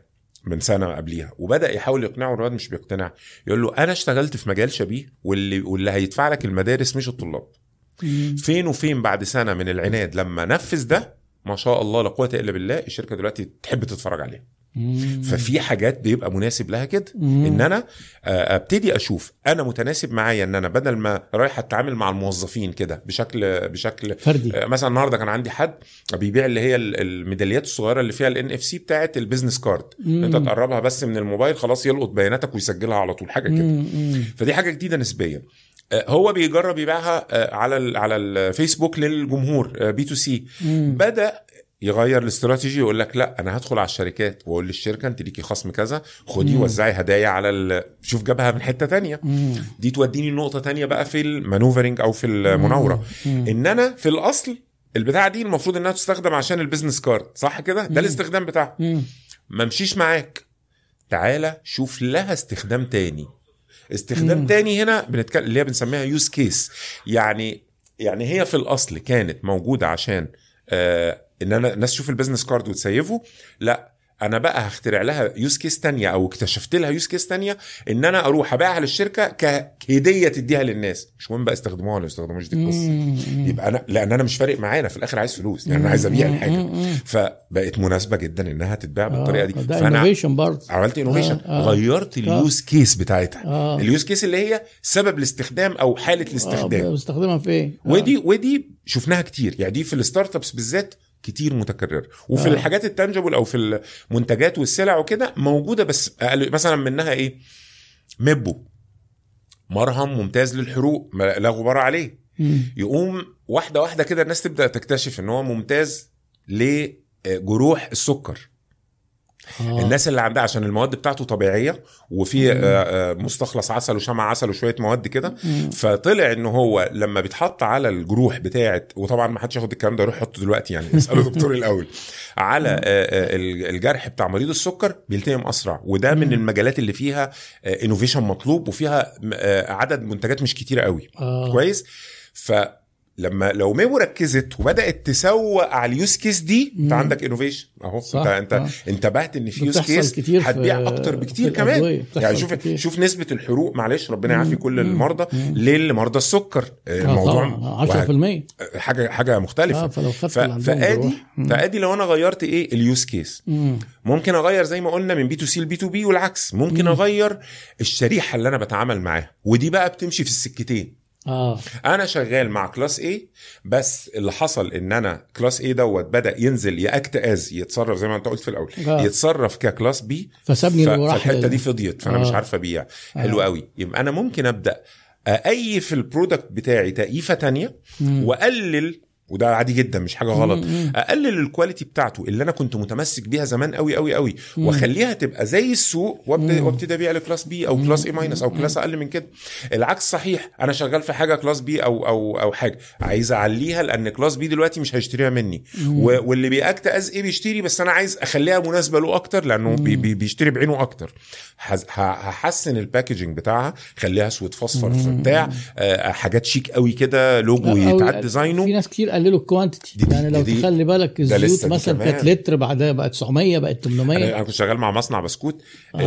من سنه قبليها، وبدا يحاول يقنعه، الواد مش بيقتنع. يقول له انا اشتغلت في مجال شبيه، واللي هيدفع لك المدارس مش الطلاب. فين وفين بعد سنه من العناد لما نفذ ده، ما شاء الله لا قوه الا بالله، الشركه دلوقتي تحب تتفرج عليها. ففي حاجات بيبقى مناسب لها كده، ان انا ابتدي اشوف انا متناسب معايا، ان انا بدل ما رايح اتعامل مع الموظفين كده بشكل فردي. مثلا النهارده كان عندي حد بيبيع اللي هي الميداليات الصغيره اللي فيها NFC بتاعه البيزنس كارد، انت تقربها بس من الموبايل خلاص يلقط بياناتك ويسجلها على طول، حاجه كده. فدي حاجه جديده نسبيا. هو بيجرب يبيعها على الفيسبوك للجمهور B2C. بدأ يغير الاستراتيجي، يقول لك لا انا هدخل على الشركات واقول للشركه انت ليكي خصم كذا، خدي وزعي هدايا على شوف جابها من حته تانية. دي توديني نقطه تانية بقى في المانوفرنج او في المناوره، ان انا في الاصل البتاعه دي المفروض انها تستخدم عشان البيزنس كارد، صح كده؟ ده الاستخدام بتاعها. ما مشيش معاك، تعالى شوف لها استخدام تاني. استخدام تاني هنا بنتكلم اللي هي بنسميها يوز كيس. يعني هي في الاصل كانت موجوده عشان ان انا الناس تشوف البيزنس كارد وتسيفه. لا، انا بقى هخترع لها يوز كيس تانية، او اكتشفت لها يوز كيس تانية، ان انا اروح ابيعها للشركه كهديه تديها للناس. مش مهم بقى استخدموها ولا استخدموش، دي القصه. يبقى انا لان انا مش فارق معايا، في الاخر عايز فلوس، يعني انا عايز ابيع الحاجه. فبقت مناسبه جدا انها تتباع بالطريقه دي. فانا عملت انوفيشن، غيرت اليوز كيس بتاعتها. اليوز كيس اللي هي سبب الاستخدام او حاله الاستخدام، بستخدمها في ايه. ودي شفناها كتير، يعني دي في الستارت ابس بالذات كتير متكرر، وفي الحاجات التانجبل او في المنتجات والسلع وكده موجوده، بس مثلا منها ايه؟ ميبو، مرهم ممتاز للحروق لا غبار عليه. يقوم واحده واحده كده الناس تبدا تكتشف ان هو ممتاز لجروح السكر. الناس اللي عندها، عشان المواد بتاعته طبيعيه وفي مستخلص عسل وشمع عسل وشويه مواد كده، فطلع ان هو لما بيتحط على الجروح بتاعه، وطبعا ما حدش ياخد الكلام ده يروح يحطه دلوقتي، يعني اسالوا دكتور الاول، على الجرح بتاع مريض السكر بيلتئم اسرع. وده من المجالات اللي فيها انوفيشن مطلوب، وفيها عدد منتجات مش كتير قوي. كويس. لو ميبو ركزت وبدات تسوق على اليوز كيس دي، انت عندك انوفيشن اهو. انت انتبهت ان في يوز كيس هتبيع اكتر بكتير كمان. يعني شوف نسبه الحروق، معلش ربنا يعافي كل المرضى، للمرضى السكر الموضوع 10% حاجه مختلفه. فادي لو انا غيرت ايه اليوز كيس، ممكن اغير زي ما قلنا من B2C ل B2B، والعكس ممكن اغير الشريحه اللي انا بتعامل معاها. ودي بقى بتمشي في السكتين. انا شغال مع كلاس A، بس اللي حصل ان انا كلاس A دوت بدا ينزل ياكت از يتصرف زي ما انت قلت في الاول، يتصرف ككلاس B، فسابني فالحته دي فضيت، فانا مش عارف ابيع. حلو قوي. يبقى انا ممكن ابدا اقيف البرودكت بتاعي تقييفه تانية، واقلل، وده عادي جدا مش حاجه غلط، اقلل الكواليتي بتاعته اللي انا كنت متمسك بيها زمان قوي قوي قوي، واخليها تبقى زي السوق، وابتدي ابيع لكلاس بي او كلاس اي ماينس او كلاس اقل من كده. العكس صحيح، انا شغال في حاجه كلاس بي او حاجه عايز اعليها، لان كلاس بي دلوقتي مش هيشتريها مني، واللي بيأكت از ايه بيشتري، بس انا عايز اخليها مناسبه له اكتر، لانه بيشتري بعينه اكتر. هحسن الباكجينج بتاعها، خليها اسود فاصفر بتاع حاجات شيك قوي كده، لوجو يتعد ديزاينه. في ناس كتير قللوا الكوانتيتي، يعني لو تخلي بالك الزيوت مثلا كانت لتر، بعدها بقت 900، بقت 800. انا كنت شغال مع مصنع بسكوت،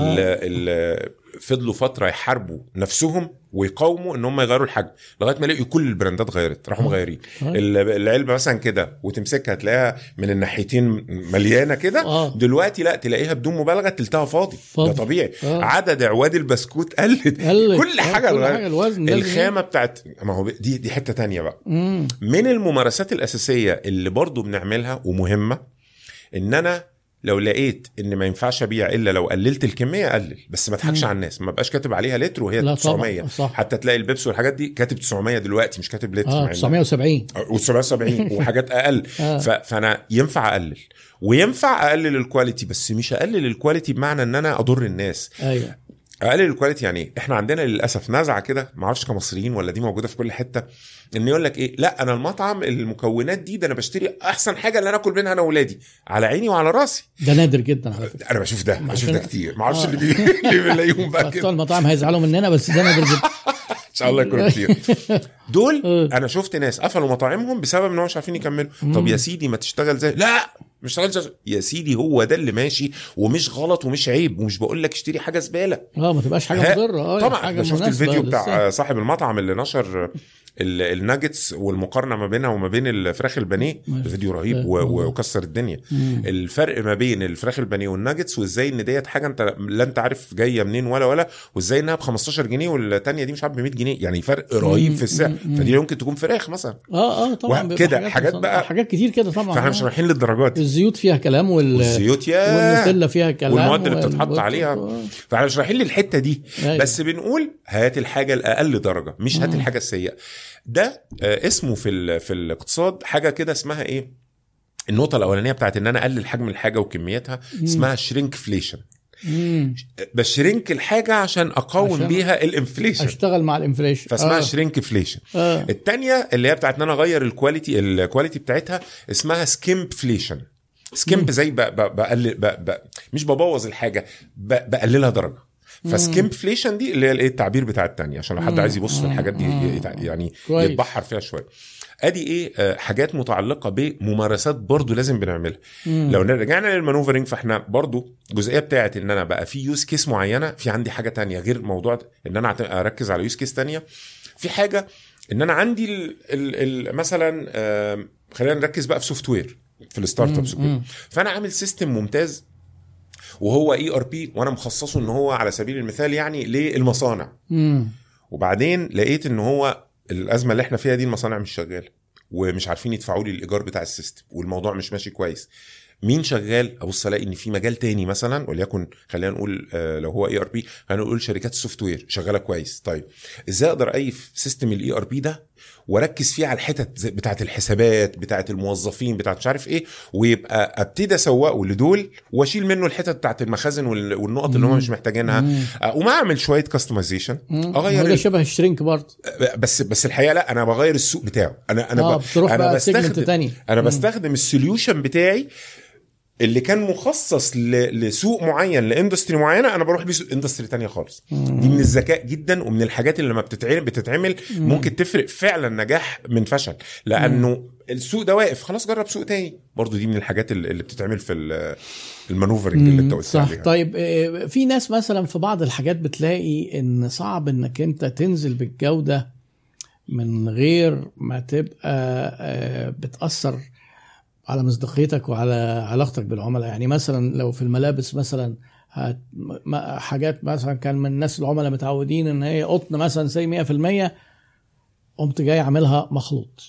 فضلوا فتره يحاربوا نفسهم ويقاوموا ان هم يغيروا الحجم، لغايه ما لقوا كل البراندات غيرت، راحوا مغيرين. العلبه مثلا كده وتمسكها تلاقيها من الناحيتين مليانه كده، دلوقتي لا، تلاقيها بدون مبالغه تلتها فاضي. ده طبيعي. عدد عواد البسكوت قلت. كل حاجه الوزن، الخامه بتاعت، ما هو دي حته تانية بقى. من الممارسات الاساسيه اللي برضو بنعملها ومهمه، ان انا لو لقيت ان ما ينفعش ابيع الا لو قللت الكميه، اقلل، بس ما اضحكش على الناس، ما بقاش كاتب عليها لتر وهي 900. حتى تلاقي البيبس والحاجات دي كاتب 900 دلوقتي، مش كاتب لتر. 970 و970 وحاجات اقل. فانا ينفع اقلل، وينفع اقلل الكواليتي، بس مش اقلل الكواليتي بمعنى ان انا اضر الناس. ايوه، اقلل الكواليتي يعني احنا عندنا للاسف نزعه كده، ما اعرفش كمصريين ولا دي موجوده في كل حته، ان يقول لك ايه، لا انا المطعم المكونات دي، ده انا بشتري احسن حاجه اللي انا اكل منها انا واولادي، على عيني وعلى راسي. ده نادر جدا على فكره، انا بشوف ده كتير، ما اعرفش اللي بيلاقيهم بقى كده. المطاعم هيزعلوا مننا، بس ده نادر جدا. ان شاء الله يكونوا كتير. دول انا شفت ناس قفلوا مطاعمهم بسبب ان هم مش عارفين يكملوا. طب يا سيدي ما تشتغل زي، لا مش اشتغلش يا سيدي، هو ده اللي ماشي ومش غلط ومش عيب، ومش بقول لك اشتري حاجه زباله، ما تبقاش حاجه مضره. طبعا حاجه شفت الفيديو بتاع لسه. صاحب المطعم اللي نشر الناجتس والمقارنه ما بينها وما بين الفراخ البانيه، الفيديو رهيب وكسر الدنيا. الفرق ما بين الفراخ البانيه والناجتس، وازاي ان ديت حاجه انت لا انت عارف جايه منين ولا وازاي انها ب 15 جنيه والثانيه دي مش عارف ب 100 جنيه، يعني فرق رهيب في السعر. فدي ممكن تكون فراخ مثلا طبعا كده حاجات بقى، حاجات كتير كده طبعا. فاحنا مش رايحين للدرجات. الزيوت فيها كلام والزيوت والنوتيلا فيها كلام والمواد اللي بتتحط عليها، فاحنا مش رايحين للحته دي. بس بنقول هات الحاجه الاقل درجه، مش هات الحاجه السيئه. ده اسمه في الاقتصاد حاجه كده اسمها ايه، النقطه الاولانيه بتاعت ان انا اقلل حجم الحاجه وكميتها اسمها شرينكفليشن. بشرينك الحاجه عشان اقاوم بيها الانفليشن، اشتغل مع الانفليشن، فاسمها شرينكفليشن. الثانيه اللي هي بتاعت ان انا اغير الكواليتي بتاعتها اسمها سكيمبفليشن. سكيمب زي بقلل مش ببوظ الحاجه، بقللها درجه. فسكيمبفليشن دي اللي هي ايه التعبير بتاع الثانيه، عشان لو حد عايز يبص في الحاجات دي يعني يتبحر فيها شويه. ادي ايه حاجات متعلقه بممارسات برضو لازم بنعملها. لو رجعنا للمانوفرنج، فاحنا برضو جزئيه بتاعت ان انا بقى في يوز كيس معينه، في عندي حاجه تانية غير موضوع ان انا اركز على يوز كيس تانية. في حاجه ان انا عندي مثلا خلينا نركز بقى في سوفت وير في الستارت ابس وكده. فانا عامل سيستم ممتاز وهو ERP، وانا مخصصه ان هو على سبيل المثال يعني للمصانع. وبعدين لقيت ان هو الازمه اللي احنا فيها دي المصانع مش شغاله، ومش عارفين يدفعوا لي الايجار بتاع السيستم، والموضوع مش ماشي كويس. مين شغال؟ ابص الاقي ان في مجال تاني مثلا، وليكن خلينا نقول لو هو ERP خلينا نقول شركات السوفت وير شغاله كويس. طيب ازاي اقدر ايف سيستم ERP ده وركز فيه على الحتت بتاعه الحسابات بتاعه الموظفين بتاعه مش عارف ايه، ويبقى ابتدي اسوقه لدول واشيل منه الحتت بتاعه المخازن والنقط اللي هم مش محتاجينها، وما اعمل شويه كاستمايزيشن اغير. ده شبه الشرينك برضه، بس الحقيقه لا، انا بغير السوق بتاعه. انا بستخدم السوليوشن بتاعي اللي كان مخصص لسوق معين لاندستري معينه، انا بروح بيه اندستري تانية خالص. دي من الذكاء جدا، ومن الحاجات اللي لما بتتعمل ممكن تفرق فعلا نجاح من فشل، لانه السوق ده واقف خلاص جرب سوق تاني. برضو دي من الحاجات اللي بتتعمل في المانوفرنج اللي انت قلت عليها. طيب في ناس مثلا في بعض الحاجات بتلاقي ان صعب انك انت تنزل بالجوده من غير ما تبقى بتأثر على مصداقيتك وعلى علاقتك بالعملاء. يعني مثلا لو في الملابس مثلا حاجات مثلا كان من الناس العملاء متعودين ان هي قطن مثلا زي 100%، قمت جاي عاملها مخلوط،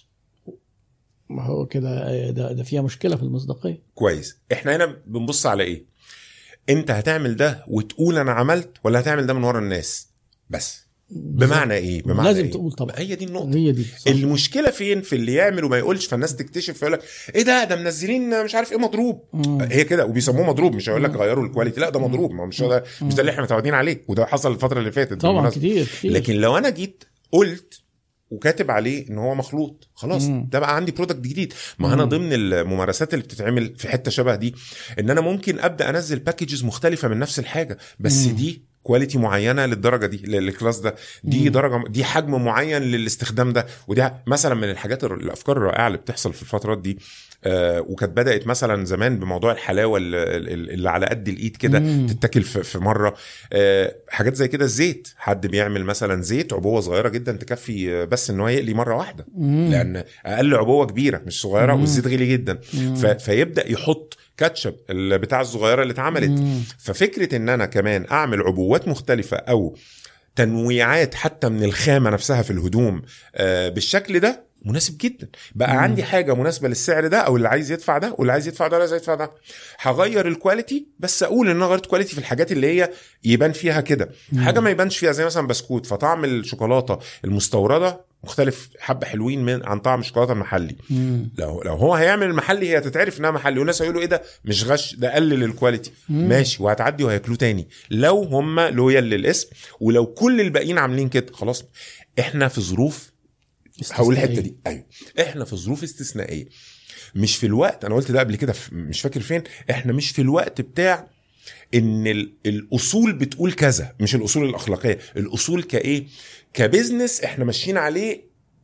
ما هو كده ده فيها مشكلة في المصداقية. كويس. احنا هنا بنبص على ايه؟ انت هتعمل ده وتقول انا عملت، ولا هتعمل ده من ورا الناس بس؟ بمعنى ايه؟ بمعنى لازم إيه؟ تقول طبعا. هي دي النقطه، هي دي صح. المشكله فين؟ في اللي يعمل وما يقولش، فالناس تكتشف فيقول لك ايه ده منزلين مش عارف ايه مضروب. هي كده، وبيسموه مضروب، مش هيقول لك غيروا الكواليتي، لا ده مضروب، ما مش ده اللي احنا متعودين عليه، وده حصل الفتره اللي فاتت طبعا كتير. لكن لو انا جيت قلت وكاتب عليه ان هو مخلوط، خلاص ده بقى عندي برودكت جديد. ما انا ضمن الممارسات اللي بتتعمل في حته شبه دي ان انا ممكن ابدا انزل باكيجز مختلفه من نفس الحاجه، بس دي كواليتي معينه للدرجه دي، للكلاس ده، دي درجه، دي حجم معين للاستخدام ده. ودي مثلا من الحاجات الافكار الرائعه اللي بتحصل في الفترات دي. وكانت بدات مثلا زمان بموضوع الحلاوه اللي على قد الايد كده تتاكل في مره. حاجات زي كده، الزيت، حد بيعمل مثلا زيت عبوه صغيره جدا تكفي بس ان هو يقلي مره واحده، لان اقل عبوه كبيره مش صغيره، والزيت غالي جدا. فيبدا يحط كاتشب بتاع الصغيره اللي اتعملت. ففكره ان انا كمان اعمل عبوات مختلفه او تنويعات حتى من الخامه نفسها في الهدوم بالشكل ده مناسب جدا. بقى عندي حاجه مناسبه للسعر ده، او اللي عايز يدفع ده، واللي عايز يدفع ده، ولا عايز يدفع ده. هغير الكواليتي، بس اقول ان انا غيرت كواليتي في الحاجات اللي هي يبان فيها كده. حاجه ما يبانش فيها، زي مثلا بسكوت، فطعم الشوكولاته المستورده مختلف حبه حلوين عن طعم الشوكولاته المحلي. لو هو هيعمل المحلي، هي تتعرف انها محلي، والناس هيقولوا ايه ده مش غش، ده قلل الكواليتي. ماشي، وهتعدي وهياكلوه تاني لو هم لويال للاسم. ولو كل الباقيين عاملين كده، خلاص احنا في ظروف، هقول الحته دي، ايوه احنا في ظروف استثنائيه، مش في الوقت. انا قلت ده قبل كده مش فاكر فين، احنا مش في الوقت بتاع ان الاصول بتقول كذا، مش الاصول الاخلاقيه، الاصول كايه، كبزنس احنا ماشيين عليه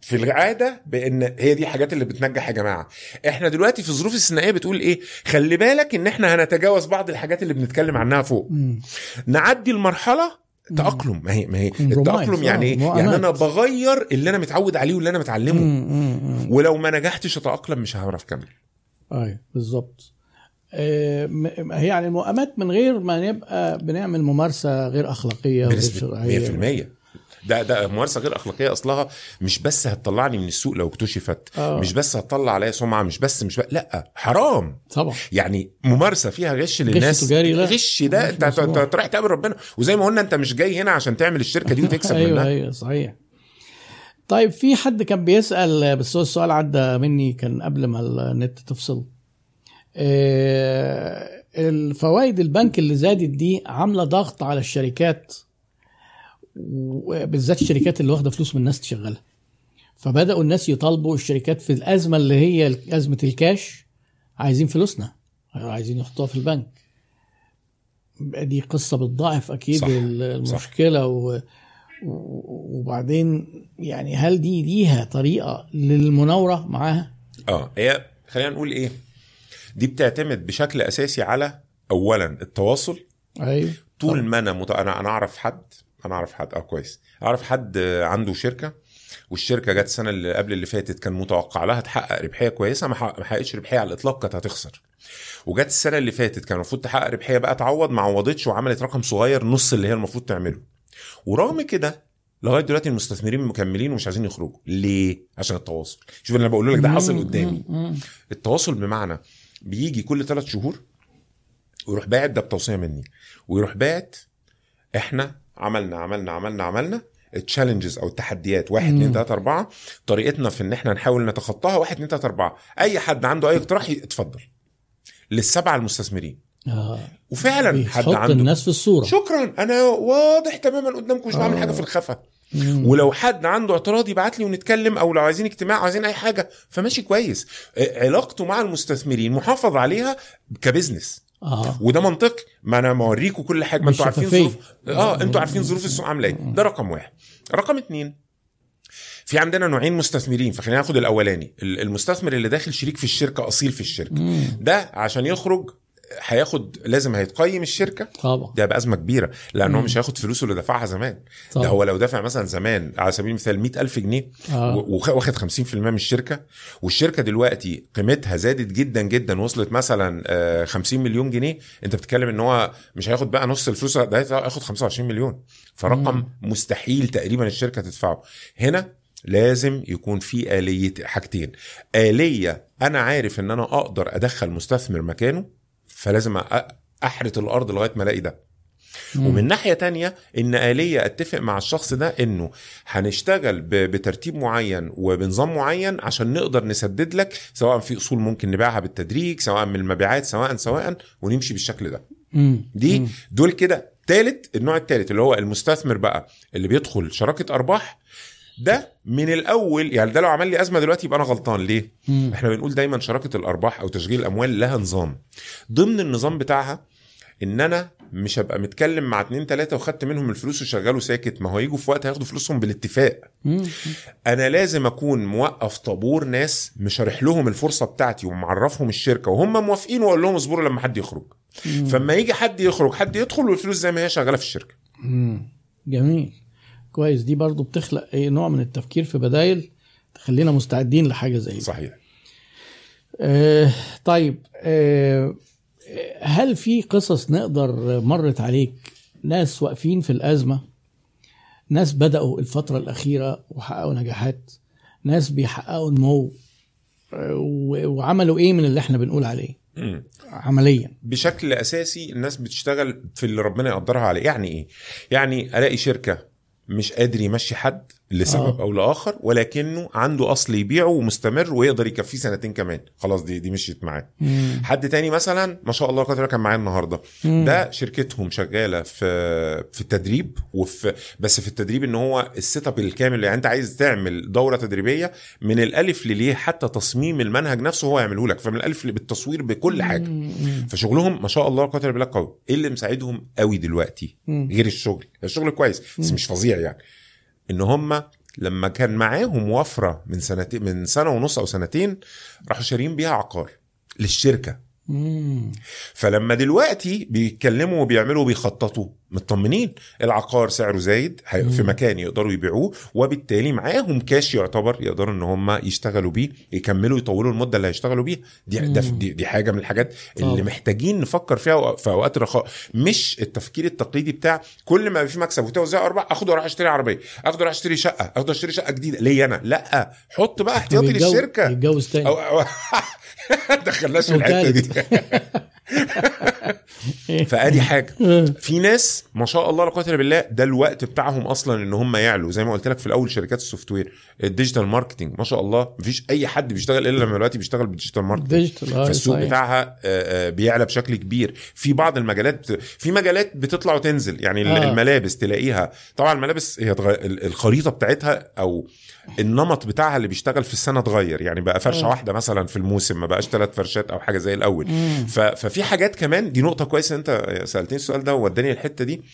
في العاده بان هي دي حاجات اللي بتنجح يا جماعه. احنا دلوقتي في ظروف استثنائيه بتقول ايه؟ خلي بالك ان احنا هنتجاوز بعض الحاجات اللي بنتكلم عنها فوق. نعدي المرحله تأقلم. ما هي التأقلم يعني ايه؟ يعني انا بغير اللي انا متعود عليه واللي انا متعلمه. ولو ما نجحتش اتأقلم مش هعرف اكمل. ايوه بالظبط. هي يعني المؤامات من غير ما نبقى بنعمل ممارسه غير اخلاقيه بنسبه 100%. ده ممارسه غير اخلاقيه اصلها. مش بس هتطلعني من السوق لو اكتشفت، مش بس هتطلع عليا سمعه، مش بس لا حرام طبعا. يعني ممارسه فيها غش للناس. غش ده انت رايح تقابل ربنا. وزي ما قلنا انت مش جاي هنا عشان تعمل الشركه دي وتكسب منها. ايوه صحيح. طيب في حد كان بيسال، بس هو السؤال عدى مني كان قبل ما النت تفصل. الفوائد البنك اللي زادت دي عامله ضغط على الشركات، وبالذات الشركات اللي واخده فلوس من الناس تشغلها. فبداوا الناس يطالبوا الشركات في الازمه اللي هي ازمه الكاش، عايزين فلوسنا، عايزين يحطوها في البنك. دي قصه بتضاعف اكيد صح. المشكله صح. وبعدين يعني هل دي ليها طريقه للمناوره معاها؟ هي خلينا نقول ايه، دي بتعتمد بشكل اساسي على اولا التواصل. ايوه طول ما انا اعرف حد كويس، اعرف حد عنده شركه، والشركه جت السنه اللي قبل اللي فاتت كان متوقع لها تحقق ربحيه كويسه، ما حققتش ربحيه على الاطلاق، كانت هتخسر. وجت السنه اللي فاتت كان المفروض تحقق ربحيه بقى تعوض، ما عوضتش وعملت رقم صغير نص اللي هي المفروض تعمله. ورغم كده لغايه دلوقتي المستثمرين مكملين ومش عايزين يخرجوا. ليه؟ عشان التواصل. شوف انا بقول لك ده حاصل قدامي. التواصل بمعنى بيجي كل 3 شهور ويروح باعت، ده بتوصيه مني، ويروح باعت احنا عملنا التشالنجز او التحديات 1 2 3 4، طريقتنا في ان احنا نحاول نتخطاها 1 2 3 4. اي حد عنده اي اقتراح يتفضل لل7 المستثمرين. وفعلا حد عنده الناس في الصوره، شكرا انا واضح تماما قدامكم، مش بعمل حاجه في الخفا. ولو حد عنده اعتراض يبعت لي ونتكلم، او لو عايزين اجتماع او عايزين اي حاجه، فماشي كويس. علاقته مع المستثمرين محافظ عليها كبزنس. وده منطق. ما انا موريكم كل حاجه، ما انتوا عارفين ظروف انتوا عارفين ظروف السوق عامله ايه. ده رقم 1. رقم 2، في عندنا نوعين مستثمرين، فخلينا ناخد الاولاني. المستثمر اللي داخل شريك في الشركه، اصيل في الشركه، ده عشان يخرج لازم هيتقيم الشركه طبعا. ده بأزمة كبيرة، لأنه مش هياخد فلوسه اللي دفعها زمان طبعا. ده هو لو دفع مثلا زمان على سبيل المثال 100,000 جنيه واخد 50% من الشركة، والشركة دلوقتي قيمتها زادت جدا جدا، وصلت مثلا 50 مليون جنيه، انت بتتكلم ان هو مش هياخد بقى نص الفلوس، ده هياخد 25 مليون. فرقم مستحيل تقريبا الشركة تدفعه. هنا لازم يكون في آلية حاجتين. آلية أنا عارف ان انا اقدر ادخل مستثمر مكانه، فلازم احرث الارض لغايه ما الاقي ده. ومن ناحيه تانية ان آلية اتفق مع الشخص ده انه هنشتغل بترتيب معين وبنظام معين عشان نقدر نسدد لك، سواء في اصول ممكن نبيعها بالتدريج، سواء من المبيعات، سواء ونمشي بالشكل ده. دول كده. النوع الثالث اللي هو المستثمر بقى اللي بيدخل شراكه ارباح، ده من الاول يعني، ده لو عمل لي ازمه دلوقتي يبقى انا غلطان. ليه؟ احنا بنقول دايما شراكه الارباح او تشغيل الاموال لها نظام. ضمن النظام بتاعها ان انا مش هبقى متكلم مع 2 3 وخدت منهم الفلوس وشغاله ساكت، ما هو يجوا في وقت هياخدوا فلوسهم بالاتفاق. انا لازم اكون موقف طابور ناس، مشارح لهم الفرصه بتاعتي ومعرفهم الشركه وهم موافقين، واقول لهم اصبروا لما حد يخرج. فما يجي حد يخرج حد يدخل والفلوس زي ما هي شغاله في الشركه. جميل كويس. دي برضو بتخلق اي نوع من التفكير في بدايل تخلينا مستعدين لحاجة زي دي. صحيح. طيب هل في قصص نقدر مرت عليك ناس واقفين في الأزمة، ناس بدأوا الفترة الأخيرة وحققوا نجاحات، ناس بيحققوا نمو، وعملوا ايه من اللي احنا بنقول عليه عمليا؟ بشكل أساسي الناس بتشتغل في اللي ربنا يقدرها عليه. يعني ايه؟ يعني ألاقي شركة مش قادر يمشي حد لسبب او لاخر، ولكنه عنده اصل يبيعه ومستمر ويقدر يكفيه 2 سنين كمان، خلاص دي مشيت معاه. حد تاني مثلا ما شاء الله قدر كان معايا النهارده، ده شركتهم شغاله في التدريب، بس في التدريب ان هو السيت اب الكامل. يعني انت عايز تعمل دوره تدريبيه من الالف لليه، حتى تصميم المنهج نفسه هو يعمله لك، فمن الالف بالتصوير بكل حاجه. فشغلهم ما شاء الله قدر بالله قوي. ايه اللي مساعدهم قوي دلوقتي غير الشغل كويس بس مش فظيع يعني، ان هم لما كان معاهم وفرة من سنتين، من سنة ونص أو سنتين، راحوا شارين بيها عقار للشركة. فلما دلوقتي بيتكلموا وبيعملوا وبيخططوا مطمنين، العقار سعره زايد في مكان يقدروا يبيعوه، وبالتالي معاهم كاش يعتبر يقدروا ان هم يشتغلوا بيه، يكملوا يطولوا المدة اللي هيشتغلوا بيها. دي حاجة من الحاجات اللي محتاجين نفكر فيها في اوقات الرخاء، مش التفكير التقليدي بتاع كل ما في مكسب وتوزيع ارباح اخد واروح اشتري عربية، اخد واروح اشتري شقة، اخد اشتري شقة جديدة ليا انا. لا، حط بقى احتياطي للشركة. يتجوز تاني دخلناش في الحته دي. فادي حاجه. في ناس ما شاء الله لا قوه الا بالله، ده الوقت بتاعهم اصلا ان هم يعلوا، زي ما قلت لك في الاول، شركات السوفت وير، الديجيتال ماركتنج، ما شاء الله مفيش اي حد بيشتغل الا لما دلوقتي بيشتغل بالديجيتال ماركتنج. فالسوق بتاعها بيعلى بشكل كبير. في بعض المجالات، في مجالات بتطلع وتنزل، يعني الملابس تلاقيها طبعا، الملابس هي الخريطه بتاعتها او النمط بتاعها اللي بيشتغل في السنه اتغير، يعني بقى فرشه واحده مثلا في الموسم، ما بقاش 3 فرشات او حاجه زي الاول. ففي حاجات كمان، دي نقطه كويسه انت سالتني السؤال ده ووداني الحته دي.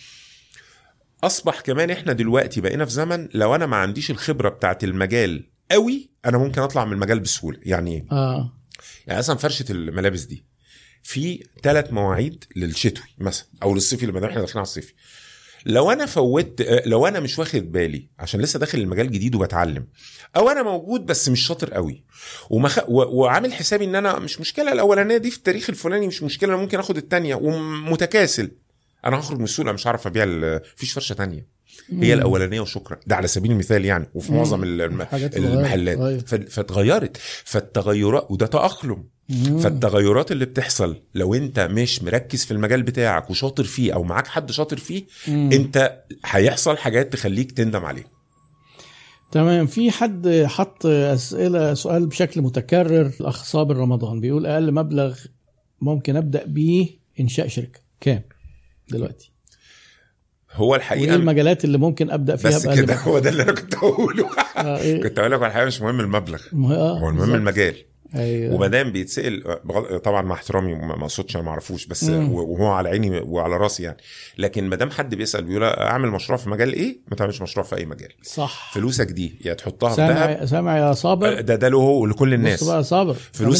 اصبح كمان احنا دلوقتي بقينا في زمن لو انا ما عنديش الخبره بتاعت المجال قوي، انا ممكن اطلع من المجال بسهوله. يعني يعني مثلا فرشه الملابس دي في 3 مواعيد للشتوي مثلا او للصيفي، لما احنا داخلين على الصيفي. لو انا فوت، لو انا مش واخد بالي عشان لسه داخل المجال جديد وبتعلم، او انا موجود بس مش شاطر قوي وعامل حسابي ان انا مش مشكله الاولانيه دي في التاريخ الفلاني، مش مشكله، انا ممكن اخد التانية، ومتكاسل، انا هخرج من السوق، مش عارف ابيع، فيش فرشه تانية، هي الاولانيه وشكرا. ده على سبيل المثال يعني، وفي معظم المحلات. فاتغيرت. فالتغيرات وده تأقلم. فالتغيرات اللي بتحصل لو انت مش مركز في المجال بتاعك وشاطر فيه، او معاك حد شاطر فيه، انت هيحصل حاجات تخليك تندم عليه. تمام. في حد حط سؤال بشكل متكرر، الأخ صابر رمضان بيقول أقل مبلغ ممكن أبدأ بيه إنشاء شركة كام دلوقتي؟ هو الحقيقة وإيه المجالات اللي ممكن أبدأ فيها بس كده؟ هو ده اللي أنا كنت أقوله. كنت أقول لك الحقيقة مش مهم المبلغ، هو المهم المجال. أيوة. ومدام بيتسأل، طبعا مع احترامي ما اقصدش انا ما اعرفوش، بس وهو على عيني وعلى راسي يعني، لكن مدام حد بيسأل بيقول اعمل مشروع في مجال ايه، ما تعملش مشروع في اي مجال. صح. فلوسك دي يا تحطها في ذهب. سامع يا صابر؟ ده له ولكل الناس. بص بقى صابر،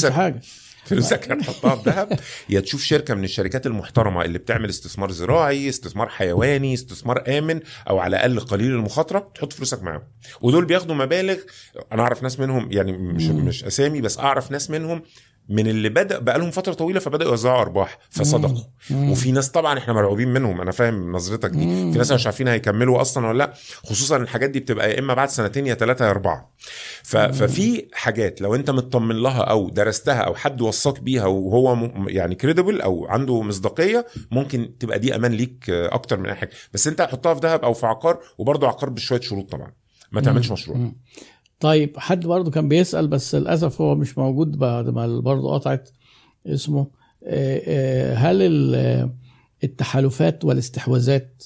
فلوسك هتحطها في ذهب، يا تشوف شركه من الشركات المحترمه اللي بتعمل استثمار زراعي، استثمار حيواني، استثمار امن، او على الاقل قليل المخاطره، تحط فلوسك معاهم. ودول بياخدوا مبالغ. انا اعرف ناس منهم، يعني مش اسامي، بس اعرف ناس منهم من اللي بدأ بقى لهم فترة طويلة فبدأوا يوزعوا أرباح فصدقوا. وفي ناس طبعا احنا مرعوبين منهم، أنا فاهم نظرتك دي. في ناس مش عارفين هيكملوا أصلا ولا لا، خصوصا الحاجات دي بتبقى يا إما بعد 2 يا 3 يا 4. ففي حاجات لو أنت مطمن لها أو درستها أو حد وصاك بيها وهو يعني كريديبل أو عنده مصداقية، ممكن تبقى دي أمان ليك أكتر من أي حاجة. بس أنت حطها في ذهب أو في عقار، وبرضه عقار بشوية شروط طبعا، ما تعملش مشروع. طيب حد برضو كان بيسأل، بس للأسف هو مش موجود بعد ما برضو قطعت اسمه، هل التحالفات والاستحواذات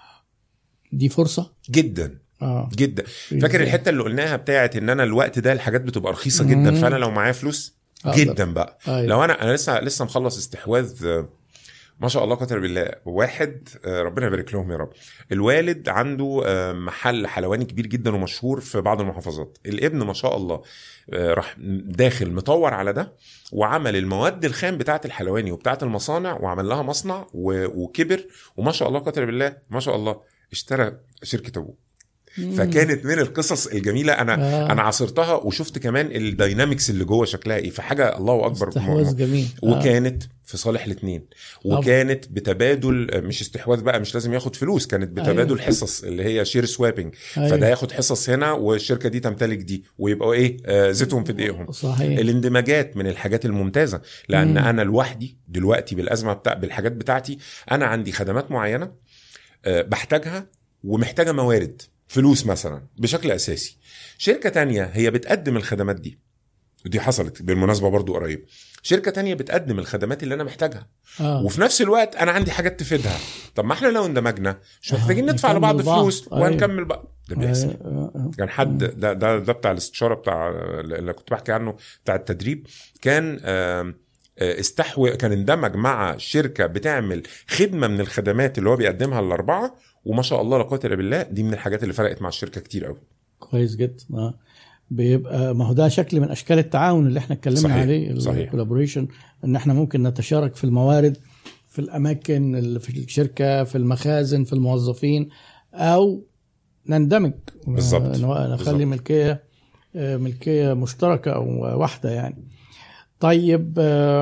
دي فرصة؟ جدا. جدا. فاكر الحتة اللي قلناها بتاعت ان انا الوقت ده الحاجات بتبقى رخيصة جدا، فانا لو معايا فلوس جدا بقى. لو انا لسه مخلص استحواذ ما شاء الله قدر بالله، واحد ربنا يبارك لهم يا رب، الوالد عنده محل حلواني كبير جدا ومشهور في بعض المحافظات. الابن ما شاء الله راح داخل مطور على ده، وعمل المواد الخام بتاعه الحلواني وبتاعه المصانع، وعمل لها مصنع وكبر، وما شاء الله قدر بالله ما شاء الله اشترى شركة ابوه. فكانت من القصص الجميلة أنا عاصرتها، وشفت كمان الداينامكس اللي جوه شكلها إيه. فحاجة الله أكبر، استحواذ جميل. وكانت في صالح الاثنين، وكانت بتبادل، مش استحواذ بقى، مش لازم ياخد فلوس، كانت بتبادل حصص اللي هي شير سوابنج. فده ياخد حصص هنا والشركة دي تمتلك دي، ويبقوا إيه زيتهم في دقيقهم. صحيح. الاندماجات من الحاجات الممتازة، لأن أنا لوحدي دلوقتي بالأزمة بالحاجات بتاعتي، أنا عندي خدمات معينة بحتاجها ومحتاجة موارد فلوس مثلا بشكل أساسي. شركة تانية هي بتقدم الخدمات دي، ودي حصلت بالمناسبة برضو قريب، شركة تانية بتقدم الخدمات اللي أنا محتاجها وفي نفس الوقت أنا عندي حاجات تفيدها. طب ما احنا لو اندمجنا مش محتاجين ندفع لبعض فلوس وهنكمل بقى. ده بيحصل. كان حد ده بتاع الاستشارة بتاع اللي كنت بحكي عنه بتاع التدريب، كان كان اندمج مع شركة بتعمل خدمة من الخدمات اللي هو بيقدمها ال4، وما شاء الله لا قوة الا بالله، دي من الحاجات اللي فرقت مع الشركة كتير قوي. كويس جدا. بيبقى ما هو ده شكل من اشكال التعاون اللي احنا اتكلمنا عليه، الكولابوريشن، ان احنا ممكن نتشارك في الموارد في الاماكن اللي في الشركه، في المخازن، في الموظفين، او نندمج بالظبط نخلي ملكيه مشتركه او واحده يعني. طيب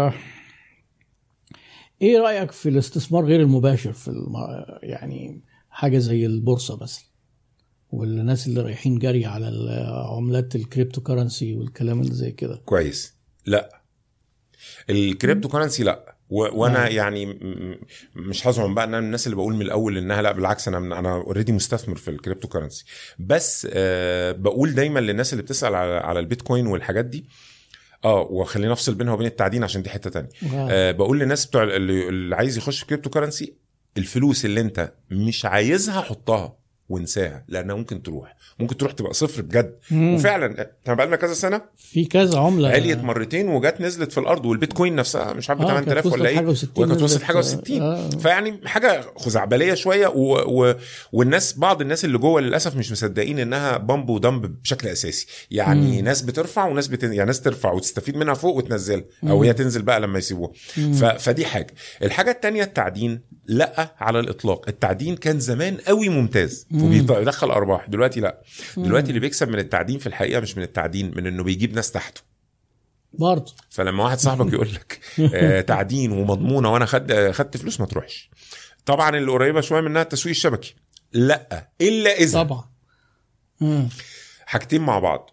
ايه رايك في الاستثمار غير المباشر في يعني حاجه زي البورصه مثلا، والناس اللي رايحين جري على العملات الكريبتو كرنسي والكلام اللي زي كده؟ كويس. لا، الكريبتو كرنسي لا، وانا يعني مش هزعم بقى ان انا من الناس اللي بقول من الاول انها لا، بالعكس انا اوريدي مستثمر في الكريبتو كرنسي. بس بقول دايما للناس اللي بتسأل على البيتكوين والحاجات دي، وخلينا نفصل بينها وبين التعدين عشان دي حتة تانية. بقول للناس بتوع اللي عايز يخش في كريبتو كرنسي، الفلوس اللي انت مش عايزها حطها وانساها، لانها ممكن تروح تبقى صفر بجد. وفعلا احنا بقى لنا كذا سنه في كذا عمله عليت مرتين وجات نزلت في الارض، والبيتكوين نفسها مش عارف 8000 ولا ايه، وكانت وصلت حاجه و60. فيعني حاجه خزعبليه شويه، والناس بعض الناس اللي جوه للاسف مش مصدقين انها بامب ودمب بشكل اساسي. يعني ناس بترفع وناس يعني ناس ترفع وتستفيد منها فوق وتنزلها، او هي تنزل بقى لما يسيبوها. فدي الحاجه التانية التعدين لا على الاطلاق. التعدين كان زمان قوي ممتاز وبيدخل ارباح، دلوقتي لا. دلوقتي اللي بيكسب من التعدين في الحقيقه مش من التعدين، من انه بيجيب ناس تحته برضه. فلما واحد صاحبك يقول لك تعدين ومضمونه وانا خدت فلوس، ما تروحش. طبعا اللي قريبه شويه منها التسويق الشبكي، لا الا اذا طبعا حاجتين مع بعض.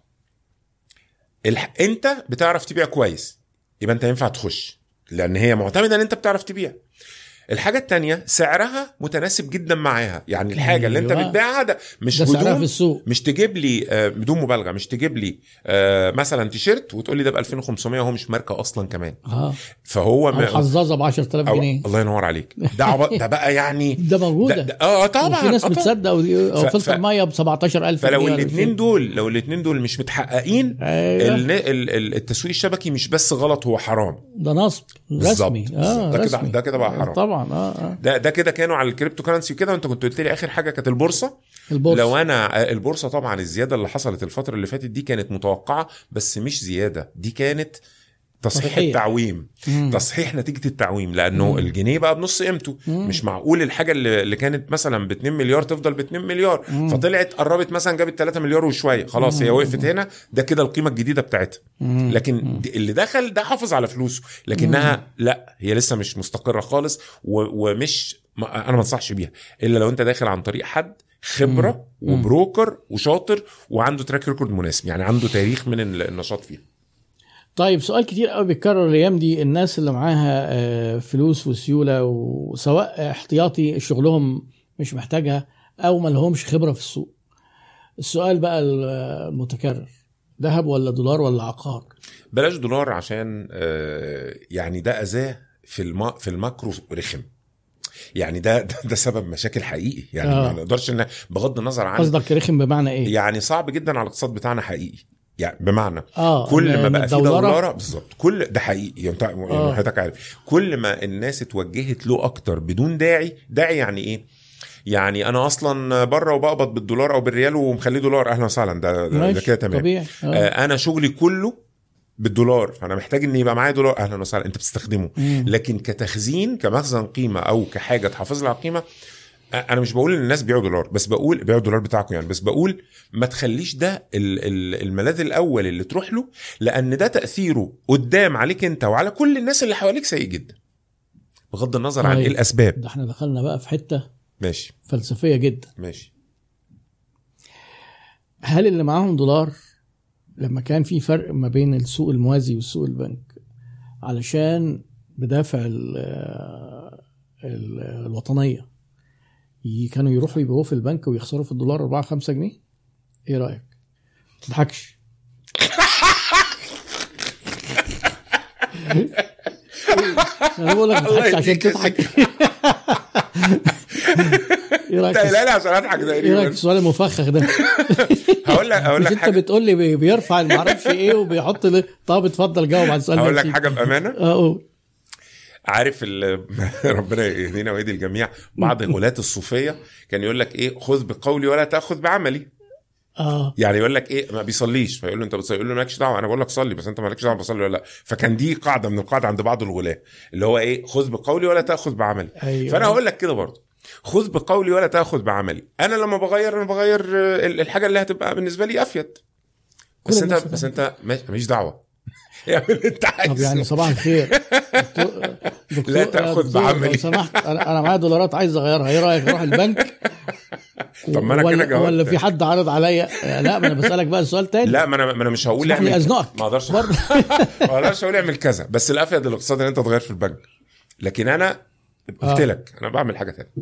انت بتعرف تبيع كويس، يبقى انت ينفع تخش، لان هي معتمده ان انت بتعرف تبيع. الحاجة التانية سعرها متناسب جدا معاها، يعني الحاجة اللي انت بتبيعها ده مش سعرها في السوق. مش تجيب لي بدون مبالغة، مش تجيب لي مثلا تيشيرت وتقول لي ده ب 2500 وهو مش ماركة اصلا كمان. فهو حظاظة ب 10000 جنيه. الله ينور عليك. ده بقى يعني ده موجودة. طبعا في ناس بتصدق، او فلتر ميه ب 17000 جنيه. فلو الاثنين دول مش متحققين، التسويق الشبكي مش بس غلط، هو حرام. ده نصب رسمي. ده كده بقى حرام طبعا. ده كده كانوا على الكريبتو كرنسي وكده. وانت كنت قلت لي اخر حاجه كانت البورصه. لو انا البورصه طبعا الزياده اللي حصلت الفتره اللي فاتت دي كانت متوقعه، بس مش زياده، دي كانت تصحيح التعويم. تصحيح نتيجه التعويم، لانه الجنيه بقى بنص قيمته. مش معقول الحاجه اللي كانت مثلا ب 2 مليار تفضل ب 2 مليار، فطلعت قربت مثلا جابت 3 مليار وشويه، خلاص هي وقفت هنا. ده كده القيمه الجديده بتاعتها. لكن اللي دخل ده حافظ على فلوسه، لكنها لا، هي لسه مش مستقره خالص. ومش انا ما انصحش بيها الا لو انت داخل عن طريق حد خبره وبروكر وشاطر وعنده تراك ريكورد مناسب، يعني عنده تاريخ من النشاط فيها. طيب سؤال كتير قوي بيتكرر الايام دي، الناس اللي معاها فلوس وسيوله، وسواء احتياطي شغلهم مش محتاجها او ما لهمش خبره في السوق، السؤال بقى المتكرر، ذهب ولا دولار ولا عقار؟ بلاش دولار، عشان يعني ده اذاه في الماكرو رخم. يعني ده سبب مشاكل حقيقي، يعني ما نقدرش ان بغض النظر عن قصدك رخم بمعنى ايه؟ يعني صعب جدا على الاقتصاد بتاعنا حقيقي، يعني بمعنى كل ما بقى في دولارة بالظبط، كل ده حقيقي يعني حضرتك عارف، كل ما الناس اتوجهت له اكتر بدون داعي. يعني ايه؟ يعني انا اصلا بره وبقبض بالدولار او بالريال ومخليه دولار، اهلا وسهلا، ده كده تمام. انا شغلي كله بالدولار، فانا محتاج ان يبقى معايا دولار، اهلا وسهلا، انت بتستخدمه. لكن كتخزين، كمخزن قيمه او كحاجه تحافظ لها قيمه، انا مش بقول ان الناس بيعوا دولار، بس بقول بيعوا الدولار بتاعكم يعني، بس بقول ما تخليش ده الملاذ الاول اللي تروح له، لان ده تاثيره قدام عليك انت وعلى كل الناس اللي حواليك سيء جدا، بغض النظر عن ايه الاسباب. ده احنا دخلنا بقى في حته ماشي فلسفيه جدا. ماشي. هل اللي معاهم دولار لما كان في فرق ما بين السوق الموازي والسوق البنك، علشان بدافع الوطنيه، كانوا يروحوا يبيعوه في البنك ويخسروا في الدولار 4-5 جنيه؟ ايه رأيك؟ تضحكش. انا بقول لك تضحكش عشان تضحك. ايه رايك؟ لا عشان اضحك ده. ايه رايك السؤال المفخخ ده؟ هقول لك حاجه. انت بتقول لي بيرفع ما اعرفش ايه وبيحط لي. طب اتفضل جاوب على السؤال. هقول لك حاجه بامانه. اقول عارف ربنا يهدينا ويهدي الجميع. بعض غلاة الصوفيه كان يقول لك ايه، خذ بقولي ولا تاخذ بعملي. يعني يقول لك ايه ما بيصليش، فيقول له انت بتصلي، يقول له مالكش دعوه، انا بقول لك صلي بس انت مالكش دعوه بصلي ولا لا. فكان دي قاعده من القاعده عند بعض الغلاة اللي هو ايه، خذ بقولي ولا تاخذ بعملي. أيوة. فانا هقول لك كده برضه، خذ بقولي ولا تاخذ بعملي. انا لما بغير انا بغير الحاجه اللي هتبقى بالنسبه لي افيد، بس انت ماليش دعوه يعمل انت عايز. طب يعني صباح الخير دكتور لا تاخذ بعملي لو سمحت، انا معايا دولارات عايز اغيرها، ايه رايك اروح البنك؟ طب ما انا كده جاوبت. ولا في حد عرض عليا؟ لا ما انا بسالك بقى السؤال تاني. لا ما انا مش هقول اعمل، ازنقك ما اقدرش ما اقدرش اقول اعمل كذا، بس الافيد الاقتصادي ان انت تغير في البنك. لكن انا قلت لك انا بعمل حاجه ثانيه.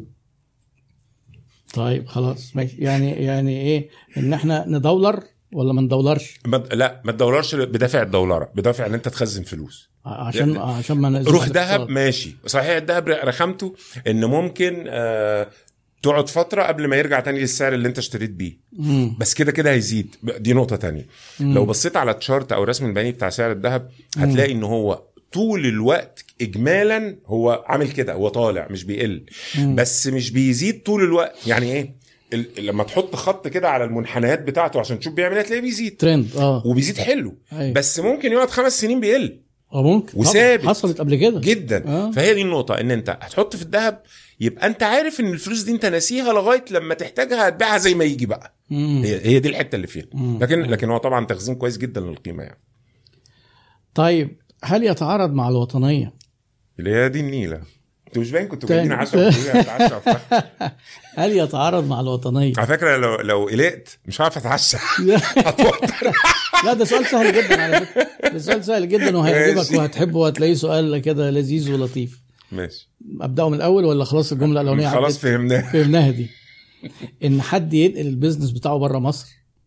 طيب خلاص ماشي. يعني ايه ان احنا ندولر ولا ما ندولرش؟ لا ما تدولرش بدافع الدولاره، بدافع ان انت تخزن فلوس عشان ما روح ذهب. ماشي صحيح، الذهب رخامته ان ممكن تقعد فتره قبل ما يرجع تاني للسعر اللي انت اشتريت بيه، بس كده هيزيد. دي نقطه تانية. لو بصيت على التشارت او رسم البياني بتاع سعر الذهب هتلاقي ان هو طول الوقت اجمالا هو عامل كده، هو طالع مش بيقل، بس مش بيزيد طول الوقت. يعني ايه؟ لما تحط خط كده على المنحنيات بتاعته عشان تشوف بيعمل ايه تلاقيه بيزيد ترند وبيزيد حلو. بس ممكن يقعد 5 سنين بيقل ممكن وثابت، حصلت قبل كده جدا. فهي دي النقطه، ان انت هتحط في الذهب يبقى انت عارف ان الفلوس دي انت ناسيها لغايه لما تحتاجها هتبيعها زي ما يجي بقى. هي دي الحته اللي فيها. لكن هو طبعا تخزين كويس جدا للقيمه يعني. طيب هل يتعارض مع الوطنيه اللي هي دي النيله؟ انتوا مش باين كنتوا جايين 10 هل يتعارض مع الوطنيه؟ على فكره لو قلقت مش عارف اتعشى هتوتر. لا ده سؤال سهل جدا على فكره، ده سؤال سهل جدا وهيعجبك وهتحبه وهتلاقيه سؤال كده لذيذ ولطيف. ماشي، ابداه من الاول ولا خلاص الجمله الاولانيه خلاص فهمناها دي؟ ان حد ينقل البيزنس بتاعه بره مصر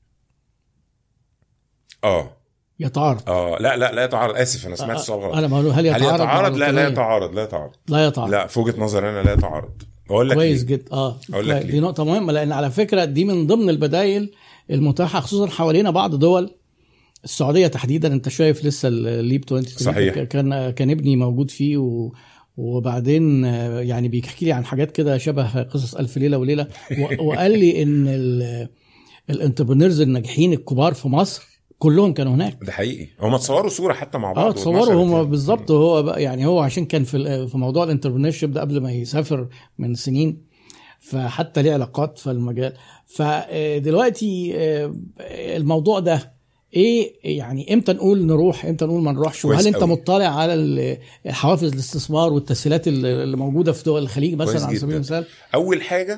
يتعارض؟ لا يتعارض. اسف انا سمعت السؤال غلط. انا بقول هل يتعارض؟ لا يتعارض. لا في وجهة نظري انا لا يتعارض. اقول لك كويس جدا. دي نقطه مهمه، لان على فكره دي من ضمن البدائل المتاحه خصوصا حوالينا بعض دول، السعوديه تحديدا. انت شايف لسه الليب 20 صحيح. كان ابني موجود فيه وبعدين يعني بيحكي لي عن حاجات كده شبه قصص ألف ليلة وليلة وقال لي ان الانتربرنيرز الناجحين الكبار في مصر كلهم كانوا هناك. ده حقيقي، هم تصوروا صورة حتى مع بعض. تصوروا هم بالظبط. هو بقى يعني هو عشان كان في موضوع الانتربرنيرشيب ده قبل ما يسافر من سنين، فحتى ليه علاقات في المجال. فدلوقتي الموضوع ده ايه يعني؟ امتى نقول نروح، امتى نقول ما نروحش؟ وهل انت مطلع على حوافز الاستثمار والتسهيلات اللي موجوده في دول الخليج مثلا على سبيل المثال؟ اول حاجه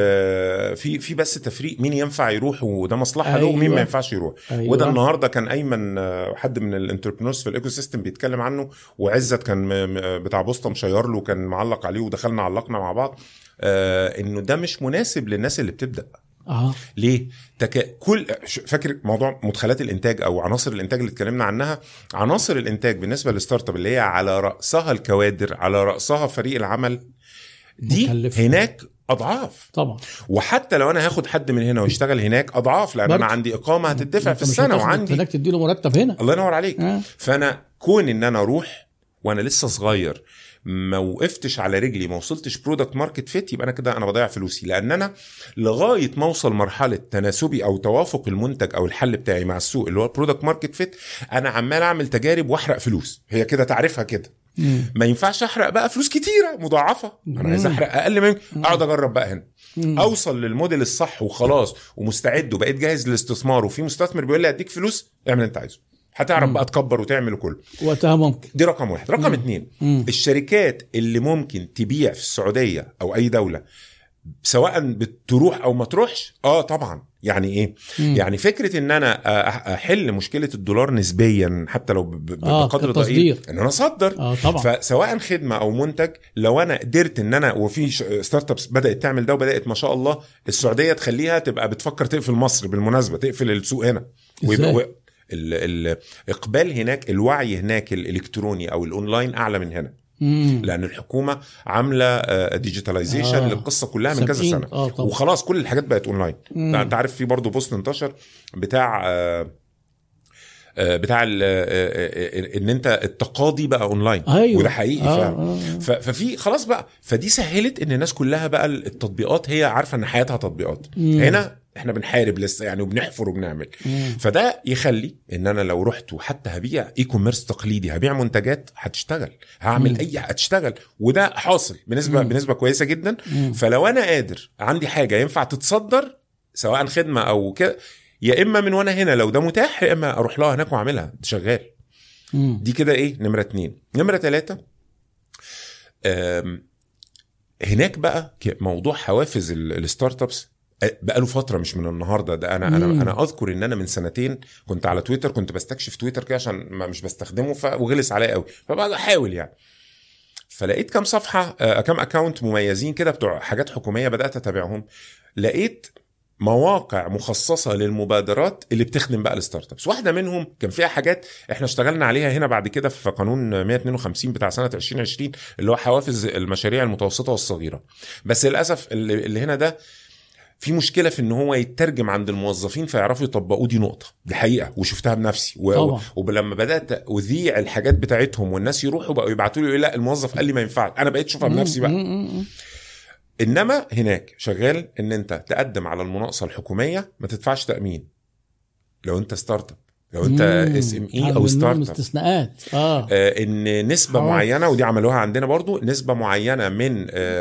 في بس تفريق مين ينفع يروح وده مصلحه له ومين ما ينفعش يروح. وده النهارده كان ايمن حد من الانتربرنورز في الايكو سيستم بيتكلم عنه، وعزت كان بتاع بوسطه مشير له كان معلق عليه ودخلنا علقنا مع بعض انه ده مش مناسب للناس اللي بتبدا. ليه؟ كل فاكر موضوع مدخلات الانتاج او عناصر الانتاج اللي اتكلمنا عنها؟ عناصر الانتاج بالنسبه للستارت اب اللي هي على راسها الكوادر، على راسها فريق العمل، دي مكلف. هناك اضعاف طبعا. وحتى لو انا هاخد حد من هنا ويشتغل هناك اضعاف، لان انا عندي اقامه هتدفع في السنه وعندي هناك تديله مرتب هنا. الله ينور عليك. فانا كون ان انا اروح وانا لسه صغير ما وقفتش على رجلي، ما وصلتش برودكت ماركت فيت، يبقى انا كده انا بضيع فلوسي. لان انا لغايه ما اوصل مرحله تناسبي او توافق المنتج او الحل بتاعي مع السوق اللي هو برودكت ماركت فيت، انا عمال اعمل تجارب واحرق فلوس. هي كده تعرفها كده. ما ينفعش احرق بقى فلوس كتيره مضاعفه، انا عايز احرق اقل من اقعد اجرب بقى هنا اوصل للموديل الصح وخلاص ومستعد وبقيت جاهز للاستثمار، وفي مستثمر بيقول لي اديك فلوس اعمل انت عايزه، هتعرف بقى تكبر وتعمل كله وقتها ممكن. دي رقم واحد. رقم اتنين، الشركات اللي ممكن تبيع في السعودية او اي دولة سواء بتروح او ما تروحش، طبعا. يعني ايه؟ يعني فكرة ان انا احل مشكلة الدولار نسبيا حتى لو بقدر ضئيل، ان انا اصدر. طبعا. فسواء خدمة او منتج، لو انا قدرت ان انا، وفي ستارت ابس بدأت تعمل ده وبدأت ما شاء الله السعودية تخليها تبقى بتفكر تقفل مصر بالمناسبة، تقفل السوق هنا ويبقى الإقبال هناك، الوعي هناك الإلكتروني أو الأونلاين أعلى من هنا. لأن الحكومة عاملة ديجيتاليزيشن للقصة كلها من كذا سنة. وخلاص كل الحاجات بقت أونلاين. أنت عارف في برضو بوست انتشر بتاع ان انت التقاضي بقى اونلاين. أيوة. وده حقيقي فعلا. ففي خلاص بقى، فدي سهلت ان الناس كلها بقى التطبيقات هي عارفه ان حياتها تطبيقات. هنا احنا بنحارب لسه يعني وبنحفر وبنعمل. فده يخلي ان انا لو رحت وحتى هبيع اي كوميرس تقليدي، هبيع منتجات هتشتغل، هعمل هتشتغل، وده حاصل بنسبه كويسه جدا. فلو انا قادر عندي حاجه ينفع تتصدر سواء خدمه او كده، يا اما من وانا هنا لو ده متاح، يا اما اروح لها هناك واعملها شغال. دي كده ايه نمره 2. نمره 3 هناك بقى موضوع حوافز الستارت ابس بقى له فتره، مش من النهارده ده. انا اذكر ان انا من سنتين كنت على تويتر، كنت بستكشف تويتر كده عشان مش بستخدمه وغلس عليا قوي، فبقى احاول يعني. فلقيت كام صفحه كام اكاونت مميزين كده بتوع حاجات حكوميه، بدات اتابعهم. لقيت مواقع مخصصه للمبادرات اللي بتخدم بقى الستارت ابس. واحده منهم كان فيها حاجات احنا اشتغلنا عليها هنا بعد كده في قانون 152 بتاع سنه 2020 اللي هو حوافز المشاريع المتوسطه والصغيره. بس للاسف اللي هنا ده في مشكله في ان هو يترجم عند الموظفين فيعرفوا يطبقوه. دي نقطه، دي حقيقه وشفتها بنفسي. ولما بدات اذيع الحاجات بتاعتهم والناس يروحوا بقوا يبعتوا لي لا الموظف قال لي ما ينفعش، انا بقيت اشوفها بنفسي بقى. انما هناك شغال ان انت تقدم على المناقصه الحكوميه ما تدفعش تامين لو انت ستارت اب، لو انت اس ام اي او ستارت اب. استثناءات ان نسبه معينه، ودي عملوها عندنا برضو، نسبه معينه من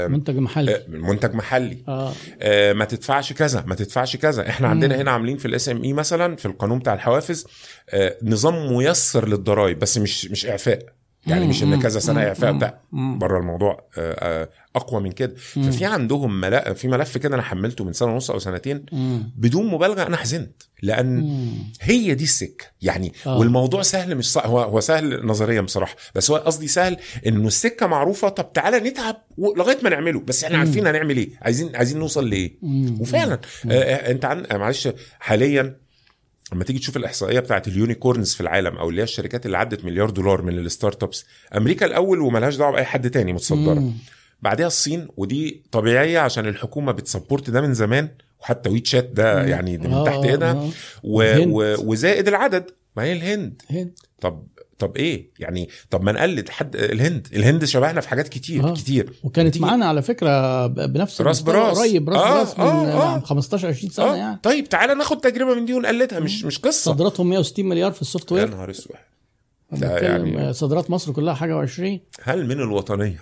منتج محلي ما تدفعش كذا ما تدفعش كذا. احنا عندنا هنا عاملين في الاس ام اي مثلا في القانون بتاع الحوافز نظام ميسر للضرائب، بس مش اعفاء يعني، مش ان كذا سنه اعفاء بتاع بره الموضوع اقوى من كده. ففي عندهم في ملف كده انا حملته من سنه ونص او سنتين بدون مبالغه، انا حزنت لان هي دي السكه يعني. والموضوع سهل، مش هو سهل نظريا بصراحه، بس هو قصدي سهل انه السكه معروفه. طب تعالى نتعب لغايه ما نعمله، بس احنا عارفين هنعمل ايه، عايزين نوصل لايه. وفعلا انت معلش حاليا لما تيجي تشوف الإحصائية بتاعت اليونيكورنز في العالم أو اللي هي الشركات اللي عدت $1 مليار من الستارت ابس، أمريكا الأول وملهاش دعوة بأي حد تاني متصدرة، بعدها الصين، ودي طبيعية عشان الحكومة بتسبورت ده من زمان، وحتى ويت شات ده يعني من تحت ايدها، وزائد العدد. ما هي الهند. طب ايه يعني؟ طب ما نقلد حد الهند شبهنا في حاجات كتير وكانت معانا على فكرة بنفس راس براس قريب راس من 15-20 سنة يعني. طيب تعالى ناخد تجربة من دي ونقلدها. مش قصة. صدراتهم 160 مليار في السوفت وير. يا نهار اسود. يعني صدرات مصر كلها حاجة و20. هل من الوطنية؟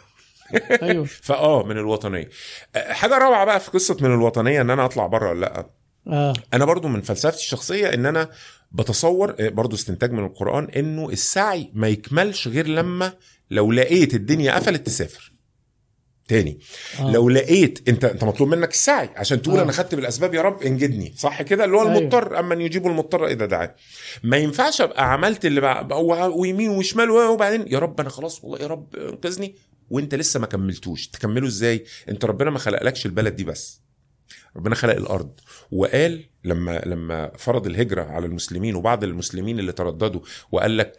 ايوه. من الوطنية. حاجة روعة بقى في قصة من الوطنية ان انا اطلع بره ولا لا. انا برضو من فلسفتي الشخصية ان انا بتصور برضو استنتاج من القرآن انه السعي ما يكملش غير لما لو لقيت الدنيا قفلت تسافر تاني. لو لقيت انت مطلوب منك السعي عشان تقول انا خدت بالاسباب يا رب انجدني، صح كده؟ اللي هو المضطر اما يجيب المضطر اذا دعاه. ما ينفعش ابقى عملت اللي ويمين وشمال وبعدين يا رب انا خلاص والله يا رب انقذني وانت لسه ما كملتوش. تكمله ازاي؟ انت ربنا ما خلقلكش البلد دي بس، ربنا خلق الارض. وقال لما فرض الهجرة على المسلمين وبعض المسلمين اللي ترددوا وقال لك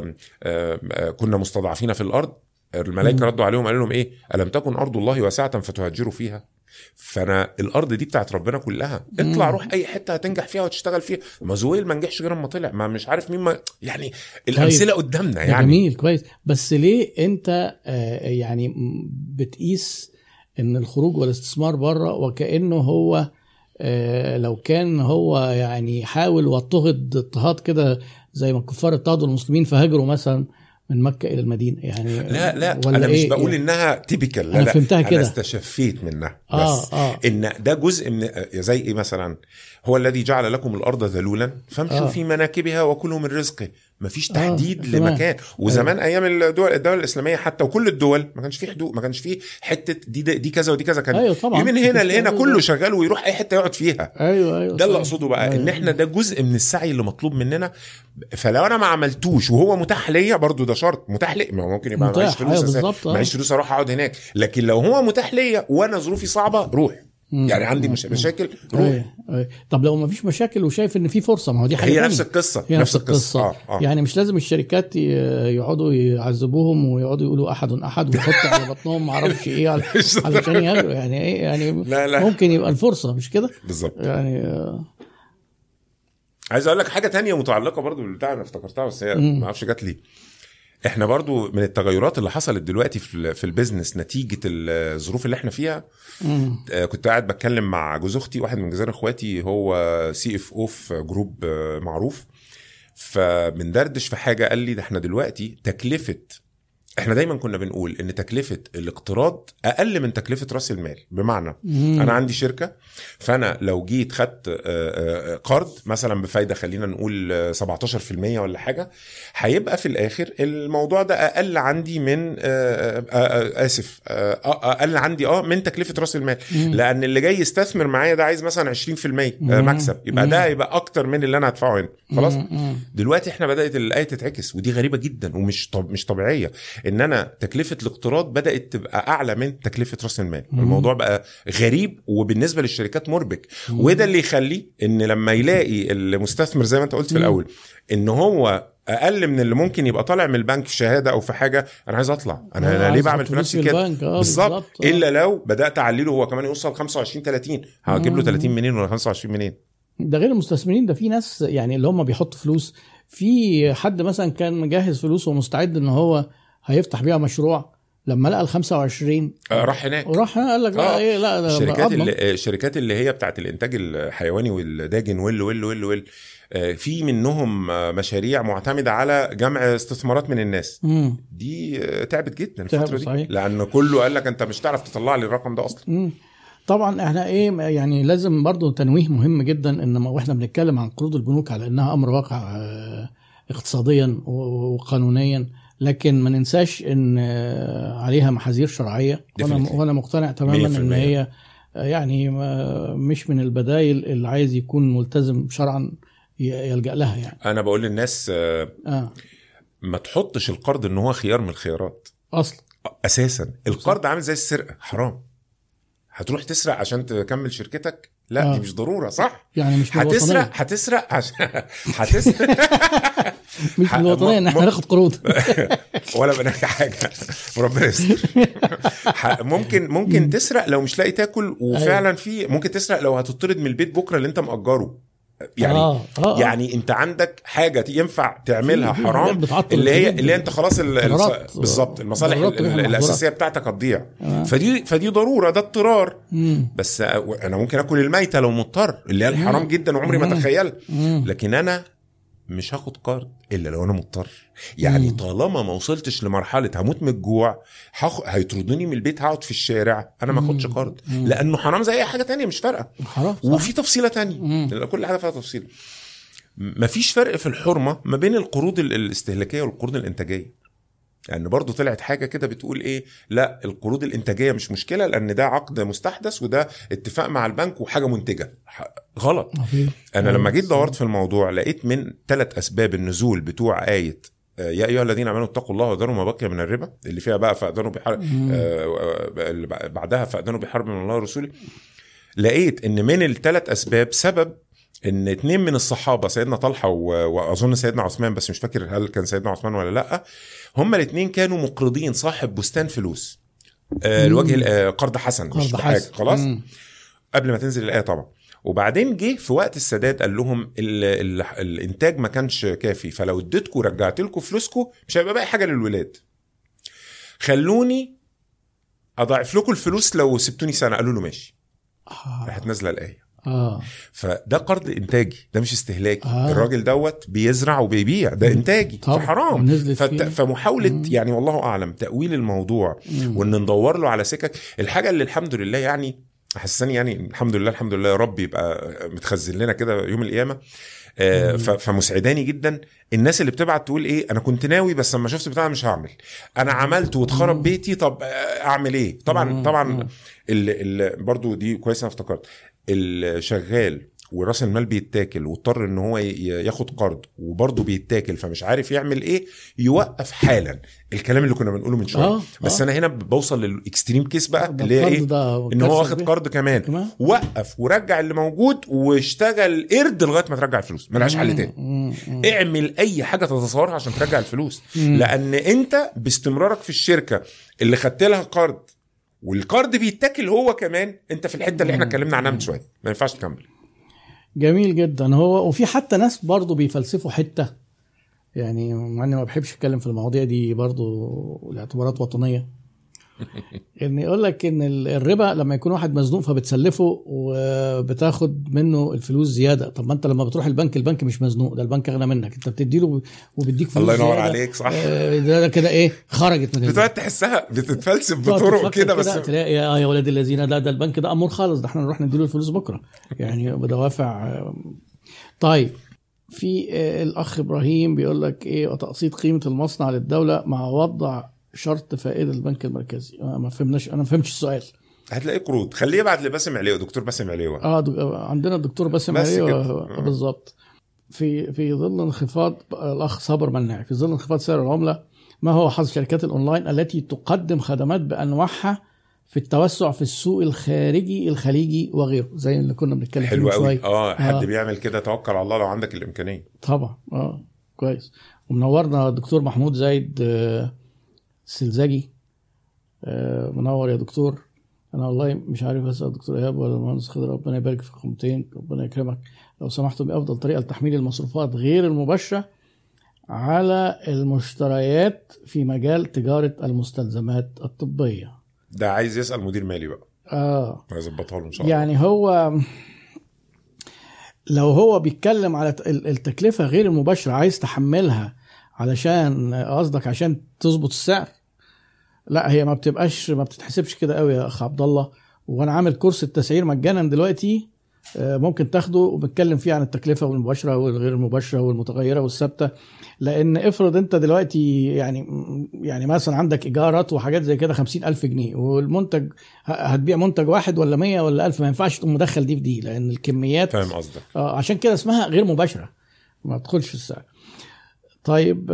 كنا مستضعفين في الارض، الملائكة ردوا عليهم قالوا لهم ايه؟ ألم تكن أرض الله واسعة فتهاجروا فيها. فانا الارض دي بتاعت ربنا كلها، اطلع روح اي حته هتنجح فيها وتشتغل فيها. مازويل ما نجحش غير اما طلع، ما مش عارف مين ما يعني الامثله قدامنا يعني. جميل كويس. بس ليه انت يعني بتقيس ان الخروج والاستثمار بره وكانه هو لو كان هو يعني حاول واضطهد اضطهاد كده زي ما الكفار اضطهدوا المسلمين فهاجروا مثلا من مكة إلى المدينة يعني؟ لا أنا مش بقول يعني إنها تيبيكال، لا فهمتها كده. أنا استشفيت منها بس إن ده جزء من زي إيه مثلا، هو الذي جعل لكم الأرض ذلولا فامشوا في مناكبها وكلوا من رزقه. مفيش تحديد لمكان. وزمان أيام الدول الإسلامية حتى وكل الدول ما كانش فيه حدود، ما كانش فيه حتة دي كذا ودي كذا، كان من هنا لهنا كله شغال ويروح أي حتة يقعد فيها. أيوة ده اللي أقصده بقى. إن إحنا ده جزء من السعي اللي مطلوب مننا. فلو أنا ما عملتوش وهو متاح ليا، برضو ده شرط متاح لي. ممكن يبقى معيش فلوس، معيش فلوس أروح أقعد هناك، لكن لو هو متاح ليا وأنا ظروفي صعبة روح. يعني عندي مشاكل روح. طب لو ما فيش مشاكل وشايف ان في فرصه، ما هو دي حاجه هي نفس القصه. نفس القصه. يعني مش لازم الشركات يقعدوا يعذبوهم ويقعدوا يقولوا احد ويحطوا على بطنهم ما اعرفش ايه علشان يهاجروا يعني ايه يعني. لا. ممكن يبقى الفرصه مش كده بالظبط يعني. عايز اقول لك حاجه تانية متعلقه برضو بالبتاع، انا افتكرتها بس هي ما اعرفش جات لي. احنا برضو من التغيرات اللي حصلت دلوقتي في البيزنس نتيجة الظروف اللي احنا فيها. كنت قاعد بتكلم مع جوز اختي، واحد من جزائر اخواتي، هو CFO في جروب معروف، فبندردش في حاجة، قال لي ده احنا دلوقتي احنا دايما كنا بنقول ان تكلفة الاقتراض اقل من تكلفة راس المال. بمعنى انا عندي شركة، فانا لو جيت خدت قرض مثلا بفايدة خلينا نقول 17% ولا حاجة، هيبقى في الاخر الموضوع ده اقل عندي من اقل عندي من تكلفة راس المال، لان اللي جاي يستثمر معايا ده عايز مثلا 20% مكسب، يبقى ده يبقى اكتر من اللي انا هدفعه هنا. خلاص دلوقتي احنا بدأت الآية تتعكس، ودي غريبة جدا ومش مش طبيعية، ان انا تكلفة الاقتراض بدأت تبقى اعلى من تكلفة راس المال. الموضوع بقى غريب وبالنسبة للشركات مربك، وده اللي يخلي ان لما يلاقي المستثمر زي ما انت قلت في الاول ان هو اقل من اللي ممكن يبقى طالع من البنك في شهاده او في حاجه، انا عايز اطلع، انا ليه بعمل في نفسي كده؟ بالظبط. الا لو بدات اعلله هو كمان يوصل 25 30، هجيب له 30 منين ولا 25 منين؟ ده غير المستثمرين، ده في ناس يعني اللي هم بيحطوا فلوس، في حد مثلا كان مجهز فلوس ومستعد ان هو هيفتح بيها مشروع، لما لقى 25 راح هناك، قال لك لا ايه، لا الشركات اللي هي بتاعت الانتاج الحيواني والداجن وال في منهم مشاريع معتمدة على جمع استثمارات من الناس. دي تعبت جدا الفترة دي، صحيح. لأن كله قال لك أنت مش تعرف تطلع لي الرقم ده أصلا. طبعا احنا يعني لازم برضو تنويه مهم جدا، ان واحنا بنتكلم عن قروض البنوك على انها امر واقع اقتصاديا وقانونيا، لكن ما ننساش ان عليها محاذير شرعية، وانا مقتنع تماما ان هي يعني مش من البدائل اللي عايز يكون ملتزم شرعا يلجأ لها. يعني انا بقول للناس ما تحطش القرض ان هو خيار من الخيارات اصلا. اساسا القرض عامل زي السرقة، حرام. هتروح تسرق عشان تكمل شركتك؟ لا دي مش ضرورة، صح؟ يعني مش هتسرق عشان هتسرق مش بالوطنية ان احنا ناخد قروض ولا بناخد حاجة، ربنا يستر. ممكن تسرق لو مش لاقي تاكل، وفعلا في ممكن تسرق لو هتطرد من البيت بكرة اللي انت مأجره. يعني يعني انت عندك حاجه ينفع تعملها حرام، اللي انت خلاص بالظبط المصالح الاساسيه بتاعتك هتضيع. فدي ضروره، ده اضطرار. بس انا ممكن اكل الميته لو مضطر، اللي هي الحرام جدا وعمري ما اتخيل، لكن انا مش هاخد قرض الا لو انا مضطر. يعني طالما ما وصلتش لمرحله هموت من الجوع هيطردوني من البيت هقعد في الشارع، انا ما اخدش قرض، لانه حرام زي اي حاجه تانية، مش فارقه. وفي تفصيله تانية، كل حاجه فيها تفصيله. مفيش فرق في الحرمه ما بين القروض الاستهلاكيه والقروض الانتاجيه. يعني برضو طلعت حاجة كده بتقول ايه، لا القروض الانتاجية مش مشكلة لان ده عقد مستحدث وده اتفاق مع البنك وحاجة منتجة. غلط. انا لما جيت دورت في الموضوع لقيت من 3 اسباب النزول بتوع آية يا ايها الذين امنوا اتقوا الله وذروا ما بقي من الربا، اللي فيها بقى فاذنوا بحرب، بعدها فاذنوا بحرب من الله ورسوله. لقيت ان من ال3 اسباب سبب ان 2 من الصحابة، سيدنا طلحة واظن سيدنا عثمان، بس مش فاكر هل كان سيدنا عثمان ولا لا، هما الاثنين كانوا مقرضين صاحب بستان فلوس الوجه قرض حسن، مش بحاجة خلاص قبل ما تنزل الآية طبعا. وبعدين جه في وقت السداد قال لهم الانتاج ما كانش كافي، فلو اديتكم رجعت لكم فلوسكم مش هيبقى باقي حاجة للولاد، خلوني اضاعف لكم الفلوس لو سبتوني سنة. قالوا له ماشي. راحت نازله الآية. فده قرض انتاجي، ده مش استهلاكي. الراجل دوت بيزرع وبيبيع، ده انتاجي، فحرام. فمحاولة يعني والله اعلم تأويل الموضوع وان ندور له على سكك. الحاجة اللي الحمد لله يعني حسني، يعني الحمد لله يا رب يبقى متخزن لنا كده يوم القيامة. فمسعداني جدا الناس اللي بتبعت تقول ايه، انا كنت ناوي بس لما شفت بتاع مش هعمل، انا عملت واتخرب بيتي، طب اعمل ايه؟ طبعا برضو دي كويسة، انا افتكرت الشغال وراس المال بيتاكل واضطر ان هو ياخد قرض وبرضه بيتاكل فمش عارف يعمل ايه، يوقف حالا. الكلام اللي كنا بنقوله من شويه. بس انا هنا بوصل للاكستريم كيس بقى، اللي هي ايه، ان هو واخد قرض كمان، وقف ورجع اللي موجود واشتغل قرد لغايه ما ترجع الفلوس، ملهاش حل تاني. اعمل اي حاجه تتصورها عشان ترجع الفلوس، لان انت باستمرارك في الشركه اللي خدت لها قرض والقرض بيتاكل هو كمان، انت في الحته اللي احنا اتكلمنا عنها من شويه، ما ينفعش تكمل. جميل جدا. هو وفي حتى ناس برضو بيفلسفوا حته يعني مع اني ما بحبش اتكلم في المواضيع دي برضو لاعتبارات وطنيه. ان يقول لك ان الربا لما يكون واحد مزنوق فبتسلفه وبتاخد منه الفلوس زياده. طب ما انت لما بتروح البنك مش مزنوق، ده البنك اغنى منك، انت بتديله وبيديك فلوس. الله ينور زيادة. عليك، صح. ده كده ايه، خرجت من بتقعد تحسها بتتفلسف بطرق كده، بس تلاقي يا ولاد الذين ده البنك ده امور خالص، ده احنا نروح نديله الفلوس بكره يعني بدوافع. طيب في الاخ ابراهيم بيقول لك ايه، وتقسيط قيمه المصنع للدوله مع وضع شرط فائده البنك المركزي. ما فهمناش، انا ما فهمتش السؤال. هتلاقي قروض. خليه يبعت لباسم عليه، دكتور باسم عليه. عندنا الدكتور باسم عليه بالظبط. في ظل انخفاض، الاخ صابر مناعي، في ظل انخفاض سعر العمله، ما هو حظ شركات الاونلاين التي تقدم خدمات بانواعها في التوسع في السوق الخليجي وغيره، زي اللي كنا بنتكلم فيه من شويه. حد بيعمل كده، توكل على الله لو عندك الامكانيه. طبعا كويس. ومنورنا الدكتور محمود زايد السلزاجي. منور يا دكتور. انا والله مش عارف اسال دكتور ايهاب ولا المهندس خضر، ربنا يبارك في قيمتين، ربنا يكرمك. لو سمحتوا بافضل طريقه لتحميل المصروفات غير المباشره على المشتريات في مجال تجاره المستلزمات الطبيه. ده عايز يسال مدير مالي بقى. هيظبطها له ان شاء الله. يعني هو لو هو بيتكلم على التكلفه غير المباشره عايز تحملها علشان قصدك عشان تظبط السعر، لا هي ما بتتحسبش كده قوي يا اخ عبد الله. وانا عامل كورس التسعير مجانا دلوقتي، ممكن تاخده وبتكلم فيه عن التكلفه والمباشره والغير المباشره والمتغيره والثابته. لان افرض انت دلوقتي يعني مثلا عندك ايجارات وحاجات زي كده 50,000 جنيه، والمنتج هتبيع منتج واحد ولا 100 ولا 1000، ما ينفعش تقوم مدخل دي في دي، لان الكميات. فاهم قصدك. عشان كده اسمها غير مباشره، ما تدخلش في السعر. طيب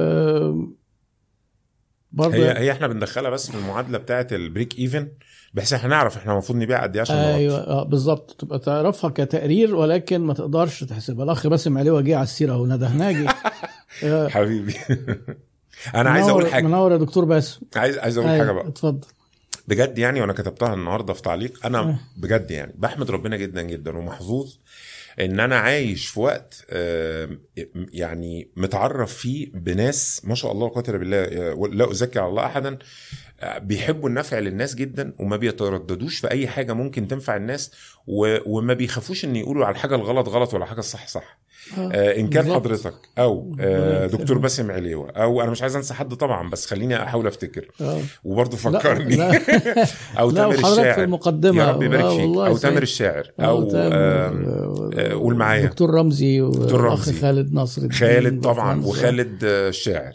برضه هي احنا بندخلها بس في المعادله بتاعه البريك ايفن، بحيث احنا نعرف احنا المفروض نبيع قد ايه عشان نغطي. ايوه بالظبط، تبقى تعرفها كتقرير ولكن ما تقدرش تحسبها. الاخ باسم عليه جه على السيره اهو، ندهناجي حبيبي. انا عايز اقول حاجه. منور يا دكتور باسم. عايز اقول حاجه بقى. اتفضل. بجد يعني، وانا كتبتها النهارده في تعليق، انا بجد يعني بحمد ربنا جدا جدا ومحظوظ ان انا عايش في وقت يعني متعرف فيه بناس ما شاء الله لا قوه الا بالله، لا ازكي على الله احدا، بيحبوا النفع للناس جدا وما بيترددوش في اي حاجه ممكن تنفع الناس، وما بيخافوش ان يقولوا على الحاجه الغلط غلط ولا حاجه الصح صح. ان كان بالضبط. حضرتك او دكتور باسم عليوة، او انا مش عايز انسى حد طبعا، بس خليني احاول افتكر وبرضه فكرني. لا. او تامر الشاعر في المقدمة. يا رب يبارك فيك، او تامر الشاعر، او قول معايا دكتور رمزي والاخ خالد ناصر الدين، خالد طبعا، وخالد الشاعر،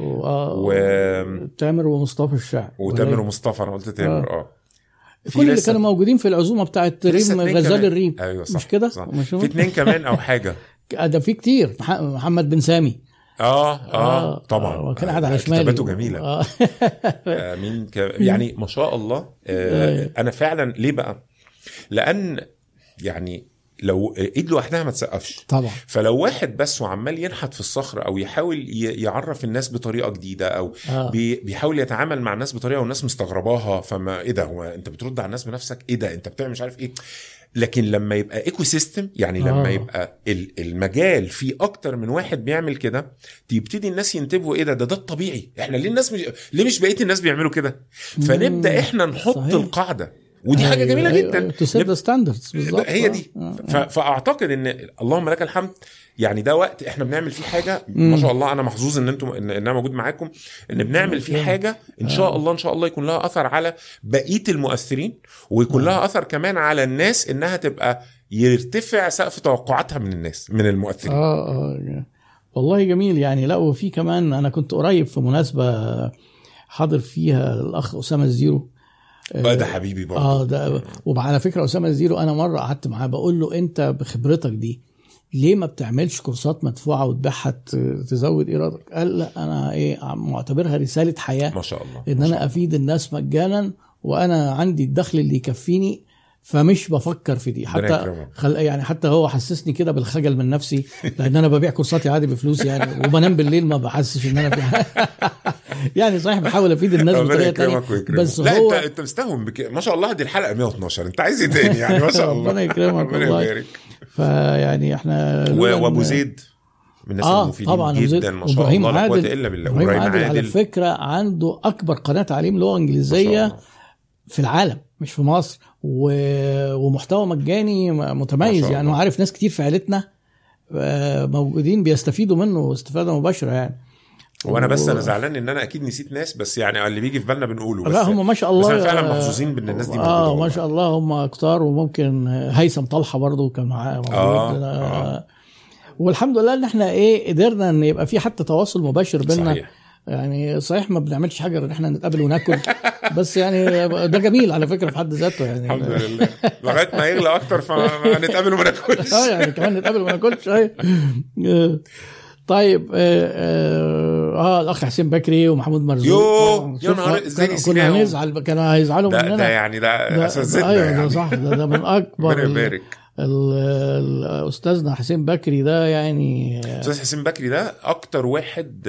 وتامر ومصطفى الشاعر، وتامر ومصطفى. انا قلت تامر. كل اللي كانوا موجودين في العزومه بتاعت ريم غزال الريم. أيوة صح. مش كده؟ في 2 كمان او حاجه. ده في كتير. محمد بن سامي. طبعا كان قاعد على شمالي. كتاباته جميله. مين يعني ما شاء الله. انا فعلا ليه بقى؟ لان يعني لو ايد لوحدها ما تسقفش طبعا. فلو واحد بس وعمال ينحت في الصخر، او يحاول يعرف الناس بطريقه جديده، او بيحاول يتعامل مع الناس بطريقه والناس مستغرباها، فما ايه ده، هو انت بترد على الناس بنفسك، ايه ده انت بتعمل مش عارف ايه. لكن لما يبقى ايكو سيستم، يعني لما يبقى المجال فيه اكتر من واحد بيعمل كده، تبتدي الناس ينتبهوا ايه ده الطبيعي، احنا ليه الناس ليه مش بقيه الناس بيعملوا كده، فنبدا احنا نحط صحيح. القاعده، ودي حاجه جميله جدا. تسيب ستاندردز بالظبط. هي دي. فاعتقد ان اللهم لك الحمد، يعني ده وقت احنا بنعمل فيه حاجه ما شاء الله. انا محظوظ ان انتم ان انا موجود معاكم، ان بنعمل فيه حاجه ان شاء الله يكون لها اثر على بقيه المؤثرين، ويكون لها اثر كمان على الناس، انها تبقى يرتفع سقف توقعاتها من الناس، من المؤثرين. والله جميل يعني. لا وفي كمان، انا كنت قريب في مناسبه حاضر فيها الاخ اسامه الزيرو. ده حبيبي برضه. ده وعلى فكره اسامه الزيرو انا مره قعدت معاه بقول له انت بخبرتك دي ليه ما بتعملش كورسات مدفوعه وتبيعها تزود ايرادك؟ قال لا انا معتبرها رساله حياه ما شاء الله، ان انا افيد الناس مجانا، وانا عندي الدخل اللي يكفيني، فمش بفكر في دي. حتى يعني حتى هو حسسني كده بالخجل من نفسي، لان انا ببيع كورساتي عادي بفلوس يعني، وبنام بالليل ما بحسش ان انا في يعني صحيح بحاول افيد الناس بطريقه ثانيه، بس لا هو انت مستهون ما شاء الله. دي الحلقه 112، انت عايز ايه تاني يعني؟ ما شاء الله. ربنا يكرمك والله. فيعني احنا وابو زيد من الناس المفيدين طبعا جدا ما شاء الله، لا قوه الا بالله. ابراهيم عادل على فكره عنده اكبر قناه تعليم لغه انجليزيه في العالم مش في مصر، ومحتوى مجاني متميز يعني، وعارف ناس كتير في عائلتنا موجودين بيستفيدوا منه استفاده مباشره يعني. وانا بس انا زعلان ان انا اكيد نسيت ناس، بس يعني اللي بيجي في بالنا بنقوله. بس لا هم ما شاء الله بس فعلا محظوظين بان الناس دي موجوده. ما شاء الله هم كتار، وممكن هيثم طلحه برضو كان معاه موجود. والحمد لله ان احنا قدرنا ان يبقى في حتى تواصل مباشر بيننا. صحيح. يعني صحيح ما بنعملش حاجه غير ان احنا نتقابل وناكل بس يعني ده جميل على فكره في حد ذاته يعني. الحمد لله لغايه ما يغلى اكتر فنتقابل وما ناكلش. يعني كمان نتقابل وما ناكلش. طيب الاخ حسين بكري ومحمود مرزوق يا نهار ازاي كنا هنزعل، كانوا هيزعلوا مننا. ده يعني ده اساسا ايوه يعني. ده صح، ده من اكبر يبارك استاذنا حسين بكري ده يعني. استاذ حسين بكري ده اكتر واحد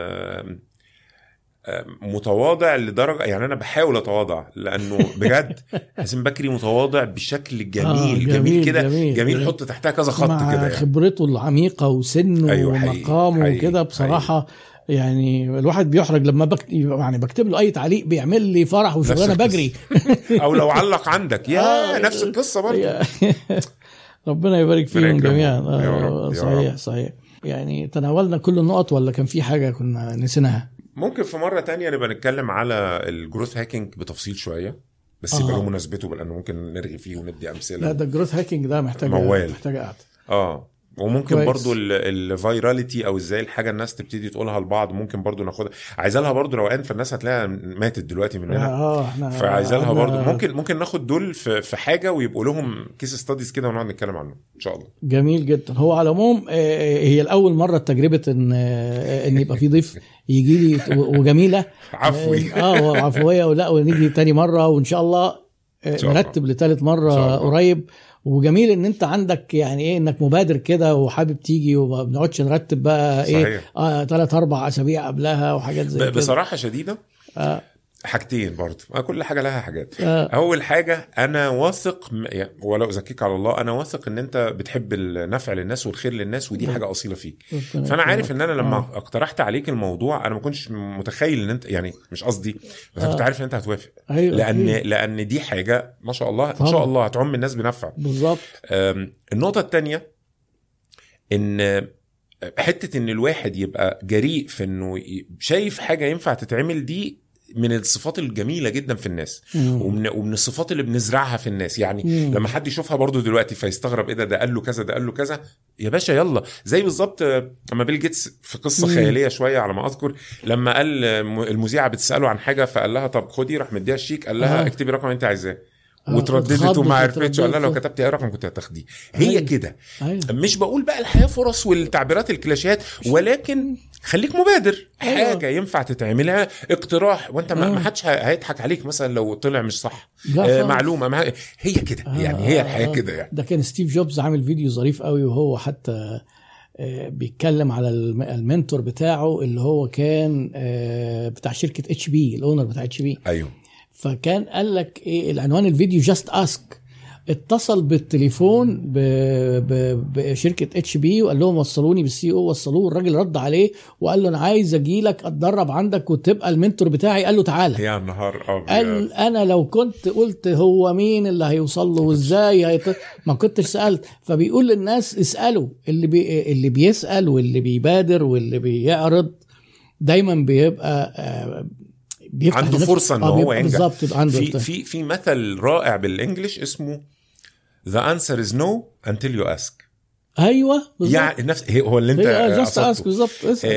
متواضع لدرجه، يعني انا بحاول اتواضع لانه بجد حسين بكري متواضع بشكل جميل. جميل كده، جميل حط تحتها كذا خط كده يعني. خبرته العميقه وسنه أيوة ومقامه وكده بصراحه يعني الواحد بيحرج لما يعني بكتب له اي تعليق بيعمل لي فرح وشغلانه بجري او لو علق عندك يا نفس القصه برضه. ربنا يبارك فيهم جميعا. صحيح يعني تناولنا كل النقط ولا كان في حاجه كنا نسيناها؟ ممكن في مرة تانية نبقى نتكلم على الجروث هاكينج بتفصيل شوية، بس يبقى له مناسبته، لأنه ممكن نرغي فيه وندي أمثلة. لا ده الجروث هاكينج ده محتاج قعدة. وممكن كويس. برضو الفايراليتي او ازاي الحاجه الناس تبتدي تقولها لبعض، ممكن برضو ناخدها. عايزه لها برضو روقان، فالناس هتلاقيها ماتت دلوقتي مننا. فعايزه لها برضو ممكن ناخد دول في حاجه ويبقوا لهم كيس ستاديز كده ونقعد نتكلم عنهم ان شاء الله. جميل جدا. هو على العموم هي الاول مره تجربه ان يبقى في ضيف يجي لي وجميله عفوي عفويه ولا ونيجي تاني مره، وان شاء الله نرتب لثالث مره قريب. وجميل ان انت عندك يعني انك مبادر كده وحابب تيجي، وما بنقعدش نرتب بقى 3-4 اسابيع قبلها وحاجات زي كده. بصراحه شديده حاجتين برضو، كل حاجه لها حاجات. اول حاجه انا واثق ولو ازكيك على الله، انا واثق ان انت بتحب النفع للناس والخير للناس، ودي حاجه اصيله فيك. فانا عارف ان انا لما اقترحت عليك الموضوع انا ما كنتش متخيل ان انت يعني مش قصدي، بس كنت عارف ان انت هتوافق. لان دي حاجه ما شاء الله ان شاء الله هتعم الناس بنفع. بالظبط. النقطه الثانيه ان حته ان الواحد يبقى جريء في انه شايف حاجه ينفع تتعمل، دي من الصفات الجميلة جدا في الناس. ومن الصفات اللي بنزرعها في الناس يعني. لما حد يشوفها برضو دلوقتي فيستغرب ايه ده قال له كذا، ده قال له كذا، يا باشا يلا. زي بالظبط لما بيل جيتس في قصة خيالية شوية على ما اذكر، لما قال المذيعة بتسأله عن حاجة فقال لها طب خدي، راح مديها الشيك قال لها اكتبي رقم انت عايزاه، وترددت وما عرفتش. قال لها لو كتبت اي رقم كنت هتاخديه. هي كده. مش بقول بقى الحياة فرص والتعبيرات الكلاشيات، ولكن خليك مبادر. حاجة ينفع تتعملها، اقتراح، وانت ما حدش هيضحك عليك مثلا لو طلع مش صح. معلومة هي كده يعني. هي الحياة كده يعني. ده كان ستيف جوبز عامل فيديو ظريف قوي، وهو حتى بيتكلم على المنتور بتاعه اللي هو كان بتاع شركة HP، الاونر بتاع HP. ايوه. فكان قال لك العنوان الفيديو جاست اسك. اتصل بالتليفون بشركه HP وقال لهم وصلوني بالCEO، وصلوه. الراجل رد عليه وقال له انا عايز اجي لك اتدرب عندك وتبقى المنتور بتاعي. قال له تعالى. يا نهار ابيض. قال انا لو كنت قلت هو مين اللي هيوصل له وازاي ما كنتش سالت. فبيقول للناس اسالوا، اللي بيسال واللي بيبادر واللي بيعرض دايما بيبقى عنده فرصة ان هو ينجح. بالظبط. عنده في مثل رائع بالانجليش اسمه the answer is no until you ask. ايوه بالظبط. يعني نفس هو اللي انت قصدته بالظبط.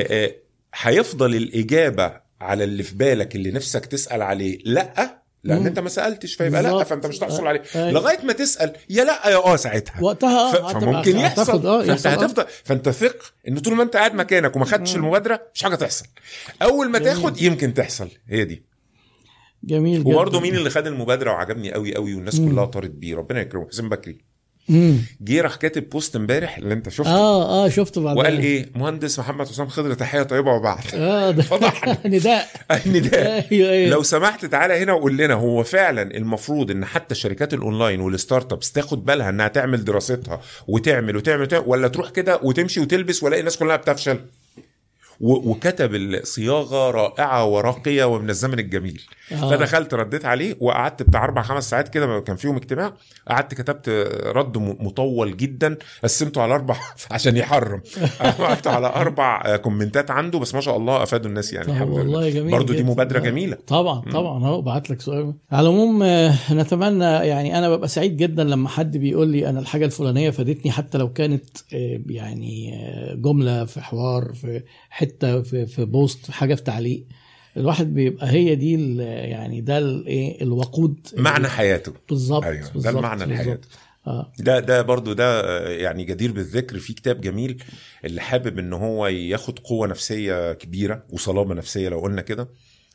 هيفضل الاجابة على اللي في بالك اللي نفسك تسأل عليه لا، لان انت ما سالتش، فيبقى لا، فانت مش تحصل عليه لغايه ما تسال يا لا يا ساعتها وقتها فممكن يحصل. فانت هتفضل، فانت ثق ان طول ما انت قاعد مكانك وما خدتش المبادره مش حاجه تحصل. اول ما تاخد يمكن تحصل. هي دي. جميل جدا. وبرضه مين اللي خد المبادره وعجبني قوي قوي والناس كلها طارت بيه، ربنا يكرمه، حسين بكري. جه راح كاتب بوست امبارح اللي انت شفته. شفته بعد وقال ايه؟ مهندس محمد حسام خضر تحيه طيبه وبعد. ده فضحني. نداء. أيوة. لو سمحت تعالى هنا وقول لنا، هو فعلا المفروض ان حتى الشركات الاونلاين والستارت ابس تاخد بالها انها تعمل دراستها وتعمل ولا تروح كده وتمشي وتلبس ولاقي الناس كلها بتفشل؟ وكتب الصياغه رائعه وراقيه ومن الزمن الجميل. فدخلت رديت عليه وقعدت بتاع 4-5 ساعات كده، كان فيهم اجتماع، قعدت كتبت رد مطول جدا، قسمته على 4 عشان يحرم. قعدت على 4 كومنتات عنده، بس ما شاء الله افادوا الناس يعني. الحمد والله لله. جميل برضو دي مبادره جميله. طبعا اهو بعت لك سؤال. على العموم نتمنى، يعني انا ببقى سعيد جدا لما حد بيقول لي انا الحاجه الفلانيه فادتني، حتى لو كانت يعني جمله في حوار، في حته، في بوست، حاجه في تعليق. الواحد بيبقى هي دي يعني ده الوقود، معنى حياته. بالظبط. أيوة. ده المعنى لحياته. ده برضو ده يعني جدير بالذكر في كتاب جميل، اللي حابب ان هو ياخد قوة نفسية كبيرة وصلابة نفسية لو قلنا كده،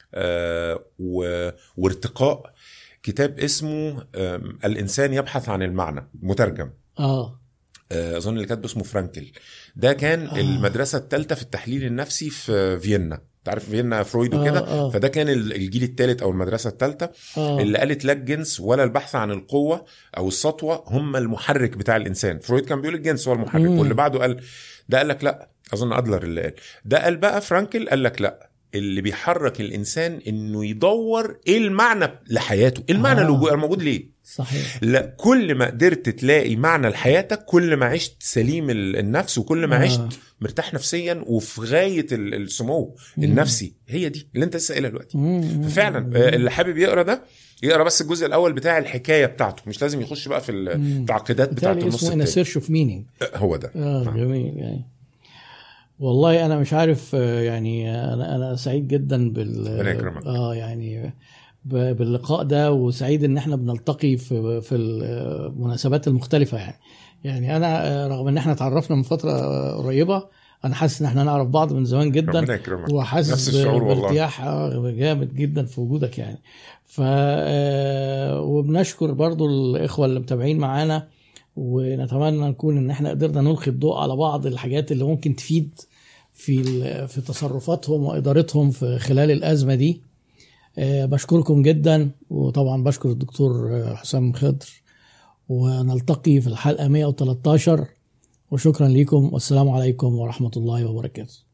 وارتقاء. كتاب اسمه الإنسان يبحث عن المعنى، مترجم. أظن اللي كاتبه اسمه فرانكل. ده كان المدرسة الثالثة في التحليل النفسي في فيينا. تعرف فيينا فرويد وكده. فده كان الجيل الثالث او المدرسه الثالثه اللي قالت لا الجنس ولا البحث عن القوه او السطوه هم المحرك بتاع الانسان. فرويد كان بيقول الجنس هو المحرك، واللي بعده قال لك لا، اظن ادلر اللي قال ده. قال بقى فرانكل قال لك لا، اللي بيحرك الانسان انه يدور ايه المعنى لحياته، المعنى اللي موجود ليه. صحيح. لا، كل ما قدرت تلاقي معنى لحياتك كل ما عشت سليم النفس، وكل ما عشت مرتاح نفسيا وفي غاية السمو النفسي. هي دي اللي انت لسه قايلها دلوقتي. ففعلا اللي حابب يقرأ ده يقرأ بس الجزء الأول بتاع الحكاية بتاعته، مش لازم يخش بقى في التعقيدات بتاعت النص التاني. اسمه سيرش اوف مينينج. هو ده. جميل يعني. والله أنا مش عارف، يعني أنا سعيد جدا يعني باللقاء ده، وسعيد ان احنا بنلتقي في المناسبات المختلفة. يعني انا رغم ان احنا تعرفنا من فترة قريبة، انا حاسس ان احنا نعرف بعض من زمان جدا، وحاسس بارتياح جامد جدا في وجودك يعني. وبنشكر برضو الاخوة اللي متابعين معانا، ونتمنى نكون ان احنا قدرنا نلقي الضوء على بعض الحاجات اللي ممكن تفيد في تصرفاتهم وادارتهم في خلال الازمة دي. بشكركم جدا، وطبعا بشكر الدكتور حسام خضر، ونلتقي في الحلقة 113. وشكرا لكم، والسلام عليكم ورحمة الله وبركاته.